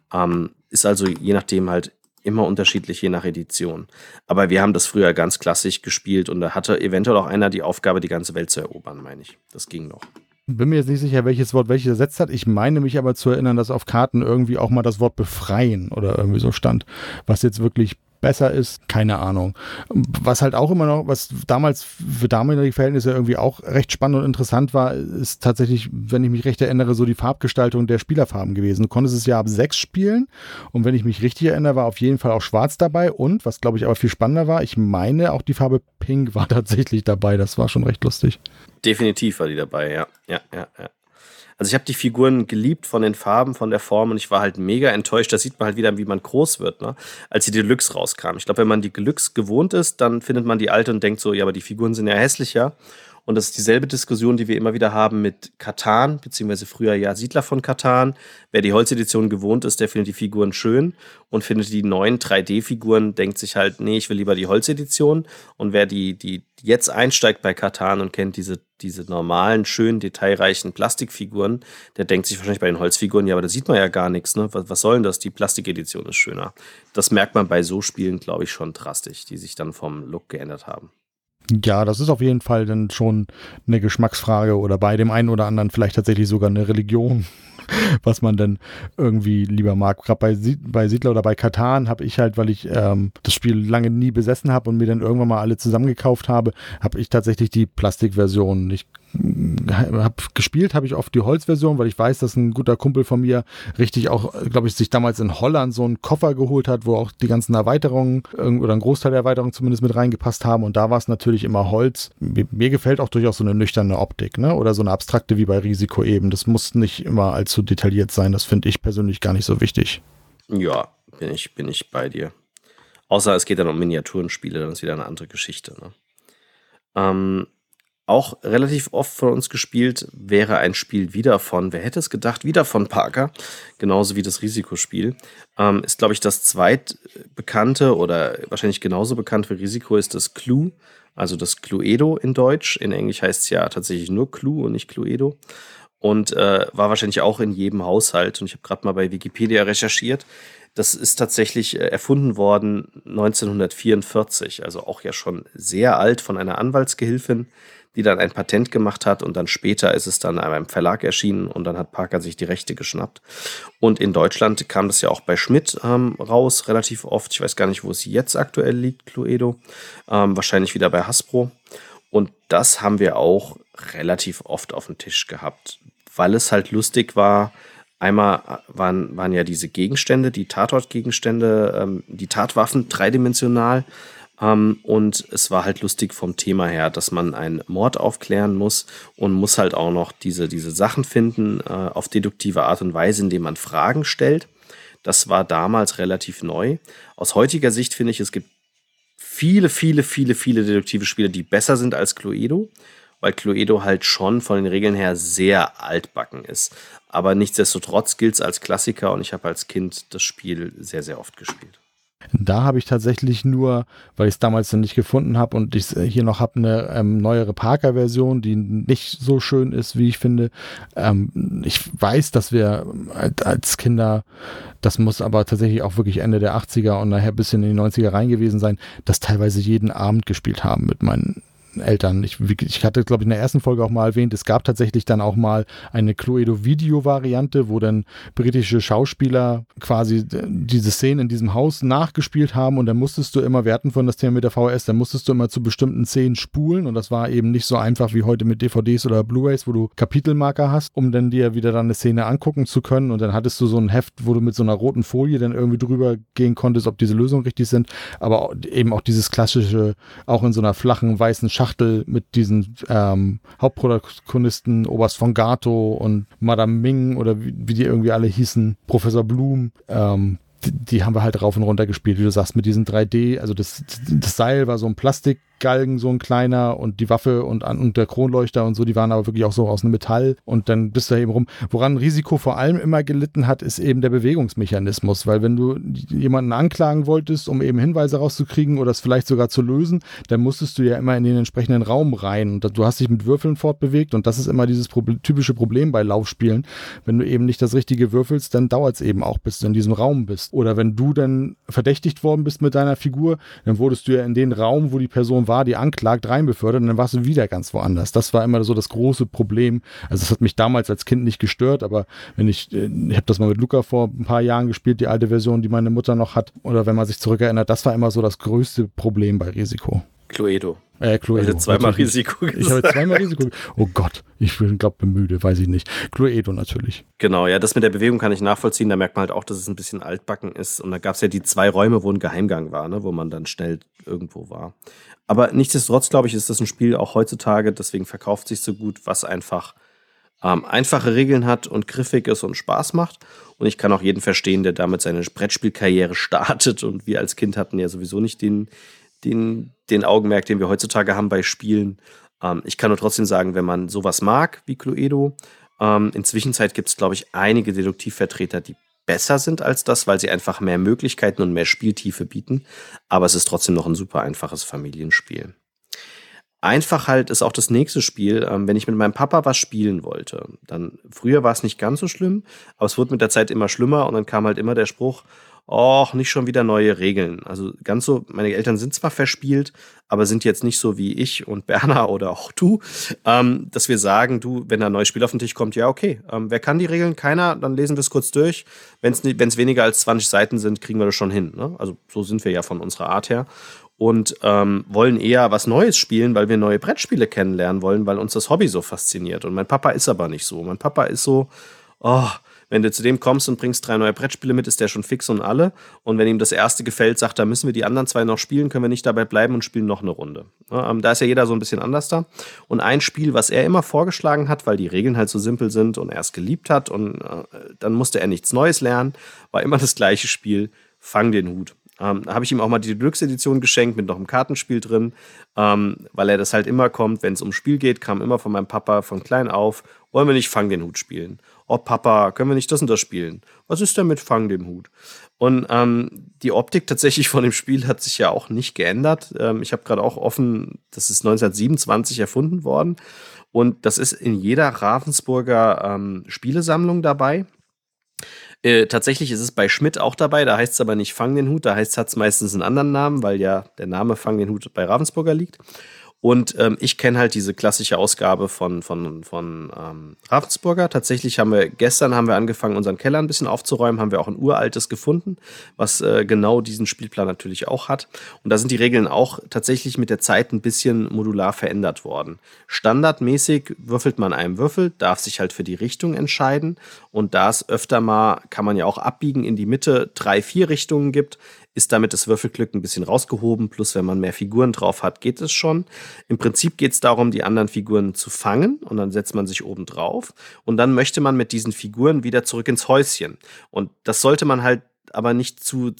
Ist also je nachdem halt immer unterschiedlich, je nach Edition. Aber wir haben das früher ganz klassisch gespielt. Und da hatte eventuell auch einer die Aufgabe, die ganze Welt zu erobern, meine ich. Das ging noch. Bin mir jetzt nicht sicher, welches Wort welches ersetzt hat. Ich meine mich aber zu erinnern, dass auf Karten irgendwie auch mal das Wort befreien oder irgendwie so stand. Was jetzt wirklich besser ist, keine Ahnung. Was halt auch immer noch, was damals für damalige Verhältnisse irgendwie auch recht spannend und interessant war, ist tatsächlich, wenn ich mich recht erinnere, so die Farbgestaltung der Spielerfarben gewesen. Du konntest es ja ab 6 spielen und wenn ich mich richtig erinnere, war auf jeden Fall auch schwarz dabei und, was glaube ich aber viel spannender war, ich meine auch die Farbe Pink war tatsächlich dabei. Das war schon recht lustig. Definitiv war die dabei, ja. Also ich habe die Figuren geliebt von den Farben, von der Form und ich war halt mega enttäuscht. Da sieht man halt wieder, wie man groß wird, ne? Als die Deluxe rauskam. Ich glaube, wenn man die Deluxe gewohnt ist, dann findet man die alte und denkt so, ja, aber die Figuren sind ja hässlicher. Und das ist dieselbe Diskussion, die wir immer wieder haben mit Catan, beziehungsweise früher ja Siedler von Catan. Wer die Holzedition gewohnt ist, der findet die Figuren schön und findet die neuen 3D-Figuren, denkt sich halt, nee, ich will lieber die Holzedition. Und wer die jetzt einsteigt bei Catan und kennt diese normalen, schönen, detailreichen Plastikfiguren, der denkt sich wahrscheinlich bei den Holzfiguren, ja, aber da sieht man ja gar nichts, ne? Was soll denn das? Die Plastikedition ist schöner. Das merkt man bei so Spielen, glaube ich, schon drastisch, die sich dann vom Look geändert haben. Ja, das ist auf jeden Fall dann schon eine Geschmacksfrage oder bei dem einen oder anderen vielleicht tatsächlich sogar eine Religion, was man dann irgendwie lieber mag. Gerade bei Siedler oder bei Catan habe ich halt, weil ich das Spiel lange nie besessen habe und mir dann irgendwann mal alle zusammengekauft habe, habe ich tatsächlich die Plastikversion. Gespielt habe ich oft die Holzversion, weil ich weiß, dass ein guter Kumpel von mir richtig auch, glaube ich, sich damals in Holland so einen Koffer geholt hat, wo auch die ganzen Erweiterungen oder ein Großteil der Erweiterungen zumindest mit reingepasst haben und da war es natürlich immer Holz. Mir gefällt auch durchaus so eine nüchterne Optik, ne? Oder so eine abstrakte wie bei Risiko eben. Das muss nicht immer allzu detailliert sein, das finde ich persönlich gar nicht so wichtig. Ja, bin ich bei dir. Außer es geht dann um Miniaturenspiele, dann ist wieder eine andere Geschichte, ne? Auch relativ oft von uns gespielt wäre ein Spiel wieder von, wer hätte es gedacht, wieder von Parker, genauso wie das Risikospiel. Ist, glaube ich, das zweitbekannte oder wahrscheinlich genauso bekannt wie Risiko ist das Clue, also das Cluedo in Deutsch. In Englisch heißt es ja tatsächlich nur Clue und nicht Cluedo. Und war wahrscheinlich auch in jedem Haushalt. Und ich habe gerade mal bei Wikipedia recherchiert. Das ist tatsächlich erfunden worden 1944, also auch ja schon sehr alt von einer Anwaltsgehilfin, die dann ein Patent gemacht hat und dann später ist es dann einem Verlag erschienen und dann hat Parker sich die Rechte geschnappt. Und in Deutschland kam das ja auch bei Schmidt raus, relativ oft. Ich weiß gar nicht, wo es jetzt aktuell liegt, Cluedo. Wahrscheinlich wieder bei Hasbro. Und das haben wir auch relativ oft auf dem Tisch gehabt, weil es halt lustig war. Einmal waren ja diese Gegenstände, die Tatortgegenstände, die Tatwaffen dreidimensional. Und es war halt lustig vom Thema her, dass man einen Mord aufklären muss und muss halt auch noch diese Sachen finden auf deduktive Art und Weise, indem man Fragen stellt. Das war damals relativ neu. Aus heutiger Sicht finde ich, es gibt viele deduktive Spiele, die besser sind als Cluedo, weil Cluedo halt schon von den Regeln her sehr altbacken ist. Aber nichtsdestotrotz gilt es als Klassiker und ich habe als Kind das Spiel sehr, sehr oft gespielt. Da habe ich tatsächlich nur, weil ich es damals dann nicht gefunden habe und ich hier noch habe, eine neuere Parker-Version, die nicht so schön ist, wie ich finde. Ich weiß, dass wir als Kinder, das muss aber tatsächlich auch wirklich Ende der 80er und nachher bis in die 90er rein gewesen sein, das teilweise jeden Abend gespielt haben mit meinen Eltern. Ich hatte, glaube ich, in der ersten Folge auch mal erwähnt, es gab tatsächlich dann auch mal eine Cluedo-Video-Variante, wo dann britische Schauspieler quasi diese Szenen in diesem Haus nachgespielt haben und dann musstest du immer, wir hatten von das Thema mit der VHS, dann musstest du immer zu bestimmten Szenen spulen und das war eben nicht so einfach wie heute mit DVDs oder Blu-rays, wo du Kapitelmarker hast, um dann dir wieder dann eine Szene angucken zu können und dann hattest du so ein Heft, wo du mit so einer roten Folie dann irgendwie drüber gehen konntest, ob diese Lösungen richtig sind, aber eben auch dieses klassische, auch in so einer flachen, weißen Schachtel mit diesen Hauptprotagonisten Oberst von Gato und Madame Ming oder wie die irgendwie alle hießen, Professor Blum, die haben wir halt rauf und runter gespielt, wie du sagst, mit diesen 3D, also das Seil war so ein Plastikgalgen, so ein kleiner und die Waffe und der Kronleuchter und so, die waren aber wirklich auch so aus einem Metall und dann bist du da eben rum. Woran Risiko vor allem immer gelitten hat, ist eben der Bewegungsmechanismus, weil wenn du jemanden anklagen wolltest, um eben Hinweise rauszukriegen oder es vielleicht sogar zu lösen, dann musstest du ja immer in den entsprechenden Raum rein und du hast dich mit Würfeln fortbewegt und das ist immer dieses typische Problem bei Laufspielen. Wenn du eben nicht das Richtige würfelst, dann dauert es eben auch, bis du in diesem Raum bist. Oder wenn du dann verdächtigt worden bist mit deiner Figur, dann wurdest du ja in den Raum, wo die Person war, die anklagt, reinbefördert und dann warst du wieder ganz woanders. Das war immer so das große Problem. Also das hat mich damals als Kind nicht gestört, aber ich habe das mal mit Luca vor ein paar Jahren gespielt, die alte Version, die meine Mutter noch hat. Oder wenn man sich zurückerinnert, das war immer so das größte Problem bei Risiko. Cluedo. Cluedo. Ich habe zweimal Risiko gesagt. Ich habe zweimal Risiko. Oh Gott, ich bin müde, weiß ich nicht. Cluedo natürlich. Genau, ja, das mit der Bewegung kann ich nachvollziehen. Da merkt man halt auch, dass es ein bisschen altbacken ist. Und da gab es ja die 2 Räume, wo ein Geheimgang war, ne, wo man dann schnell irgendwo war. Aber nichtsdestotrotz, glaube ich, ist das ein Spiel auch heutzutage, deswegen verkauft sich so gut, was einfach einfache Regeln hat und griffig ist und Spaß macht. Und ich kann auch jeden verstehen, der damit seine Brettspielkarriere startet. Und wir als Kind hatten ja sowieso nicht den Augenmerk, den wir heutzutage haben bei Spielen. Ich kann nur trotzdem sagen, wenn man sowas mag wie Cluedo, in Zwischenzeit gibt es, glaube ich, einige Deduktivvertreter, die besser sind als das, weil sie einfach mehr Möglichkeiten und mehr Spieltiefe bieten. Aber es ist trotzdem noch ein super einfaches Familienspiel. Einfach halt ist auch das nächste Spiel, wenn ich mit meinem Papa was spielen wollte. Dann früher war es nicht ganz so schlimm, aber es wurde mit der Zeit immer schlimmer und dann kam halt immer der Spruch, och, nicht schon wieder neue Regeln. Also ganz so, meine Eltern sind zwar verspielt, aber sind jetzt nicht so wie ich und Berner oder auch du, dass wir sagen, du, wenn da ein neues Spiel auf den Tisch kommt, ja, okay, wer kann die Regeln? Keiner, dann lesen wir es kurz durch. Wenn es weniger als 20 Seiten sind, kriegen wir das schon hin. Ne? Also so sind wir ja von unserer Art her. Und wollen eher was Neues spielen, weil wir neue Brettspiele kennenlernen wollen, weil uns das Hobby so fasziniert. Und mein Papa ist aber nicht so. Mein Papa ist so, oh, wenn du zu dem kommst und bringst 3 neue Brettspiele mit, ist der schon fix und alle. Und wenn ihm das erste gefällt, sagt er, müssen wir die anderen 2 noch spielen, können wir nicht dabei bleiben und spielen noch eine Runde. Da ist ja jeder so ein bisschen anders da. Und ein Spiel, was er immer vorgeschlagen hat, weil die Regeln halt so simpel sind und er es geliebt hat und dann musste er nichts Neues lernen, war immer das gleiche Spiel, Fang den Hut. Da habe ich ihm auch mal die Deluxe-Edition geschenkt mit noch einem Kartenspiel drin, weil er das halt immer kommt, wenn es ums Spiel geht, kam immer von meinem Papa von klein auf, wollen wir nicht Fang den Hut spielen? Oh Papa, können wir nicht das und das spielen? Was ist denn mit Fang den Hut? Und die Optik tatsächlich von dem Spiel hat sich ja auch nicht geändert. Ich habe gerade auch offen, das ist 1927 erfunden worden und das ist in jeder Ravensburger Spielesammlung dabei. Tatsächlich ist es bei Schmidt auch dabei, da heißt es aber nicht Fang den Hut, da hat es meistens einen anderen Namen, weil ja der Name Fang den Hut bei Ravensburger liegt. Und ich kenne halt diese klassische Ausgabe von Ravensburger. Tatsächlich haben wir gestern angefangen, unseren Keller ein bisschen aufzuräumen, haben wir auch ein uraltes gefunden, was genau diesen Spielplan natürlich auch hat. Und da sind die Regeln auch tatsächlich mit der Zeit ein bisschen modular verändert worden. Standardmäßig würfelt man einen Würfel, darf sich halt für die Richtung entscheiden. Und da es öfter mal, kann man ja auch abbiegen, in die Mitte 3, 4 Richtungen gibt, ist damit das Würfelglück ein bisschen rausgehoben. Plus, wenn man mehr Figuren drauf hat, geht es schon. Im Prinzip geht es darum, die anderen Figuren zu fangen. Und dann setzt man sich oben drauf. Und dann möchte man mit diesen Figuren wieder zurück ins Häuschen. Und das sollte man halt aber nicht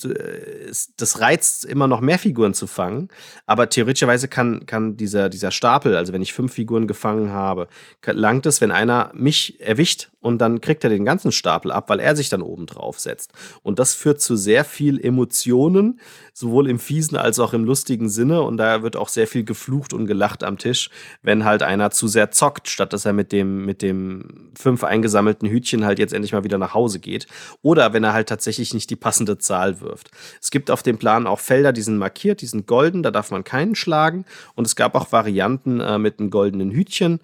das reizt immer noch mehr Figuren zu fangen, aber theoretischerweise kann dieser Stapel, also wenn ich 5 Figuren gefangen habe, langt es, wenn einer mich erwischt und dann kriegt er den ganzen Stapel ab, weil er sich dann oben drauf setzt. Und das führt zu sehr viel Emotionen, sowohl im fiesen als auch im lustigen Sinne und da wird auch sehr viel geflucht und gelacht am Tisch, wenn halt einer zu sehr zockt, statt dass er mit dem 5 eingesammelten Hütchen halt jetzt endlich mal wieder nach Hause geht. Oder wenn er halt tatsächlich nicht die passende Zahl wirft. Es gibt auf dem Plan auch Felder, die sind markiert, die sind golden, da darf man keinen schlagen. Und es gab auch Varianten mit einem goldenen Hütchen.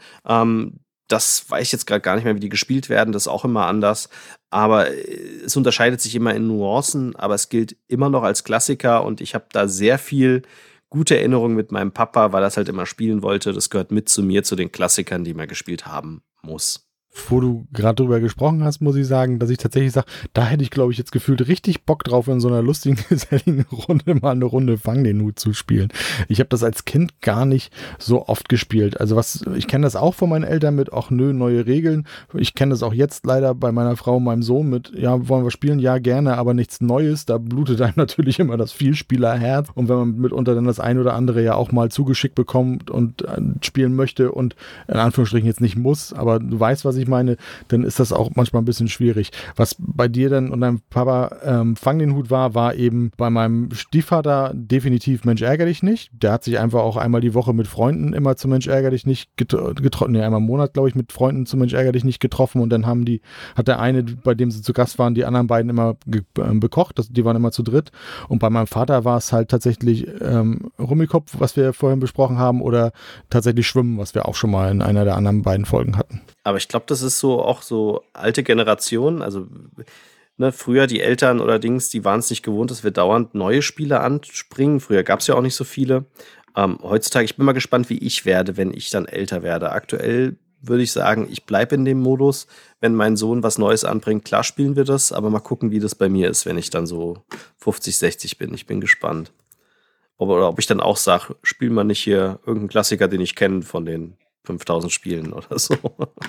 Das weiß ich jetzt gerade gar nicht mehr, wie die gespielt werden. Das ist auch immer anders. Aber es unterscheidet sich immer in Nuancen. Aber es gilt immer noch als Klassiker. Und ich habe da sehr viel gute Erinnerungen mit meinem Papa, weil er es halt immer spielen wollte. Das gehört mit zu mir, zu den Klassikern, die man gespielt haben muss. Wo du gerade drüber gesprochen hast, muss ich sagen, dass ich tatsächlich sage, da hätte ich, glaube ich, jetzt gefühlt richtig Bock drauf, in so einer lustigen, geselligen Runde mal eine Runde Fang den Hut zu spielen. Ich habe das als Kind gar nicht so oft gespielt. Also ich kenne das auch von meinen Eltern mit, ach nö, neue Regeln. Ich kenne das auch jetzt leider bei meiner Frau und meinem Sohn mit, ja, wollen wir spielen? Ja, gerne, aber nichts Neues. Da blutet einem natürlich immer das Vielspielerherz. Und wenn man mitunter dann das ein oder andere ja auch mal zugeschickt bekommt und spielen möchte und in Anführungsstrichen jetzt nicht muss, aber du weißt, was ich meine, dann ist das auch manchmal ein bisschen schwierig. Was bei dir dann und deinem Papa Fang den Hut war eben bei meinem Stiefvater definitiv Mensch ärger dich nicht. Der hat sich einfach auch einmal die Woche mit Freunden immer zu Mensch ärger dich nicht getroffen, einmal im Monat, glaube ich, mit Freunden zu Mensch ärger dich nicht getroffen und dann hat der eine, bei dem sie zu Gast waren, die anderen beiden immer bekocht, die waren immer zu dritt und bei meinem Vater war es halt tatsächlich Rummikopf, was wir vorhin besprochen haben oder tatsächlich Schwimmen, was wir auch schon mal in einer der anderen beiden Folgen hatten. Aber ich glaube, das ist so auch so alte Generation, also früher die Eltern oder Dings, die waren es nicht gewohnt, dass wir dauernd neue Spiele anspringen. Früher gab es ja auch nicht so viele. Heutzutage, ich bin mal gespannt, wie ich werde, wenn ich dann älter werde. Aktuell würde ich sagen, ich bleibe in dem Modus. Wenn mein Sohn was Neues anbringt, klar spielen wir das, aber mal gucken, wie das bei mir ist, wenn ich dann so 50, 60 bin. Ich bin gespannt. Oder ob ich dann auch sage, spielen wir nicht hier irgendeinen Klassiker, den ich kenne von den 5000 Spielen oder so.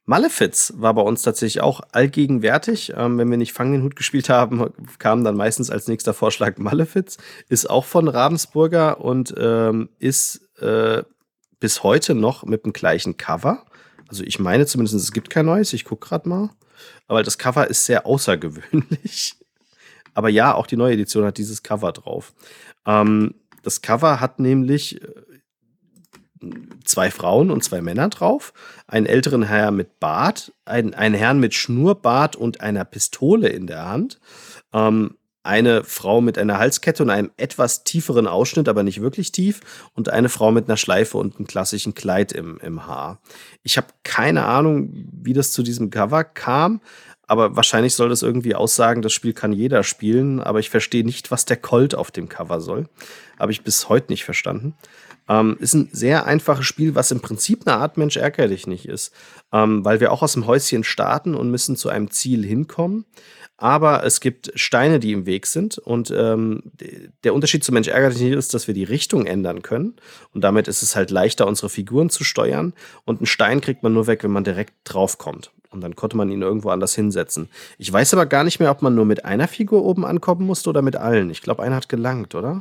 Malefiz war bei uns tatsächlich auch allgegenwärtig. Wenn wir nicht Fang den Hut gespielt haben, kam dann meistens als nächster Vorschlag Malefiz. Ist auch von Ravensburger und ist bis heute noch mit dem gleichen Cover. Also ich meine zumindest, es gibt kein neues. Ich gucke gerade mal. Aber das Cover ist sehr außergewöhnlich. Aber ja, auch die neue Edition hat dieses Cover drauf. Das Cover hat nämlich 2 Frauen und 2 Männer drauf. Einen älteren Herr mit Bart, einen Herrn mit Schnurrbart und einer Pistole in der Hand. Eine Frau mit einer Halskette und einem etwas tieferen Ausschnitt, aber nicht wirklich tief. Und eine Frau mit einer Schleife und einem klassischen Kleid im Haar. Ich habe keine Ahnung, wie das zu diesem Cover kam. Aber wahrscheinlich soll das irgendwie aussagen, das Spiel kann jeder spielen. Aber ich verstehe nicht, was der Colt auf dem Cover soll. Habe ich bis heute nicht verstanden. Ist ein sehr einfaches Spiel, was im Prinzip eine Art Mensch ärgere dich nicht ist. Weil wir auch aus dem Häuschen starten und müssen zu einem Ziel hinkommen. Aber es gibt Steine, die im Weg sind. Und der Unterschied zu Mensch ärgere dich nicht ist, dass wir die Richtung ändern können. Und damit ist es halt leichter, unsere Figuren zu steuern. Und einen Stein kriegt man nur weg, wenn man direkt draufkommt. Und dann konnte man ihn irgendwo anders hinsetzen. Ich weiß aber gar nicht mehr, ob man nur mit einer Figur oben ankommen musste oder mit allen. Ich glaube, einer hat gelangt, oder?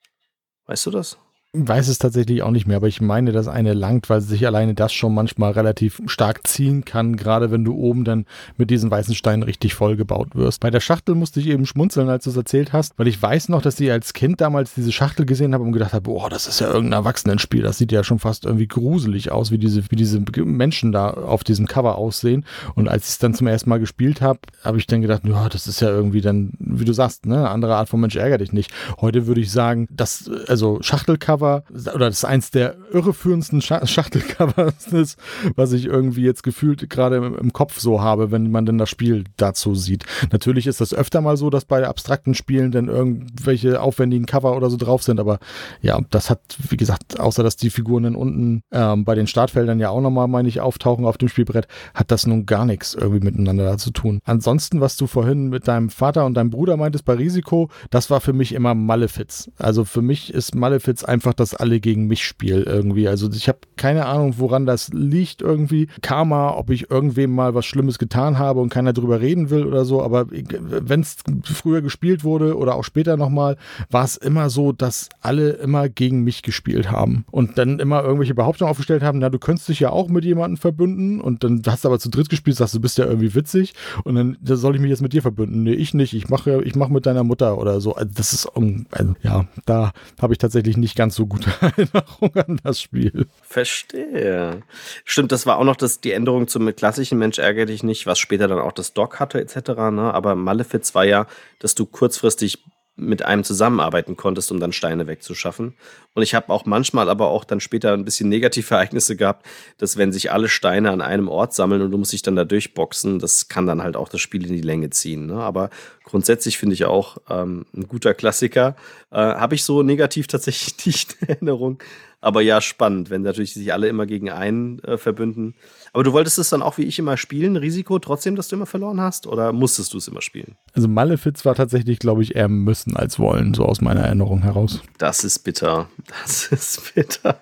Weißt du das? Weiß es tatsächlich auch nicht mehr, aber ich meine, dass eine langt, weil sich alleine das schon manchmal relativ stark ziehen kann, gerade wenn du oben dann mit diesen weißen Steinen richtig vollgebaut wirst. Bei der Schachtel musste ich eben schmunzeln, als du es erzählt hast, weil ich weiß noch, dass ich als Kind damals diese Schachtel gesehen habe und gedacht habe, boah, das ist ja irgendein Erwachsenenspiel, das sieht ja schon fast irgendwie gruselig aus, wie diese Menschen da auf diesem Cover aussehen. Und als ich es dann zum ersten Mal gespielt habe, habe ich dann gedacht, ja, das ist ja irgendwie dann, wie du sagst, ne, eine andere Art von Mensch ärgere dich nicht. Heute würde ich sagen, dass, also Schachtelcover oder das ist eins der irreführendsten Schachtelcovers ist, was ich irgendwie jetzt gefühlt gerade im Kopf so habe, wenn man denn das Spiel dazu sieht. Natürlich ist das öfter mal so, dass bei abstrakten Spielen dann irgendwelche aufwendigen Cover oder so drauf sind, aber ja, das hat, wie gesagt, außer dass die Figuren dann unten bei den Startfeldern ja auch nochmal, meine ich, auftauchen auf dem Spielbrett, hat das nun gar nichts irgendwie miteinander da zu tun. Ansonsten, was du vorhin mit deinem Vater und deinem Bruder meintest bei Risiko, das war für mich immer Malefiz. Also für mich ist Malefiz einfach das Alle gegen mich Spiel irgendwie. Also ich habe keine Ahnung, woran das liegt irgendwie. Karma, ob ich irgendwem mal was Schlimmes getan habe und keiner drüber reden will oder so, aber wenn es früher gespielt wurde oder auch später nochmal, war es immer so, dass alle immer gegen mich gespielt haben und dann immer irgendwelche Behauptungen aufgestellt haben, na, du könntest dich ja auch mit jemandem verbünden und dann hast du aber zu dritt gespielt, sagst, du bist ja irgendwie witzig und dann soll ich mich jetzt mit dir verbünden. Nee, ich nicht. Ich mache mit deiner Mutter oder so. Also das ist, also, ja, da habe ich tatsächlich nicht ganz so gute Erinnerung an das Spiel. Verstehe. Stimmt, das war auch noch die Änderung zum klassischen Mensch ärgere dich nicht, was später dann auch das Dock hatte etc. Ne? Aber Malefiz war ja, dass du kurzfristig mit einem zusammenarbeiten konntest, um dann Steine wegzuschaffen. Und ich habe auch manchmal aber auch dann später ein bisschen negative Ereignisse gehabt, dass wenn sich alle Steine an einem Ort sammeln und du musst dich dann da durchboxen, das kann dann halt auch das Spiel in die Länge ziehen. Ne? Aber grundsätzlich finde ich auch ein guter Klassiker. Habe ich so negativ tatsächlich nicht in Erinnerung. Aber ja, spannend, wenn natürlich sich alle immer gegen einen verbünden. Aber du wolltest es dann auch wie ich immer spielen, Risiko, trotzdem, dass du immer verloren hast? Oder musstest du es immer spielen? Also Malefiz war tatsächlich, glaube ich, eher müssen als wollen, so aus meiner Erinnerung heraus. Das ist bitter. Das ist bitter.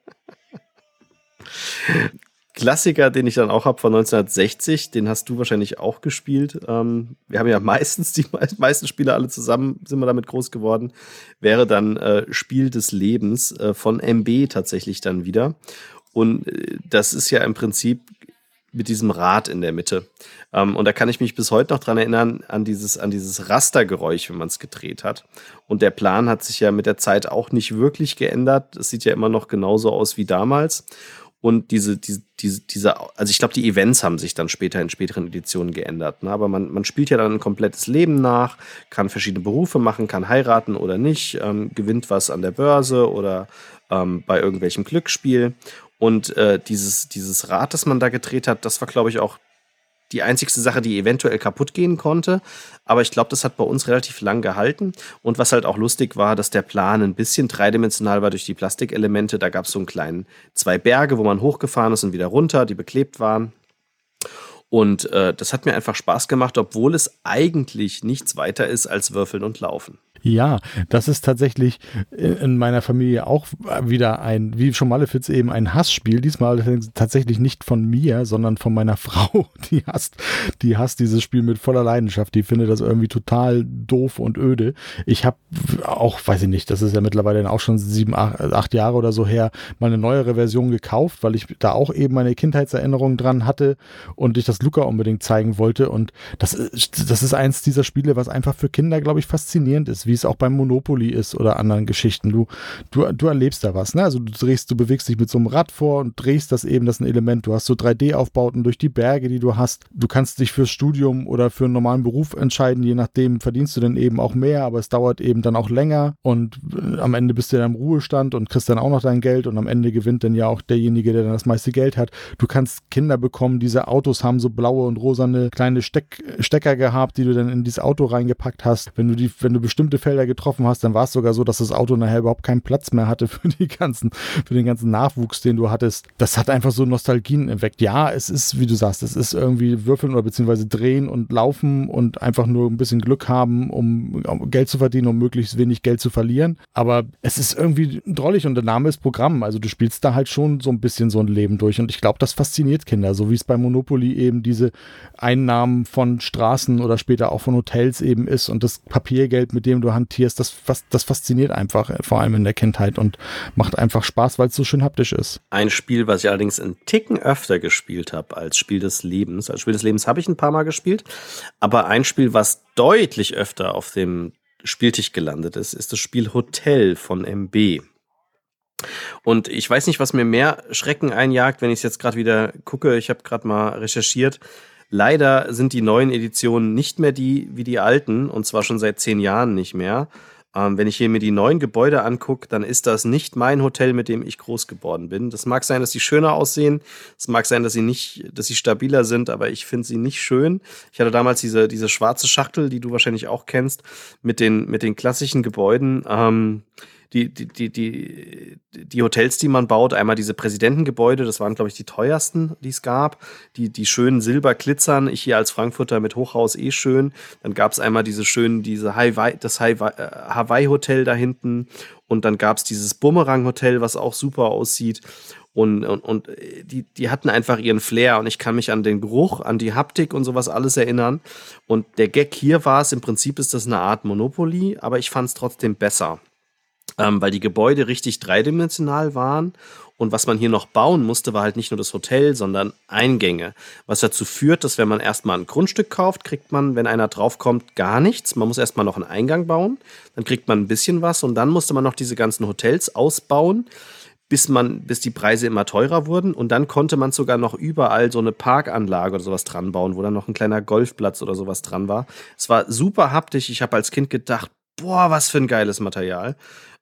Klassiker, den ich dann auch habe von 1960, den hast du wahrscheinlich auch gespielt. Wir haben ja meistens, die meisten Spiele alle zusammen, sind wir damit groß geworden, wäre dann Spiel des Lebens von MB tatsächlich dann wieder. Und das ist ja im Prinzip mit diesem Rad in der Mitte. Und da kann ich mich bis heute noch dran erinnern, an dieses Rastergeräusch, wenn man es gedreht hat. Und der Plan hat sich ja mit der Zeit auch nicht wirklich geändert. Es sieht ja immer noch genauso aus wie damals. Und also ich glaube, die Events haben sich dann später in späteren Editionen geändert. Ne? Aber man spielt ja dann ein komplettes Leben nach, kann verschiedene Berufe machen, kann heiraten oder nicht, gewinnt was an der Börse oder bei irgendwelchem Glücksspiel. Und dieses Rad, das man da gedreht hat, das war, glaube ich, auch die einzigste Sache, die eventuell kaputt gehen konnte. Aber ich glaube, das hat bei uns relativ lang gehalten. Und was halt auch lustig war, dass der Plan ein bisschen dreidimensional war durch die Plastikelemente. Da gab es so einen kleinen 2 Berge, wo man hochgefahren ist und wieder runter, die beklebt waren. Und das hat mir einfach Spaß gemacht, obwohl es eigentlich nichts weiter ist als Würfeln und Laufen. Ja, das ist tatsächlich in meiner Familie auch wieder wie schon Malefiz eben, ein Hassspiel. Diesmal tatsächlich nicht von mir, sondern von meiner Frau. Die hasst dieses Spiel mit voller Leidenschaft. Die findet das irgendwie total doof und öde. Ich habe auch, weiß ich nicht, das ist ja mittlerweile auch schon 7, 8 Jahre oder so her, mal eine neuere Version gekauft, weil ich da auch eben meine Kindheitserinnerungen dran hatte und ich das Luca unbedingt zeigen wollte. Und das ist eins dieser Spiele, was einfach für Kinder, glaube ich, faszinierend ist, wie es auch beim Monopoly ist oder anderen Geschichten. Du erlebst da was, ne? Also du bewegst dich mit so einem Rad vor und drehst das eben, das ist ein Element. Du hast so 3D-Aufbauten durch die Berge, die du hast. Du kannst dich fürs Studium oder für einen normalen Beruf entscheiden, je nachdem verdienst du dann eben auch mehr, aber es dauert eben dann auch länger und am Ende bist du dann im Ruhestand und kriegst dann auch noch dein Geld und am Ende gewinnt dann ja auch derjenige, der dann das meiste Geld hat. Du kannst Kinder bekommen, diese Autos haben so blaue und rosane kleine Stecker gehabt, die du dann in dieses Auto reingepackt hast. Wenn du bestimmte Felder getroffen hast, dann war es sogar so, dass das Auto nachher überhaupt keinen Platz mehr hatte für den ganzen Nachwuchs, den du hattest. Das hat einfach so Nostalgien erweckt. Ja, es ist, wie du sagst, es ist irgendwie würfeln oder beziehungsweise drehen und laufen und einfach nur ein bisschen Glück haben, um Geld zu verdienen, um möglichst wenig Geld zu verlieren. Aber es ist irgendwie drollig und der Name ist Programm. Also du spielst da halt schon so ein bisschen so ein Leben durch und ich glaube, das fasziniert Kinder, so wie es bei Monopoly eben diese Einnahmen von Straßen oder später auch von Hotels eben ist und das Papiergeld, mit dem du hantierst, das fasziniert einfach, vor allem in der Kindheit und macht einfach Spaß, weil es so schön haptisch ist. Ein Spiel, was ich allerdings einen Ticken öfter gespielt habe als Spiel des Lebens. Als Spiel des Lebens habe ich ein paar Mal gespielt, aber ein Spiel, was deutlich öfter auf dem Spieltisch gelandet ist, ist das Spiel Hotel von MB. Und ich weiß nicht, was mir mehr Schrecken einjagt, wenn ich es jetzt gerade wieder gucke. Ich habe gerade mal recherchiert. Leider sind die neuen Editionen nicht mehr die wie die alten, und zwar schon seit 10 Jahren nicht mehr. Wenn ich hier mir die neuen Gebäude angucke, dann ist das nicht mein Hotel, mit dem ich groß geworden bin. Das mag sein, dass sie schöner aussehen. Es mag sein, dass sie stabiler sind, aber ich finde sie nicht schön. Ich hatte damals diese schwarze Schachtel, die du wahrscheinlich auch kennst, mit den klassischen Gebäuden. Die Hotels, die man baut, einmal diese Präsidentengebäude, das waren, glaube ich, die teuersten, die es gab. Die schönen Silberglitzern, ich hier als Frankfurter mit Hochhaus schön. Dann gab es einmal das Hawaii-Hotel da hinten und dann gab es dieses Bumerang-Hotel, was auch super aussieht. Und die hatten einfach ihren Flair und ich kann mich an den Geruch, an die Haptik und sowas alles erinnern. Und der Gag hier war es, im Prinzip ist das eine Art Monopoly, aber ich fand es trotzdem besser. Weil die Gebäude richtig dreidimensional waren und was man hier noch bauen musste, war halt nicht nur das Hotel, sondern Eingänge, was dazu führt, dass wenn man erstmal ein Grundstück kauft, kriegt man, wenn einer draufkommt, gar nichts. Man muss erstmal noch einen Eingang bauen, dann kriegt man ein bisschen was und dann musste man noch diese ganzen Hotels ausbauen, bis die Preise immer teurer wurden und dann konnte man sogar noch überall so eine Parkanlage oder sowas dran bauen, wo dann noch ein kleiner Golfplatz oder sowas dran war. Es war super haptisch, ich habe als Kind gedacht, boah, was für ein geiles Material.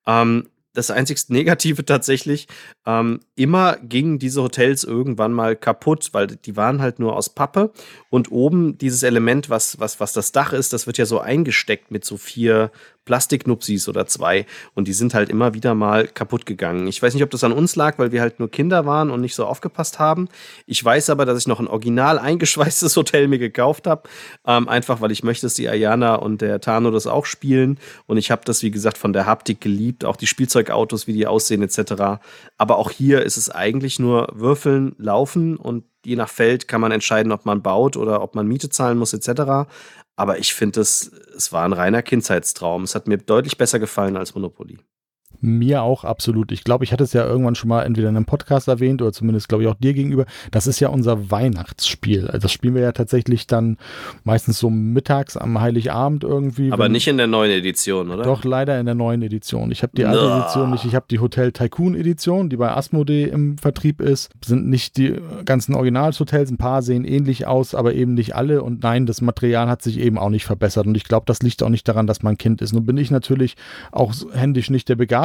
Das einzigste Negative tatsächlich, immer gingen diese Hotels irgendwann mal kaputt, weil die waren halt nur aus Pappe und oben dieses Element, was das Dach ist, das wird ja so eingesteckt mit so 4 Plastiknupsis oder 2 und die sind halt immer wieder mal kaputt gegangen. Ich weiß nicht, ob das an uns lag, weil wir halt nur Kinder waren und nicht so aufgepasst haben. Ich weiß aber, dass ich noch ein original eingeschweißtes Hotel mir gekauft habe, einfach weil ich möchte, dass die Ayana und der Tano das auch spielen und ich habe das, wie gesagt, von der Haptik geliebt, auch die Spielzeugautos, wie die aussehen etc. Aber auch hier ist es eigentlich nur würfeln, laufen und je nach Feld kann man entscheiden, ob man baut oder ob man Miete zahlen muss etc. Aber ich finde, es war ein reiner Kindheitstraum. Es hat mir deutlich besser gefallen als Monopoly. Mir auch, absolut. Ich glaube, ich hatte es ja irgendwann schon mal entweder in einem Podcast erwähnt oder zumindest, glaube ich, auch dir gegenüber. Das ist ja unser Weihnachtsspiel. Also das spielen wir ja tatsächlich dann meistens so mittags am Heiligabend irgendwie. Aber nicht in der neuen Edition, oder? Doch, leider in der neuen Edition. Ich habe die alte Edition nicht. Ich habe die Hotel Tycoon Edition, die bei Asmodee im Vertrieb ist. Sind nicht die ganzen Originalhotels. Ein paar sehen ähnlich aus, aber eben nicht alle. Und nein, das Material hat sich eben auch nicht verbessert. Und ich glaube, das liegt auch nicht daran, dass man Kind ist. Nun bin ich natürlich auch händisch nicht der Begabte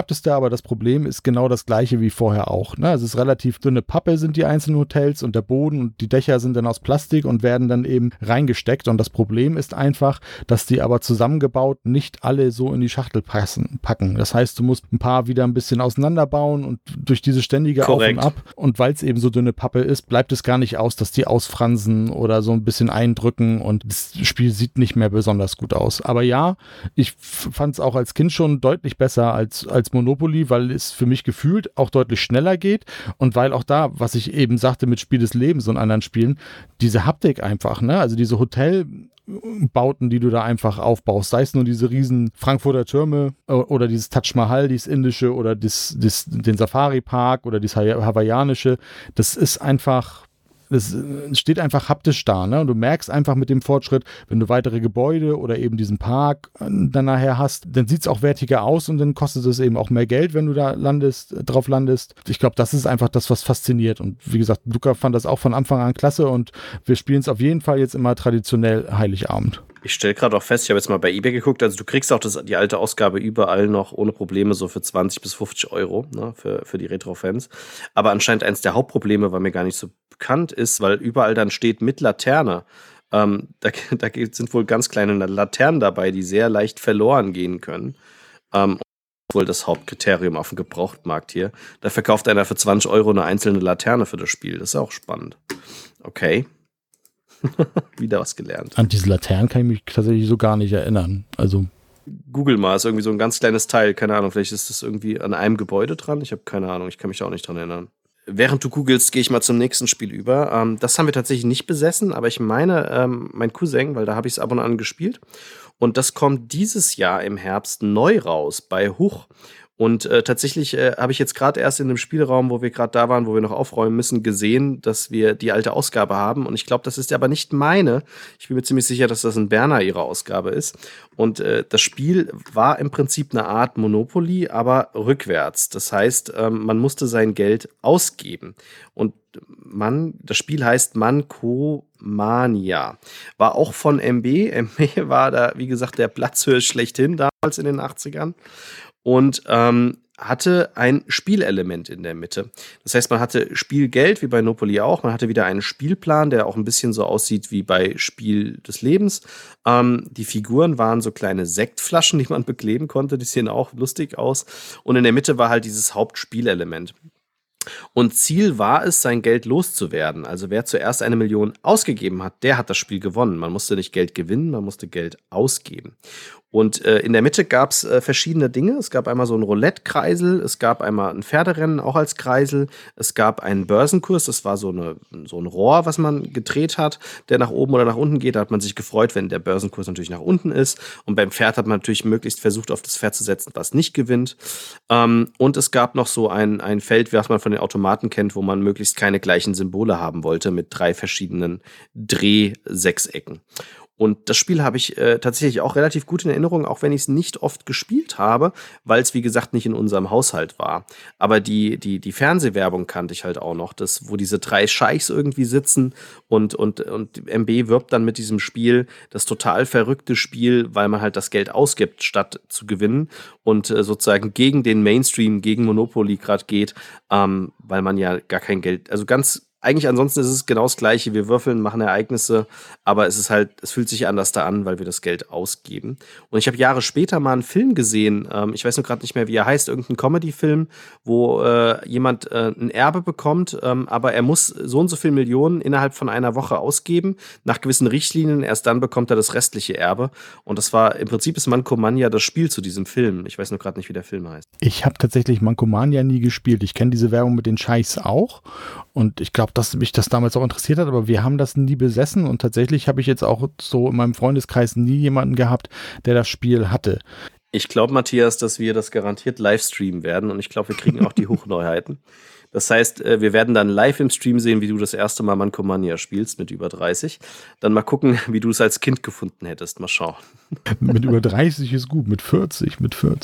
abgeflappteste, aber das Problem ist genau das gleiche wie vorher auch. Ne? Es ist relativ dünne Pappe sind die einzelnen Hotels und der Boden und die Dächer sind dann aus Plastik und werden dann eben reingesteckt. Und das Problem ist einfach, dass die aber zusammengebaut nicht alle so in die Schachtel packen. Das heißt, du musst ein paar wieder ein bisschen auseinanderbauen und durch diese ständige Auf und Ab. Und weil es eben so dünne Pappe ist, bleibt es gar nicht aus, dass die ausfransen oder so ein bisschen eindrücken und das Spiel sieht nicht mehr besonders gut aus. Aber ja, ich fand es auch als Kind schon deutlich besser als Monopoly, weil es für mich gefühlt auch deutlich schneller geht und weil auch da, was ich eben sagte mit Spiel des Lebens und anderen Spielen, diese Haptik einfach, ne? Also diese Hotelbauten, die du da einfach aufbaust, sei es nur diese riesen Frankfurter Türme oder dieses Taj Mahal, dieses indische oder den Safari Park oder dieses hawaiianische, das ist einfach, das steht einfach haptisch da, ne? Und du merkst einfach mit dem Fortschritt, wenn du weitere Gebäude oder eben diesen Park dann nachher hast, dann sieht es auch wertiger aus und dann kostet es eben auch mehr Geld, wenn du da drauf landest. Ich glaube, das ist einfach das, was fasziniert. Und wie gesagt, Luca fand das auch von Anfang an klasse und wir spielen es auf jeden Fall jetzt immer traditionell Heiligabend. Ich stelle gerade auch fest, ich habe jetzt mal bei eBay geguckt, also du kriegst auch die alte Ausgabe überall noch ohne Probleme so für 20 bis 50 Euro, ne, für die Retro-Fans. Aber anscheinend eins der Hauptprobleme, war mir gar nicht so bekannt ist, weil überall dann steht mit Laterne. Da sind wohl ganz kleine Laternen dabei, die sehr leicht verloren gehen können. Wohl das Hauptkriterium auf dem Gebrauchtmarkt hier. Da verkauft einer für 20 Euro eine einzelne Laterne für das Spiel. Das ist auch spannend. Okay. Wieder was gelernt. An diese Laternen kann ich mich tatsächlich so gar nicht erinnern. Also Google mal, ist irgendwie so ein ganz kleines Teil. Keine Ahnung, vielleicht ist das irgendwie an einem Gebäude dran. Ich habe keine Ahnung, ich kann mich da auch nicht dran erinnern. Während du googelst, gehe ich mal zum nächsten Spiel über. Das haben wir tatsächlich nicht besessen, aber ich meine, mein Cousin, weil da habe ich es ab und an gespielt. Und das kommt dieses Jahr im Herbst neu raus bei Huch. Und tatsächlich habe ich jetzt gerade erst in dem Spielraum, wo wir gerade da waren, wo wir noch aufräumen müssen, gesehen, dass wir die alte Ausgabe haben. Und ich glaube, das ist aber nicht meine. Ich bin mir ziemlich sicher, dass das ein Berner ihre Ausgabe ist. Und das Spiel war im Prinzip eine Art Monopoly, aber rückwärts. Das heißt, man musste sein Geld ausgeben. Und das Spiel heißt Mancomania. War auch von MB. MB war da, wie gesagt, der Platzhirsch schlechthin damals in den 80ern. Und hatte ein Spielelement in der Mitte. Das heißt, man hatte Spielgeld, wie bei Monopoly auch. Man hatte wieder einen Spielplan, der auch ein bisschen so aussieht wie bei Spiel des Lebens. Die Figuren waren so kleine Sektflaschen, die man bekleben konnte. Die sehen auch lustig aus. Und in der Mitte war halt dieses Hauptspielelement. Und Ziel war es, sein Geld loszuwerden. Also wer zuerst 1 Million ausgegeben hat, der hat das Spiel gewonnen. Man musste nicht Geld gewinnen, man musste Geld ausgeben. Und in der Mitte gab es verschiedene Dinge. Es gab einmal so einen Roulette-Kreisel, es gab einmal ein Pferderennen, auch als Kreisel. Es gab einen Börsenkurs, das war so ein Rohr, was man gedreht hat, der nach oben oder nach unten geht. Da hat man sich gefreut, wenn der Börsenkurs natürlich nach unten ist. Und beim Pferd hat man natürlich möglichst versucht, auf das Pferd zu setzen, was nicht gewinnt. Und es gab noch so ein Feld, was man von den Automaten kennt, wo man möglichst keine gleichen Symbole haben wollte, mit 3 verschiedenen Drehsechsecken. Und das Spiel habe ich tatsächlich auch relativ gut in Erinnerung, auch wenn ich es nicht oft gespielt habe, weil es, wie gesagt, nicht in unserem Haushalt war. Aber die Fernsehwerbung kannte ich halt auch noch, wo diese 3 Scheichs irgendwie sitzen und MB wirbt dann mit diesem Spiel, das total verrückte Spiel, weil man halt das Geld ausgibt, statt zu gewinnen und sozusagen gegen den Mainstream, gegen Monopoly gerade geht, weil man ja gar kein Geld, also eigentlich ansonsten ist es genau das Gleiche. Wir würfeln, machen Ereignisse, aber es fühlt sich anders da an, weil wir das Geld ausgeben. Und ich habe Jahre später mal einen Film gesehen, ich weiß nur gerade nicht mehr, wie er heißt, irgendein Comedy-Film, wo jemand ein Erbe bekommt, aber er muss so und so viel Millionen innerhalb von einer Woche ausgeben, nach gewissen Richtlinien, erst dann bekommt er das restliche Erbe. Und das war, im Prinzip ist Mancomania das Spiel zu diesem Film. Ich weiß nur gerade nicht, wie der Film heißt. Ich habe tatsächlich Mancomania nie gespielt. Ich kenne diese Werbung mit den Scheichs auch und ich glaube, dass mich das damals auch interessiert hat, aber wir haben das nie besessen und tatsächlich habe ich jetzt auch so in meinem Freundeskreis nie jemanden gehabt, der das Spiel hatte. Ich glaube, Matthias, dass wir das garantiert live streamen werden und ich glaube, wir kriegen auch die Hochneuheiten. Das heißt, wir werden dann live im Stream sehen, wie du das erste Mal Mancomania spielst mit über 30. Dann mal gucken, wie du es als Kind gefunden hättest. Mal schauen. Mit über 30 ist gut, mit 40.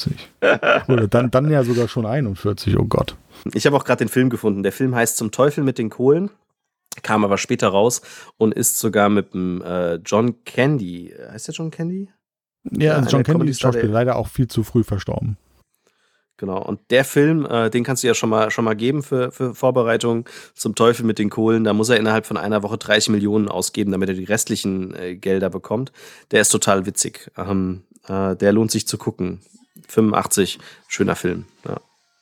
Oder dann ja sogar schon 41, oh Gott. Ich habe auch gerade den Film gefunden. Der Film heißt Zum Teufel mit den Kohlen, kam aber später raus und ist sogar mit dem John Candy. Heißt der John Candy? Ja, also John Candy ist Schauspieler, leider auch viel zu früh verstorben. Genau. Und der Film, den kannst du ja schon mal geben für Vorbereitungen zum Teufel mit den Kohlen. Da muss er innerhalb von einer Woche 30 Millionen ausgeben, damit er die restlichen Gelder bekommt. Der ist total witzig. Der lohnt sich zu gucken. 85, schöner Film. Ja.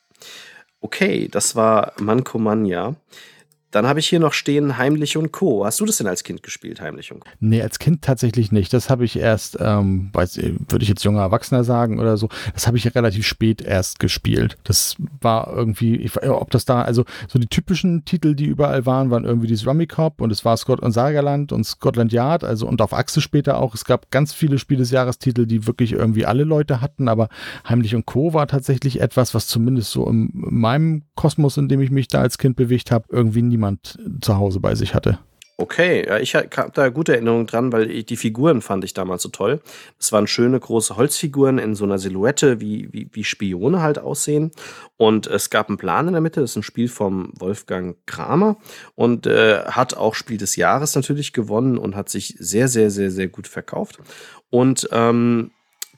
Okay, das war Manco Mania. Dann habe ich hier noch stehen Heimlich und Co. Hast du das denn als Kind gespielt, Heimlich und Co.? Nee, als Kind tatsächlich nicht. Das habe ich erst, würde ich jetzt junger Erwachsener sagen oder so, das habe ich relativ spät erst gespielt. Das war irgendwie, ob das da, also so die typischen Titel, die überall waren irgendwie dieses Rummikub und es war Scott und Sagerland und Scotland Yard, also und auf Achse später auch. Es gab ganz viele Spiel des Jahrestitel, die wirklich irgendwie alle Leute hatten, aber Heimlich und Co. war tatsächlich etwas, was zumindest so in meinem Kosmos, in dem ich mich da als Kind bewegt habe, irgendwie niemand zu Hause bei sich hatte. Okay, ja, ich habe da gute Erinnerungen dran, weil die Figuren fand ich damals so toll. Es waren schöne große Holzfiguren in so einer Silhouette, wie Spione halt aussehen. Und es gab einen Plan in der Mitte, das ist ein Spiel vom Wolfgang Kramer und hat auch Spiel des Jahres natürlich gewonnen und hat sich sehr, sehr, sehr, sehr gut verkauft. Und kam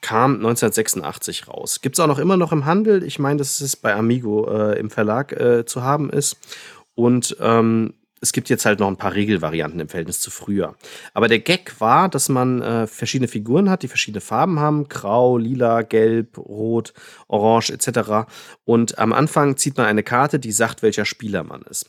1986 raus. Gibt es auch immer noch im Handel. Ich meine, dass es bei Amigo im Verlag zu haben ist. Und es gibt jetzt halt noch ein paar Regelvarianten im Verhältnis zu früher. Aber der Gag war, dass man verschiedene Figuren hat, die verschiedene Farben haben. Grau, lila, gelb, rot, orange etc. Und am Anfang zieht man eine Karte, die sagt, welcher Spieler man ist.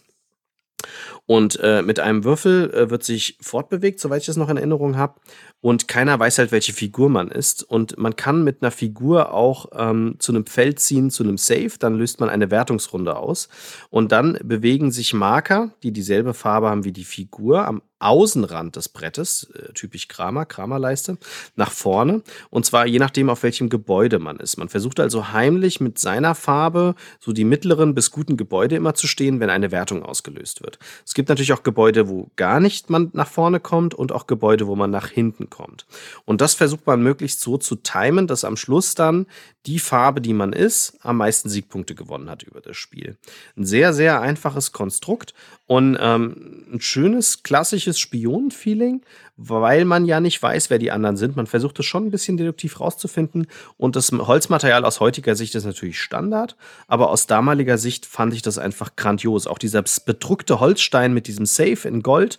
Und mit einem Würfel wird sich fortbewegt, soweit ich das noch in Erinnerung habe. Und keiner weiß halt, welche Figur man ist. Und man kann mit einer Figur auch zu einem Feld ziehen, zu einem Safe. Dann löst man eine Wertungsrunde aus. Und dann bewegen sich Marker, die dieselbe Farbe haben wie die Figur, am Außenrand des Brettes, typisch Kramerleiste, nach vorne. Und zwar je nachdem, auf welchem Gebäude man ist. Man versucht also heimlich mit seiner Farbe so die mittleren bis guten Gebäude immer zu stehen, wenn eine Wertung ausgelöst wird. Es gibt natürlich auch Gebäude, wo gar nicht man nach vorne kommt und auch Gebäude, wo man nach hinten kommt. Und das versucht man möglichst so zu timen, dass am Schluss dann die Farbe, die man ist, am meisten Siegpunkte gewonnen hat über das Spiel. Ein sehr, sehr einfaches Konstrukt und ein schönes, klassisches Spionenfeeling, weil man ja nicht weiß, wer die anderen sind. Man versucht es schon ein bisschen deduktiv rauszufinden und das Holzmaterial aus heutiger Sicht ist natürlich Standard, aber aus damaliger Sicht fand ich das einfach grandios. Auch dieser bedruckte Holzstein mit diesem Safe in Gold,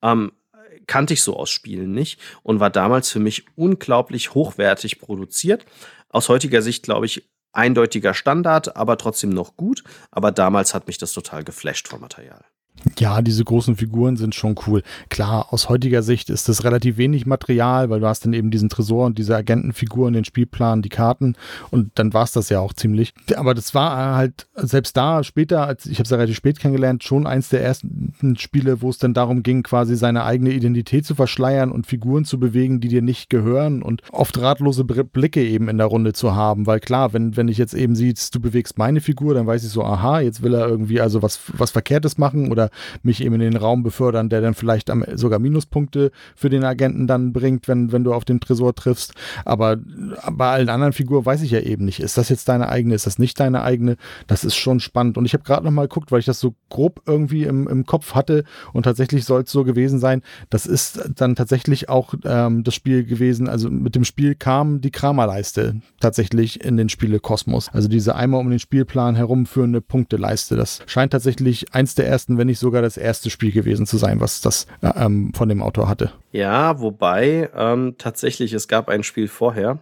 kannte ich so aus Spielen nicht und war damals für mich unglaublich hochwertig produziert. Aus heutiger Sicht, glaube ich, eindeutiger Standard, aber trotzdem noch gut. Aber damals hat mich das total geflasht vom Material. Ja, diese großen Figuren sind schon cool. Klar, aus heutiger Sicht ist das relativ wenig Material, weil du hast dann eben diesen Tresor und diese Agentenfiguren, den Spielplan, die Karten und dann war es das ja auch ziemlich. Aber das war halt selbst da später, ich habe es ja relativ spät kennengelernt, schon eins der ersten Spiele, wo es dann darum ging, quasi seine eigene Identität zu verschleiern und Figuren zu bewegen, die dir nicht gehören und oft ratlose Blicke eben in der Runde zu haben, weil klar, wenn ich jetzt eben siehst, du bewegst meine Figur, dann weiß ich so, aha, jetzt will er irgendwie also was Verkehrtes machen oder mich eben in den Raum befördern, der dann vielleicht sogar Minuspunkte für den Agenten dann bringt, wenn du auf den Tresor triffst. Aber bei allen anderen Figuren weiß ich ja eben nicht, ist das jetzt deine eigene, ist das nicht deine eigene? Das ist schon spannend. Und ich habe gerade noch mal geguckt, weil ich das so grob irgendwie im Kopf hatte und tatsächlich soll es so gewesen sein. Das ist dann tatsächlich auch das Spiel gewesen, also mit dem Spiel kam die Kramerleiste tatsächlich in den Spielekosmos. Also diese einmal um den Spielplan herumführende Punkteleiste. Das scheint tatsächlich eins der ersten, wenn nicht sogar das erste Spiel gewesen zu sein, was das von dem Autor hatte. Ja, wobei tatsächlich, es gab ein Spiel vorher.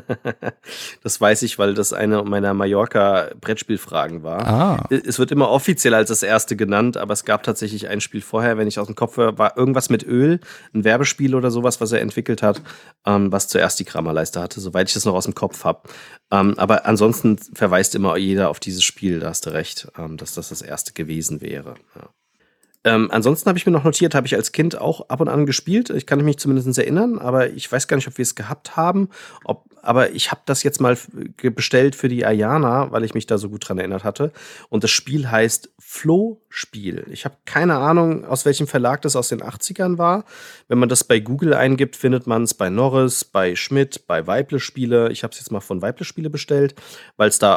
Das weiß ich, weil das eine meiner Mallorca-Brettspielfragen war. Ah. Es wird immer offiziell als das erste genannt, aber es gab tatsächlich ein Spiel vorher, wenn ich aus dem Kopf höre, war irgendwas mit Öl, ein Werbespiel oder sowas, was er entwickelt hat, was zuerst die Kramerleiste hatte, soweit ich das noch aus dem Kopf habe. Aber ansonsten verweist immer jeder auf dieses Spiel, da hast du recht, dass das erste gewesen wäre. Ja. Ansonsten habe ich mir noch notiert, habe ich als Kind auch ab und an gespielt. Ich kann mich zumindest erinnern, aber ich weiß gar nicht, ob wir es gehabt haben. Aber ich habe das jetzt mal bestellt für die Ayana, weil ich mich da so gut dran erinnert hatte. Und das Spiel heißt Flo-Spiel. Ich habe keine Ahnung, aus welchem Verlag das aus den 80ern war. Wenn man das bei Google eingibt, findet man es bei Norris, bei Schmidt, bei Weible Spiele. Ich habe es jetzt mal von Weible Spiele bestellt, weil es da aus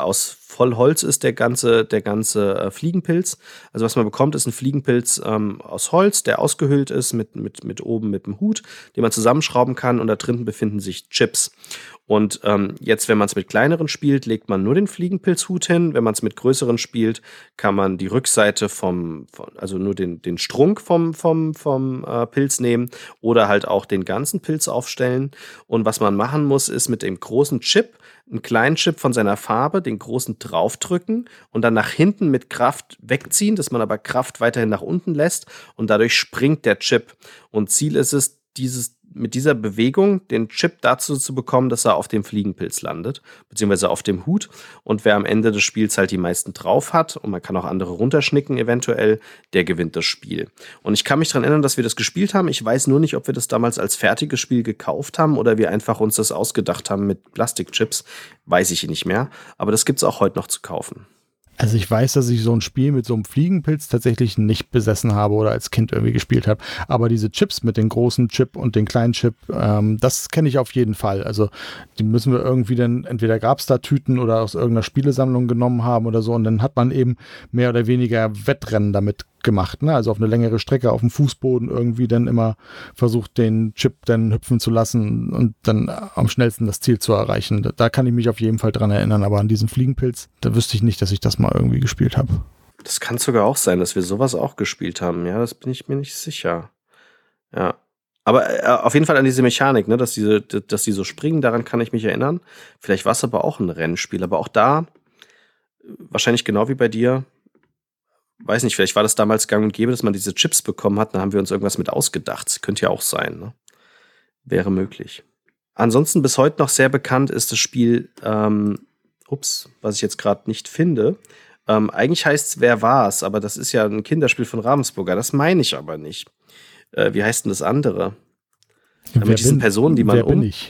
voll Holz ist der ganze Fliegenpilz. Also was man bekommt, ist ein Fliegenpilz aus Holz, der ausgehöhlt ist mit oben mit dem Hut, den man zusammenschrauben kann, und da drin befinden sich Chips. Und jetzt, wenn man es mit kleineren spielt, legt man nur den Fliegenpilzhut hin. Wenn man es mit größeren spielt, kann man die Rückseite also nur den Strunk vom Pilz nehmen oder halt auch den ganzen Pilz aufstellen. Und was man machen muss, ist mit dem großen Chip, einen kleinen Chip von seiner Farbe, den großen draufdrücken und dann nach hinten mit Kraft wegziehen, dass man aber Kraft weiterhin nach unten lässt, und dadurch springt der Chip. Und Ziel ist es, mit dieser Bewegung den Chip dazu zu bekommen, dass er auf dem Fliegenpilz landet, beziehungsweise auf dem Hut. Und wer am Ende des Spiels halt die meisten drauf hat, und man kann auch andere runterschnicken eventuell, der gewinnt das Spiel. Und ich kann mich daran erinnern, dass wir das gespielt haben. Ich weiß nur nicht, ob wir das damals als fertiges Spiel gekauft haben oder wir einfach uns das ausgedacht haben mit Plastikchips. Weiß ich nicht mehr. Aber das gibt es auch heute noch zu kaufen. Also ich weiß, dass ich so ein Spiel mit so einem Fliegenpilz tatsächlich nicht besessen habe oder als Kind irgendwie gespielt habe. Aber diese Chips mit den großen Chip und den kleinen Chip, das kenne ich auf jeden Fall. Also die müssen wir irgendwie dann, entweder gab es da Tüten oder aus irgendeiner Spielesammlung genommen haben oder so. Und dann hat man eben mehr oder weniger Wettrennen damit gemacht, ne? Also auf eine längere Strecke auf dem Fußboden irgendwie dann immer versucht, den Chip dann hüpfen zu lassen und dann am schnellsten das Ziel zu erreichen. Da kann ich mich auf jeden Fall dran erinnern, aber an diesen Fliegenpilz, da wüsste ich nicht, dass ich das mal irgendwie gespielt habe. Das kann sogar auch sein, dass wir sowas auch gespielt haben. Ja, das bin ich mir nicht sicher. Ja. Aber auf jeden Fall an diese Mechanik, ne, dass die so springen, daran kann ich mich erinnern. Vielleicht war es aber auch ein Rennspiel, aber auch da, wahrscheinlich genau wie bei dir, weiß nicht, vielleicht war das damals gang und gäbe, dass man diese Chips bekommen hat, dann haben wir uns irgendwas mit ausgedacht. Könnte ja auch sein, ne? Wäre möglich. Ansonsten bis heute noch sehr bekannt ist das Spiel, was ich jetzt gerade nicht finde. Eigentlich heißt es Wer war's, aber das ist ja ein Kinderspiel von Ravensburger. Das meine ich aber nicht. Wie heißt denn das andere? Mit diesen Personen, die man Wer bin ich?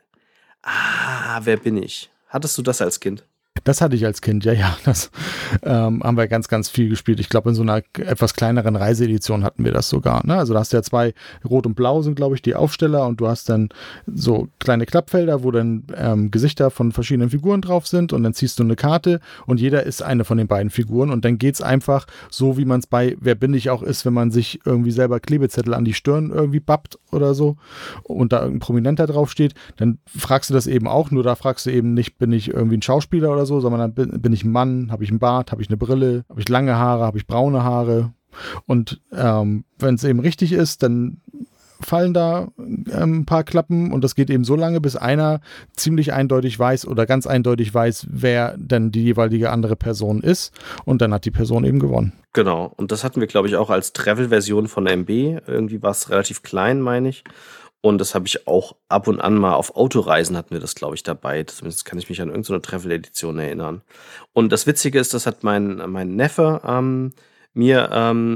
Wer bin ich? Hattest du das als Kind? Das hatte ich als Kind, ja. Das haben wir ganz, ganz viel gespielt. Ich glaube, in so einer etwas kleineren Reiseedition hatten wir das sogar. Ne? Also da hast du ja 2, Rot und Blau sind, glaube ich, die Aufsteller, und du hast dann so kleine Klappfelder, wo dann Gesichter von verschiedenen Figuren drauf sind, und dann ziehst du eine Karte und jeder ist eine von den beiden Figuren, und dann geht's einfach so, wie man es bei Wer bin ich auch ist, wenn man sich irgendwie selber Klebezettel an die Stirn irgendwie bappt oder so und da irgendein Prominenter draufsteht, dann fragst du das eben auch, nur da fragst du eben nicht, bin ich irgendwie ein Schauspieler oder so, sondern dann bin ich ein Mann, habe ich einen Bart, habe ich eine Brille, habe ich lange Haare, habe ich braune Haare, und wenn es eben richtig ist, dann fallen da ein paar Klappen, und das geht eben so lange, bis einer ziemlich eindeutig weiß oder ganz eindeutig weiß, wer denn die jeweilige andere Person ist, und dann hat die Person eben gewonnen. Genau, und das hatten wir, glaube ich, auch als Travel-Version von MB. Irgendwie war es relativ klein, meine ich. Und das habe ich auch ab und an mal auf Autoreisen hatten wir das, glaube ich, dabei. Zumindest kann ich mich an irgendeine Travel-Edition erinnern. Und das Witzige ist, das hat mein Neffe mir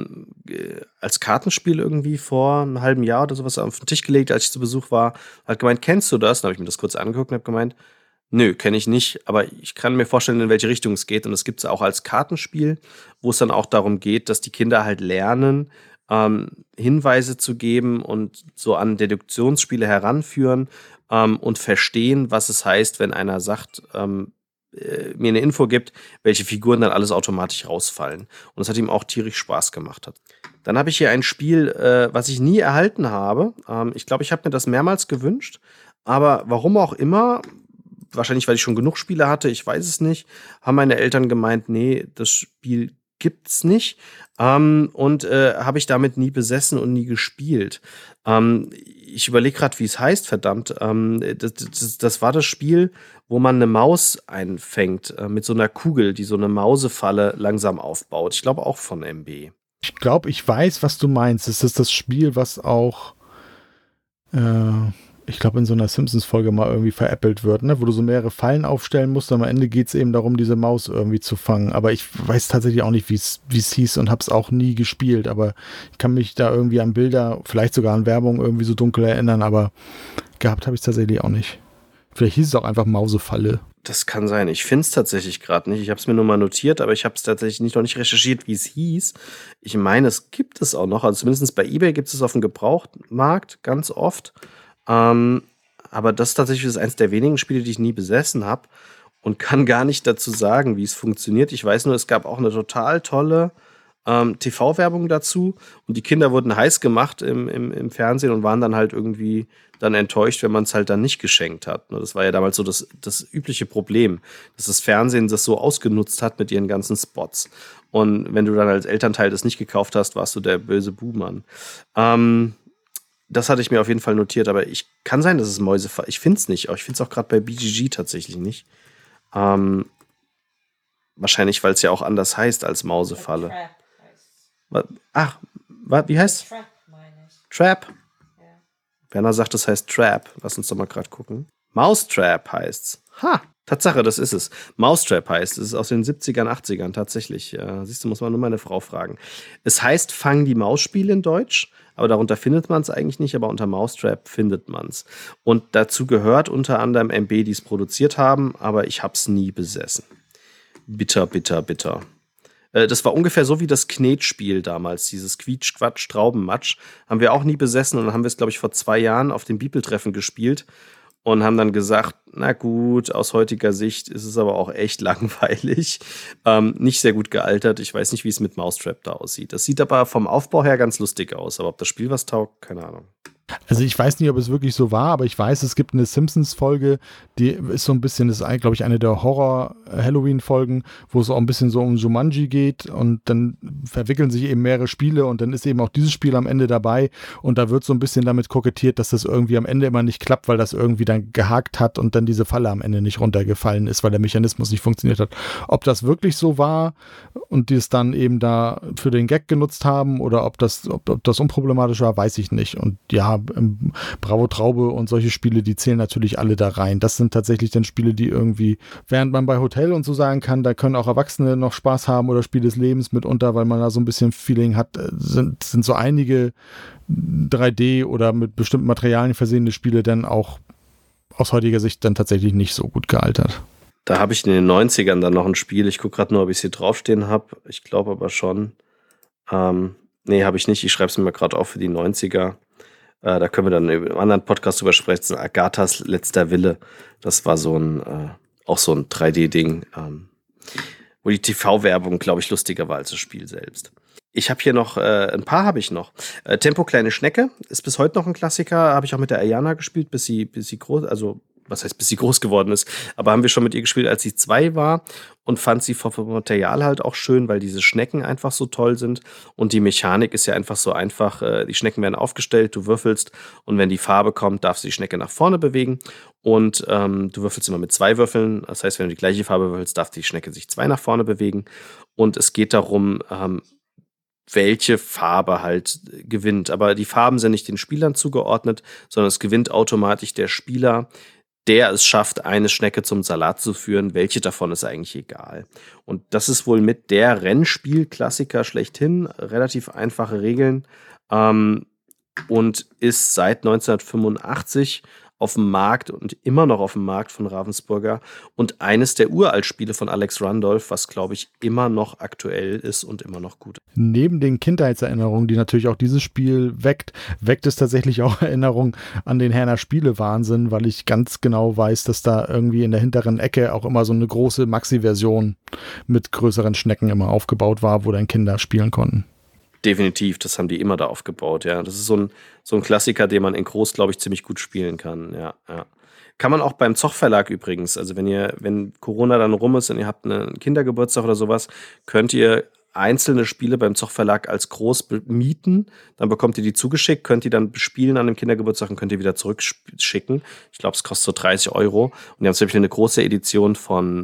als Kartenspiel irgendwie vor einem halben Jahr oder sowas auf den Tisch gelegt, als ich zu Besuch war. Hat gemeint, kennst du das? Dann habe ich mir das kurz angeguckt und habe gemeint, nö, kenne ich nicht, aber ich kann mir vorstellen, in welche Richtung es geht. Und es gibt es auch als Kartenspiel, wo es dann auch darum geht, dass die Kinder halt lernen, Hinweise zu geben und so an Deduktionsspiele heranführen und verstehen, was es heißt, wenn einer sagt, mir eine Info gibt, welche Figuren dann alles automatisch rausfallen. Und das hat ihm auch tierisch Spaß gemacht. Dann habe ich hier ein Spiel, was ich nie erhalten habe. Ich glaube, ich habe mir das mehrmals gewünscht, aber warum auch immer, wahrscheinlich, weil ich schon genug Spiele hatte, ich weiß es nicht, haben meine Eltern gemeint, nee, das Spiel gibt's nicht. Habe ich damit nie besessen und nie gespielt. Ich überlege gerade, wie es heißt, verdammt. Das war das Spiel, wo man eine Maus einfängt, mit so einer Kugel, die so eine Mausefalle langsam aufbaut. Ich glaube auch von MB. Ich glaube, ich weiß, was du meinst. Es ist das Spiel, was auch ich glaube, in so einer Simpsons-Folge mal irgendwie veräppelt wird, ne? Wo du so mehrere Fallen aufstellen musst. Am Ende geht es eben darum, diese Maus irgendwie zu fangen. Aber ich weiß tatsächlich auch nicht, wie es hieß, und habe es auch nie gespielt. Aber ich kann mich da irgendwie an Bilder, vielleicht sogar an Werbung irgendwie so dunkel erinnern. Aber gehabt habe ich es tatsächlich auch nicht. Vielleicht hieß es auch einfach Mausefalle. Das kann sein. Ich finde es tatsächlich gerade nicht. Ich habe es mir nur mal notiert, aber ich habe es tatsächlich noch nicht recherchiert, wie es hieß. Ich meine, es gibt es auch noch. Also zumindest bei eBay gibt es auf dem Gebrauchtmarkt ganz oft. Aber das tatsächlich ist eines der wenigen Spiele, die ich nie besessen habe. und kann gar nicht dazu sagen, wie es funktioniert. Ich weiß nur, es gab auch eine total tolle TV-Werbung dazu und die Kinder wurden heiß gemacht im Fernsehen und waren dann halt irgendwie dann enttäuscht, wenn man es halt dann nicht geschenkt hat. Das war ja damals so das übliche Problem, dass das Fernsehen das so ausgenutzt hat mit ihren ganzen Spots. Und wenn du dann als Elternteil das nicht gekauft hast, warst du der böse Buhmann. Das hatte ich mir auf jeden Fall notiert, aber kann sein, dass es Mäusefalle. Ich finde es nicht. Ich finde es auch gerade bei BGG tatsächlich nicht. Wahrscheinlich, weil es ja auch anders heißt als Mausefalle. Wie heißt Trap, meine ich. Trap? Ja. Werner sagt, es heißt Trap. Lass uns doch mal gerade gucken. Mousetrap heißt's. Ha, Tatsache, das ist es. Mousetrap heißt es. Ist aus den 70ern, 80ern tatsächlich. Siehst du, muss man nur meine Frau fragen. Es heißt Fang die Maus-Spiel in Deutsch, aber darunter findet man es eigentlich nicht, aber unter Mousetrap findet man es. Und dazu gehört unter anderem MB, die es produziert haben, aber ich habe es nie besessen. Bitter, bitter, bitter. Das war ungefähr so wie das Knetspiel damals, dieses Quietsch-Quatsch-Traubenmatsch. Haben wir auch nie besessen und dann haben wir es, glaube ich, vor 2 Jahren auf dem Bibeltreffen gespielt und haben dann gesagt, na gut, aus heutiger Sicht ist es aber auch echt langweilig. Nicht sehr gut gealtert. Ich weiß nicht, wie es mit Mousetrap da aussieht. Das sieht aber vom Aufbau her ganz lustig aus. Aber ob das Spiel was taugt, keine Ahnung. Also ich weiß nicht, ob es wirklich so war, aber ich weiß, es gibt eine Simpsons-Folge, die ist so ein bisschen, das ist, glaube ich, eine der Horror-Halloween-Folgen, wo es auch ein bisschen so um Jumanji geht und dann verwickeln sich eben mehrere Spiele und dann ist eben auch dieses Spiel am Ende dabei und da wird so ein bisschen damit kokettiert, dass das irgendwie am Ende immer nicht klappt, weil das irgendwie dann gehakt hat und dann diese Falle am Ende nicht runtergefallen ist, weil der Mechanismus nicht funktioniert hat. Ob das wirklich so war und die es dann eben da für den Gag genutzt haben oder ob das unproblematisch war, weiß ich nicht. Und ja, Bravo Traube und solche Spiele, die zählen natürlich alle da rein. Das sind tatsächlich dann Spiele, die irgendwie, während man bei Hotel und so sagen kann, da können auch Erwachsene noch Spaß haben oder Spiel des Lebens mitunter, weil man da so ein bisschen Feeling hat, sind so einige 3D oder mit bestimmten Materialien versehene Spiele dann auch aus heutiger Sicht dann tatsächlich nicht so gut gealtert. Da habe ich in den 90ern dann noch ein Spiel. Ich gucke gerade nur, ob ich es hier draufstehen habe. Ich glaube aber schon. Nee, habe ich nicht. Ich schreibe es mir mal gerade auf für die 90er. Da können wir dann in einem anderen Podcast drüber sprechen. Agathas letzter Wille. Das war auch so ein 3D-Ding, wo die TV-Werbung, glaube ich, lustiger war als das Spiel selbst. Ich habe hier noch, ein paar habe ich noch. Tempo Kleine Schnecke ist bis heute noch ein Klassiker. Habe ich auch mit der Ayana gespielt, bis sie groß, also was heißt, bis sie groß geworden ist. Aber haben wir schon mit ihr gespielt, als sie 2 war und fand sie vom Material halt auch schön, weil diese Schnecken einfach so toll sind. Und die Mechanik ist ja einfach so einfach. Die Schnecken werden aufgestellt, du würfelst und wenn die Farbe kommt, darfst du die Schnecke nach vorne bewegen. Und du würfelst immer mit 2 Würfeln. Das heißt, wenn du die gleiche Farbe würfelst, darf die Schnecke sich 2 nach vorne bewegen. Und es geht darum, welche Farbe halt gewinnt. Aber die Farben sind nicht den Spielern zugeordnet, sondern es gewinnt automatisch der Spieler, der es schafft, eine Schnecke zum Salat zu führen. Welche davon ist eigentlich egal. Und das ist wohl mit der Rennspiel-Klassiker schlechthin. Relativ einfache Regeln. Und ist seit 1985 auf dem Markt und immer noch auf dem Markt von Ravensburger und eines der Uraltspiele von Alex Randolph, was, glaube ich, immer noch aktuell ist und immer noch gut. Neben den Kindheitserinnerungen, die natürlich auch dieses Spiel weckt es tatsächlich auch Erinnerungen an den Herner Spiele-Wahnsinn, weil ich ganz genau weiß, dass da irgendwie in der hinteren Ecke auch immer so eine große Maxi-Version mit größeren Schnecken immer aufgebaut war, wo dann Kinder spielen konnten. Definitiv, das haben die immer da aufgebaut, ja. Das ist so ein Klassiker, den man in groß, glaube ich, ziemlich gut spielen kann, ja. Kann man auch beim Zoch-Verlag übrigens, also wenn Corona dann rum ist und ihr habt einen Kindergeburtstag oder sowas, könnt ihr einzelne Spiele beim Zoch-Verlag als groß mieten, dann bekommt ihr die zugeschickt, könnt ihr dann spielen an dem Kindergeburtstag und könnt ihr wieder zurückschicken. Ich glaube, es kostet so 30 €. Und die haben zum Beispiel eine große Edition von,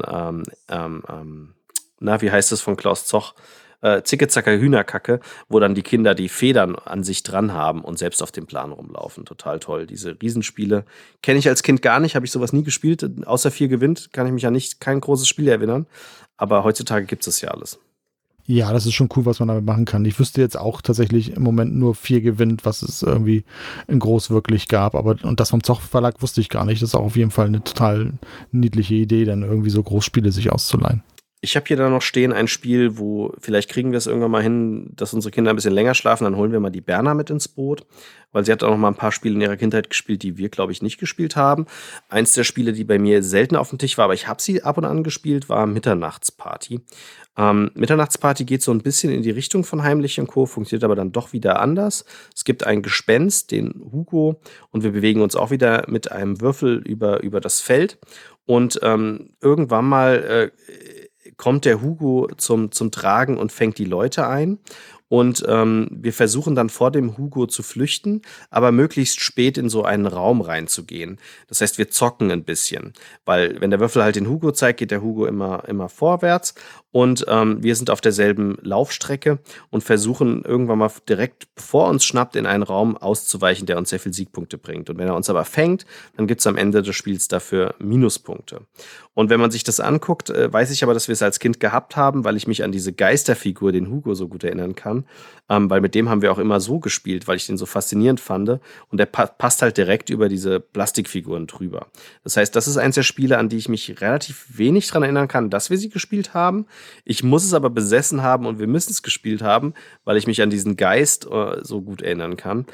wie heißt das von Klaus Zoch? Zicke-Zacke Hühnerkacke, wo dann die Kinder die Federn an sich dran haben und selbst auf dem Plan rumlaufen. Total toll. Diese Riesenspiele kenne ich als Kind gar nicht, habe ich sowas nie gespielt. Außer 4 gewinnt, kann ich mich an kein großes Spiel erinnern. Aber heutzutage gibt es ja alles. Ja, das ist schon cool, was man damit machen kann. Ich wüsste jetzt auch tatsächlich im Moment nur 4 gewinnt, was es irgendwie in groß wirklich gab. Und das vom Zoch Verlag wusste ich gar nicht. Das ist auch auf jeden Fall eine total niedliche Idee, dann irgendwie so Großspiele sich auszuleihen. Ich habe hier dann noch stehen ein Spiel, wo vielleicht kriegen wir es irgendwann mal hin, dass unsere Kinder ein bisschen länger schlafen, dann holen wir mal die Berna mit ins Boot, weil sie hat auch noch mal ein paar Spiele in ihrer Kindheit gespielt, die wir, glaube ich, nicht gespielt haben. Eins der Spiele, die bei mir selten auf dem Tisch war, aber ich habe sie ab und an gespielt, war Mitternachtsparty. Mitternachtsparty geht so ein bisschen in die Richtung von Heimlich & Co., funktioniert aber dann doch wieder anders. Es gibt ein Gespenst, den Hugo, und wir bewegen uns auch wieder mit einem Würfel über das Feld. Und irgendwann mal kommt der Hugo zum Tragen und fängt die Leute ein. Und wir versuchen dann vor dem Hugo zu flüchten, aber möglichst spät in so einen Raum reinzugehen. Das heißt, wir zocken ein bisschen, weil wenn der Würfel halt den Hugo zeigt, geht der Hugo immer vorwärts. Und wir sind auf derselben Laufstrecke und versuchen irgendwann mal direkt, bevor er uns schnappt, in einen Raum auszuweichen, der uns sehr viele Siegpunkte bringt. Und wenn er uns aber fängt, dann gibt es am Ende des Spiels dafür Minuspunkte. Und wenn man sich das anguckt, weiß ich aber, dass wir es als Kind gehabt haben, weil ich mich an diese Geisterfigur, den Hugo, so gut erinnern kann. Weil mit dem haben wir auch immer so gespielt, weil ich den so faszinierend fand. Und der passt halt direkt über diese Plastikfiguren drüber. Das heißt, das ist eins der Spiele, an die ich mich relativ wenig dran erinnern kann, dass wir sie gespielt haben. Ich muss es aber besessen haben und wir müssen es gespielt haben, weil ich mich an diesen Geist so gut erinnern kann.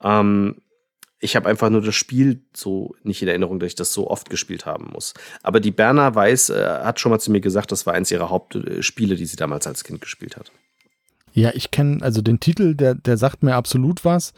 Ich habe einfach nur das Spiel so nicht in Erinnerung, dass ich das so oft gespielt haben muss. Aber die Berna Weiß hat schon mal zu mir gesagt, das war eins ihrer Hauptspiele, die sie damals als Kind gespielt hat. Ja, ich kenne also den Titel, der sagt mir absolut was.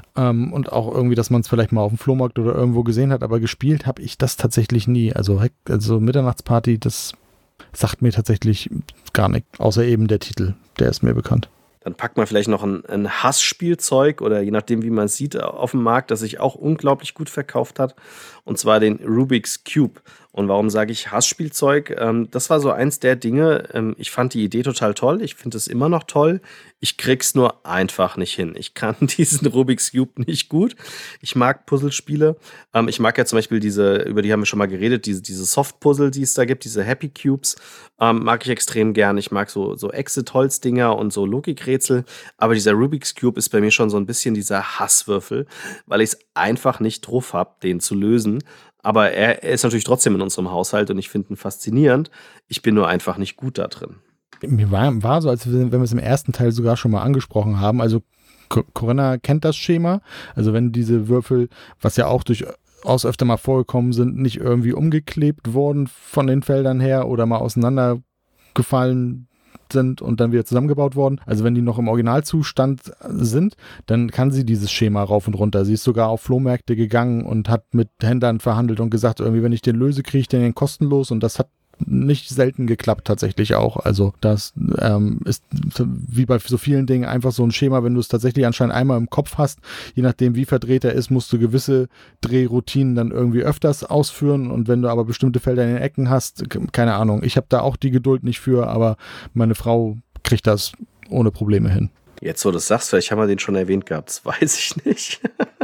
Und auch irgendwie, dass man es vielleicht mal auf dem Flohmarkt oder irgendwo gesehen hat, aber gespielt habe ich das tatsächlich nie. Also Mitternachtsparty, das sagt mir tatsächlich gar nicht, außer eben der Titel, der ist mir bekannt. Dann packt man vielleicht noch ein Hassspielzeug oder je nachdem, wie man es sieht, auf dem Markt, das sich auch unglaublich gut verkauft hat. Und zwar den Rubik's Cube. Und warum sage ich Hassspielzeug? Das war so eins der Dinge. Ich fand die Idee total toll. Ich finde es immer noch toll. Ich krieg's nur einfach nicht hin. Ich kann diesen Rubik's Cube nicht gut. Ich mag Puzzlespiele. Ich mag ja zum Beispiel über die haben wir schon mal geredet, diese Soft-Puzzle, die es da gibt, diese Happy Cubes, mag ich extrem gern. Ich mag so Exit-Holz-Dinger und so Logikrätsel. Aber dieser Rubik's Cube ist bei mir schon so ein bisschen dieser Hasswürfel, weil ich es einfach nicht drauf habe, den zu lösen. Aber er ist natürlich trotzdem in unserem Haushalt und ich finde ihn faszinierend. Ich bin nur einfach nicht gut da drin. Mir war so, als wenn wir es im ersten Teil sogar schon mal angesprochen haben. Also Corinna kennt das Schema. Also wenn diese Würfel, was ja auch durchaus öfter mal vorgekommen sind, nicht irgendwie umgeklebt wurden von den Feldern her oder mal auseinandergefallen sind und dann wieder zusammengebaut worden. Also wenn die noch im Originalzustand sind, dann kann sie dieses Schema rauf und runter. Sie ist sogar auf Flohmärkte gegangen und hat mit Händlern verhandelt und gesagt, irgendwie, wenn ich den löse, kriege ich den kostenlos, und das hat nicht selten geklappt tatsächlich auch. Also das ist wie bei so vielen Dingen einfach so ein Schema, wenn du es tatsächlich anscheinend einmal im Kopf hast, je nachdem wie verdreht er ist, musst du gewisse Drehroutinen dann irgendwie öfters ausführen, und wenn du aber bestimmte Felder in den Ecken hast, keine Ahnung, ich habe da auch die Geduld nicht für, aber meine Frau kriegt das ohne Probleme hin. Jetzt, wo du es sagst, vielleicht haben wir den schon erwähnt gehabt, das weiß ich nicht.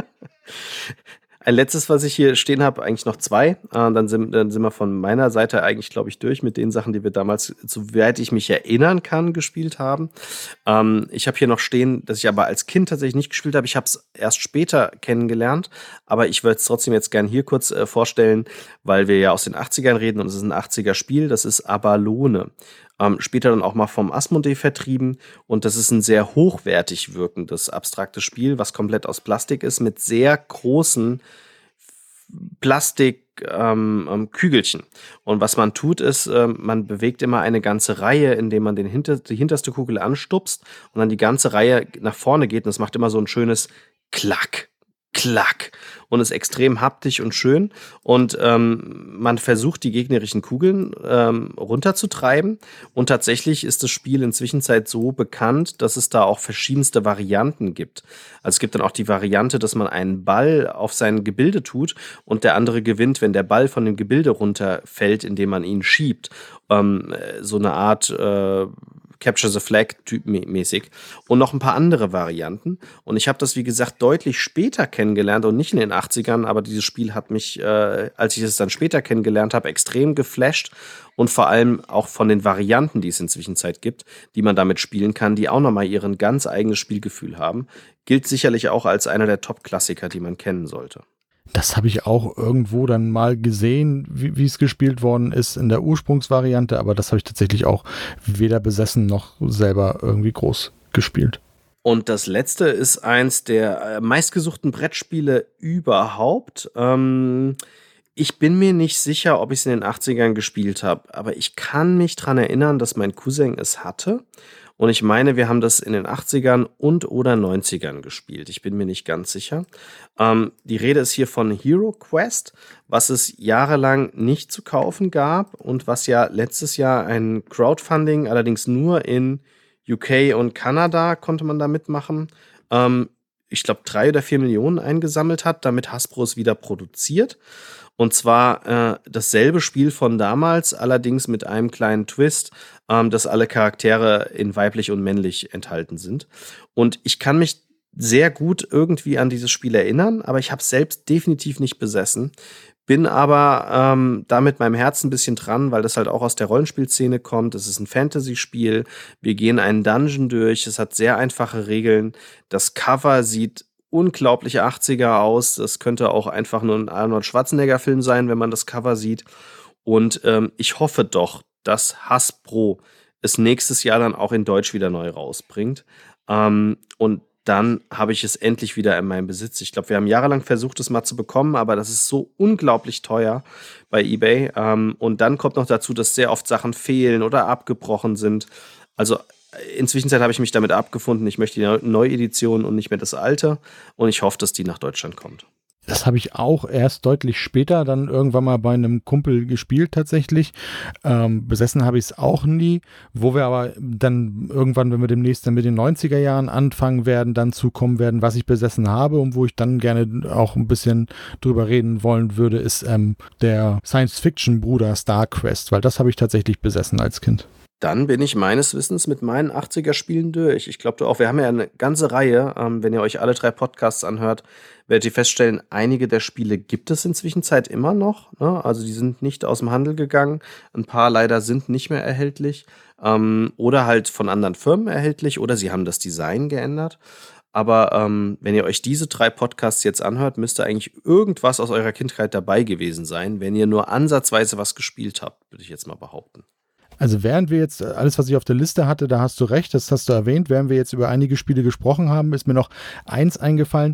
Ein letztes, was ich hier stehen habe, eigentlich noch zwei. Dann sind wir von meiner Seite eigentlich, glaube ich, durch mit den Sachen, die wir damals, soweit ich mich erinnern kann, gespielt haben. Ich habe hier noch stehen, dass ich aber als Kind tatsächlich nicht gespielt habe. Ich habe es erst später kennengelernt, aber ich würde es trotzdem jetzt gern hier kurz vorstellen, weil wir ja aus den 80ern reden und es ist ein 80er-Spiel. Das ist Abalone. Später dann auch mal vom Asmodee vertrieben, und das ist ein sehr hochwertig wirkendes, abstraktes Spiel, was komplett aus Plastik ist, mit sehr großen Plastikkügelchen. Und was man tut, ist, man bewegt immer eine ganze Reihe, indem man die hinterste Kugel anstupst und dann die ganze Reihe nach vorne geht, und das macht immer so ein schönes Klack. Klack. Und ist extrem haptisch und schön. Und man versucht, die gegnerischen Kugeln runterzutreiben. Und tatsächlich ist das Spiel inzwischen so bekannt, dass es da auch verschiedenste Varianten gibt. Also es gibt dann auch die Variante, dass man einen Ball auf sein Gebilde tut und der andere gewinnt, wenn der Ball von dem Gebilde runterfällt, indem man ihn schiebt. So eine Art Capture the Flag mäßig und noch ein paar andere Varianten. Und ich habe das, wie gesagt, deutlich später kennengelernt und nicht in den 80ern, aber dieses Spiel hat mich, als ich es dann später kennengelernt habe, extrem geflasht, und vor allem auch von den Varianten, die es inzwischen gibt, die man damit spielen kann, die auch nochmal ihren ganz eigenes Spielgefühl haben. Gilt sicherlich auch als einer der Top-Klassiker, die man kennen sollte. Das habe ich auch irgendwo dann mal gesehen, wie es gespielt worden ist in der Ursprungsvariante, aber das habe ich tatsächlich auch weder besessen noch selber irgendwie groß gespielt. Und das letzte ist eins der meistgesuchten Brettspiele überhaupt. Ich bin mir nicht sicher, ob ich es in den 80ern gespielt habe, aber ich kann mich daran erinnern, dass mein Cousin es hatte. Und ich meine, wir haben das in den 80ern und oder 90ern gespielt. Ich bin mir nicht ganz sicher. Die Rede ist hier von Hero Quest, was es jahrelang nicht zu kaufen gab und was ja letztes Jahr ein Crowdfunding, allerdings nur in UK und Kanada konnte man da mitmachen. Ich glaube, 3 oder 4 Millionen eingesammelt hat, damit Hasbro es wieder produziert. Und zwar dasselbe Spiel von damals, allerdings mit einem kleinen Twist, dass alle Charaktere in weiblich und männlich enthalten sind. Und ich kann mich sehr gut irgendwie an dieses Spiel erinnern, aber ich habe es selbst definitiv nicht besessen. Bin aber da mit meinem Herzen ein bisschen dran, weil das halt auch aus der Rollenspielszene kommt. Es ist ein Fantasy-Spiel. Wir gehen einen Dungeon durch. Es hat sehr einfache Regeln. Das Cover sieht unglaublich 80er aus. Das könnte auch einfach nur ein Arnold Schwarzenegger-Film sein, wenn man das Cover sieht. Und ich hoffe doch, dass Hasbro es nächstes Jahr dann auch in Deutsch wieder neu rausbringt. Und dann habe ich es endlich wieder in meinem Besitz. Ich glaube, wir haben jahrelang versucht, es mal zu bekommen, aber das ist so unglaublich teuer bei eBay. Und dann kommt noch dazu, dass sehr oft Sachen fehlen oder abgebrochen sind. Also inzwischen habe ich mich damit abgefunden. Ich möchte die Neuedition und nicht mehr das alte. Und ich hoffe, dass die nach Deutschland kommt. Das habe ich auch erst deutlich später dann irgendwann mal bei einem Kumpel gespielt tatsächlich. Besessen habe ich es auch nie, wo wir aber dann irgendwann, wenn wir demnächst dann mit den 90er Jahren anfangen werden, dann zukommen werden, was ich besessen habe und wo ich dann gerne auch ein bisschen drüber reden wollen würde, ist der Science-Fiction-Bruder Star Quest, weil das habe ich tatsächlich besessen als Kind. Dann bin ich meines Wissens mit meinen 80er-Spielen durch. Ich glaube, du auch. Wir haben ja eine ganze Reihe. Wenn ihr euch alle 3 Podcasts anhört, werdet ihr feststellen, einige der Spiele gibt es inzwischen immer noch. Ne? Also die sind nicht aus dem Handel gegangen. Ein paar leider sind nicht mehr erhältlich. Oder halt von anderen Firmen erhältlich. Oder sie haben das Design geändert. Aber wenn ihr euch diese 3 Podcasts jetzt anhört, müsste eigentlich irgendwas aus eurer Kindheit dabei gewesen sein, wenn ihr nur ansatzweise was gespielt habt, würde ich jetzt mal behaupten. Also während wir jetzt, alles was ich auf der Liste hatte, da hast du recht, das hast du erwähnt, während wir jetzt über einige Spiele gesprochen haben, ist mir noch eins eingefallen,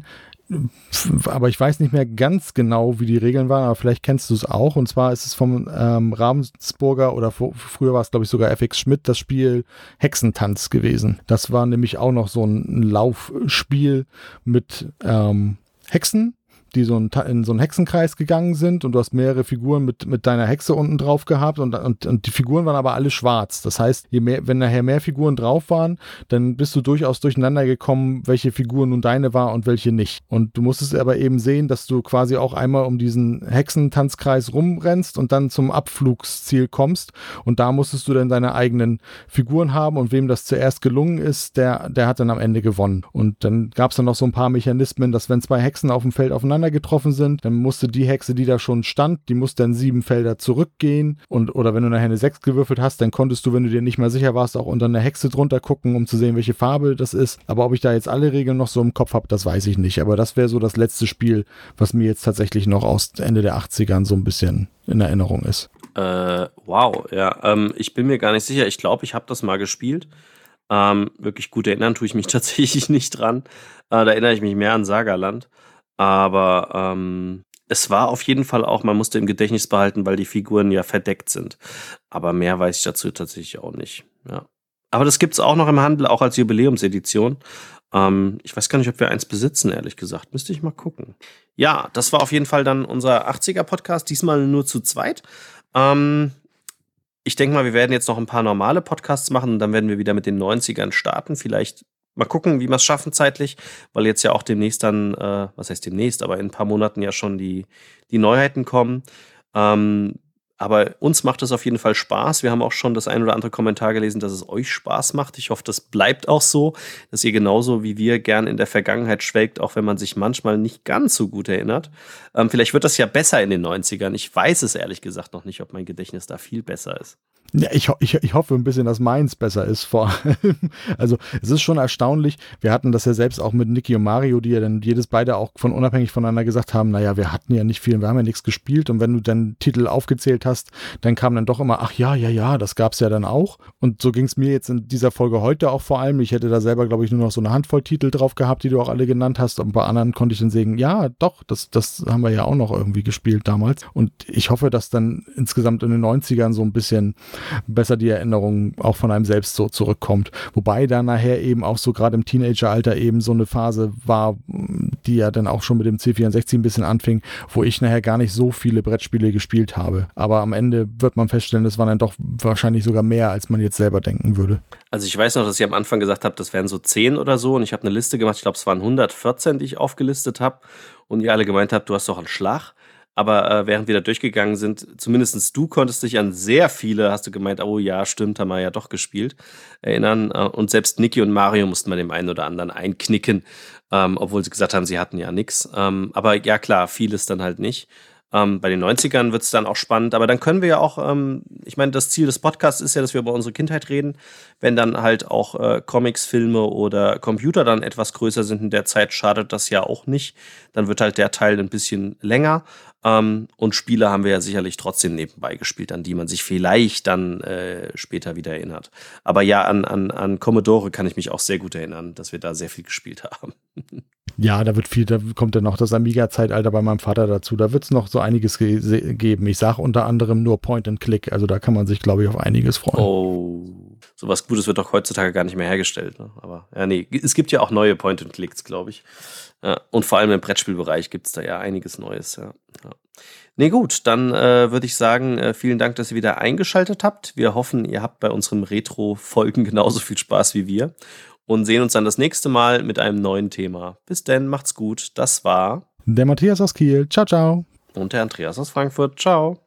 aber ich weiß nicht mehr ganz genau, wie die Regeln waren, aber vielleicht kennst du es auch, und zwar ist es vom Ravensburger oder früher war es glaube ich sogar FX Schmidt, das Spiel Hexentanz gewesen. Das war nämlich auch noch so ein Laufspiel mit Hexen, die in so einen Hexenkreis gegangen sind und du hast mehrere Figuren mit deiner Hexe unten drauf gehabt und die Figuren waren aber alle schwarz. Das heißt, wenn nachher mehr Figuren drauf waren, dann bist du durchaus durcheinander gekommen, welche Figur nun deine war und welche nicht. Und du musstest aber eben sehen, dass du quasi auch einmal um diesen Hexentanzkreis rumrennst und dann zum Abflugsziel kommst und da musstest du dann deine eigenen Figuren haben und wem das zuerst gelungen ist, der hat dann am Ende gewonnen. Und dann gab es dann noch so ein paar Mechanismen, dass wenn 2 Hexen auf dem Feld aufeinander getroffen sind, dann musste die Hexe, die da schon stand, die musste dann 7 Felder zurückgehen oder wenn du nachher eine 6 gewürfelt hast, dann konntest du, wenn du dir nicht mehr sicher warst, auch unter einer Hexe drunter gucken, um zu sehen, welche Farbe das ist. Aber ob ich da jetzt alle Regeln noch so im Kopf habe, das weiß ich nicht. Aber das wäre so das letzte Spiel, was mir jetzt tatsächlich noch aus Ende der 80ern so ein bisschen in Erinnerung ist. Wow, ja. Ich bin mir gar nicht sicher. Ich glaube, ich habe das mal gespielt. Wirklich gut erinnern tue ich mich tatsächlich nicht dran. Da erinnere ich mich mehr an Sagaland. Aber es war auf jeden Fall auch, man musste im Gedächtnis behalten, weil die Figuren ja verdeckt sind. Aber mehr weiß ich dazu tatsächlich auch nicht. Ja. Aber das gibt es auch noch im Handel, auch als Jubiläumsedition. Ich weiß gar nicht, ob wir eins besitzen, ehrlich gesagt. Müsste ich mal gucken. Ja, das war auf jeden Fall dann unser 80er-Podcast, diesmal nur zu zweit. Ich denke mal, wir werden jetzt noch ein paar normale Podcasts machen und dann werden wir wieder mit den 90ern starten. Vielleicht mal gucken, wie wir es schaffen zeitlich, weil jetzt ja auch demnächst dann, was heißt demnächst, aber in ein paar Monaten ja schon die Neuheiten kommen. Aber uns macht es auf jeden Fall Spaß. Wir haben auch schon das ein oder andere Kommentar gelesen, dass es euch Spaß macht. Ich hoffe, das bleibt auch so, dass ihr genauso wie wir gern in der Vergangenheit schwelgt, auch wenn man sich manchmal nicht ganz so gut erinnert. Vielleicht wird das ja besser in den 90ern. Ich weiß es ehrlich gesagt noch nicht, ob mein Gedächtnis da viel besser ist. Ja, ich hoffe ein bisschen, dass meins besser ist vor allem. Also es ist schon erstaunlich. Wir hatten das ja selbst auch mit Niki und Mario, die ja dann beide auch unabhängig voneinander gesagt haben, naja, wir hatten ja nicht viel, wir haben ja nichts gespielt. Und wenn du dann Titel aufgezählt hast, dann kam dann doch immer, ach ja, das gab's ja dann auch. Und so ging es mir jetzt in dieser Folge heute auch vor allem. Ich hätte da selber, glaube ich, nur noch so eine Handvoll Titel drauf gehabt, die du auch alle genannt hast. Und bei anderen konnte ich dann sagen, ja, doch, das haben wir ja auch noch irgendwie gespielt damals. Und ich hoffe, dass dann insgesamt in den 90ern so ein bisschen besser die Erinnerung auch von einem selbst so zurückkommt. Wobei da nachher eben auch so gerade im Teenageralter eben so eine Phase war, die ja dann auch schon mit dem C64 ein bisschen anfing, wo ich nachher gar nicht so viele Brettspiele gespielt habe. Aber am Ende wird man feststellen, das waren dann doch wahrscheinlich sogar mehr, als man jetzt selber denken würde. Also ich weiß noch, dass ich am Anfang gesagt habe, das wären so 10 oder so und ich habe eine Liste gemacht, ich glaube, es waren 114, die ich aufgelistet habe und ihr alle gemeint habt, du hast doch einen Schlag. Aber während wir da durchgegangen sind, zumindest du konntest dich an sehr viele, hast du gemeint, oh ja, stimmt, haben wir ja doch gespielt, erinnern. Und selbst Niki und Mario mussten bei dem einen oder anderen einknicken, obwohl sie gesagt haben, sie hatten ja nichts. Aber ja klar, vieles dann halt nicht. Bei den 90ern wird es dann auch spannend, aber dann können wir ja auch, ich meine, das Ziel des Podcasts ist ja, dass wir über unsere Kindheit reden. Wenn dann halt auch Comics, Filme oder Computer dann etwas größer sind in der Zeit, schadet das ja auch nicht. Dann wird halt der Teil ein bisschen länger. Und Spiele haben wir ja sicherlich trotzdem nebenbei gespielt, an die man sich vielleicht dann später wieder erinnert. Aber ja, an Commodore kann ich mich auch sehr gut erinnern, dass wir da sehr viel gespielt haben. Ja, da kommt dann noch das Amiga-Zeitalter bei meinem Vater dazu. Da wird es noch so einiges geben. Ich sage unter anderem nur Point and Click. Also da kann man sich, glaube ich, auf einiges freuen. Oh, sowas Gutes wird doch heutzutage gar nicht mehr hergestellt. Ne? Aber ja, nee, es gibt ja auch neue Point and Clicks, glaube ich. Ja, und vor allem im Brettspielbereich gibt es da ja einiges Neues. Ja. Nee, gut, dann würde ich sagen, vielen Dank, dass ihr wieder eingeschaltet habt. Wir hoffen, ihr habt bei unseren Retro-Folgen genauso viel Spaß wie wir. Und sehen uns dann das nächste Mal mit einem neuen Thema. Bis denn, macht's gut. Das war der Matthias aus Kiel. Ciao, ciao. Und der Andreas aus Frankfurt. Ciao.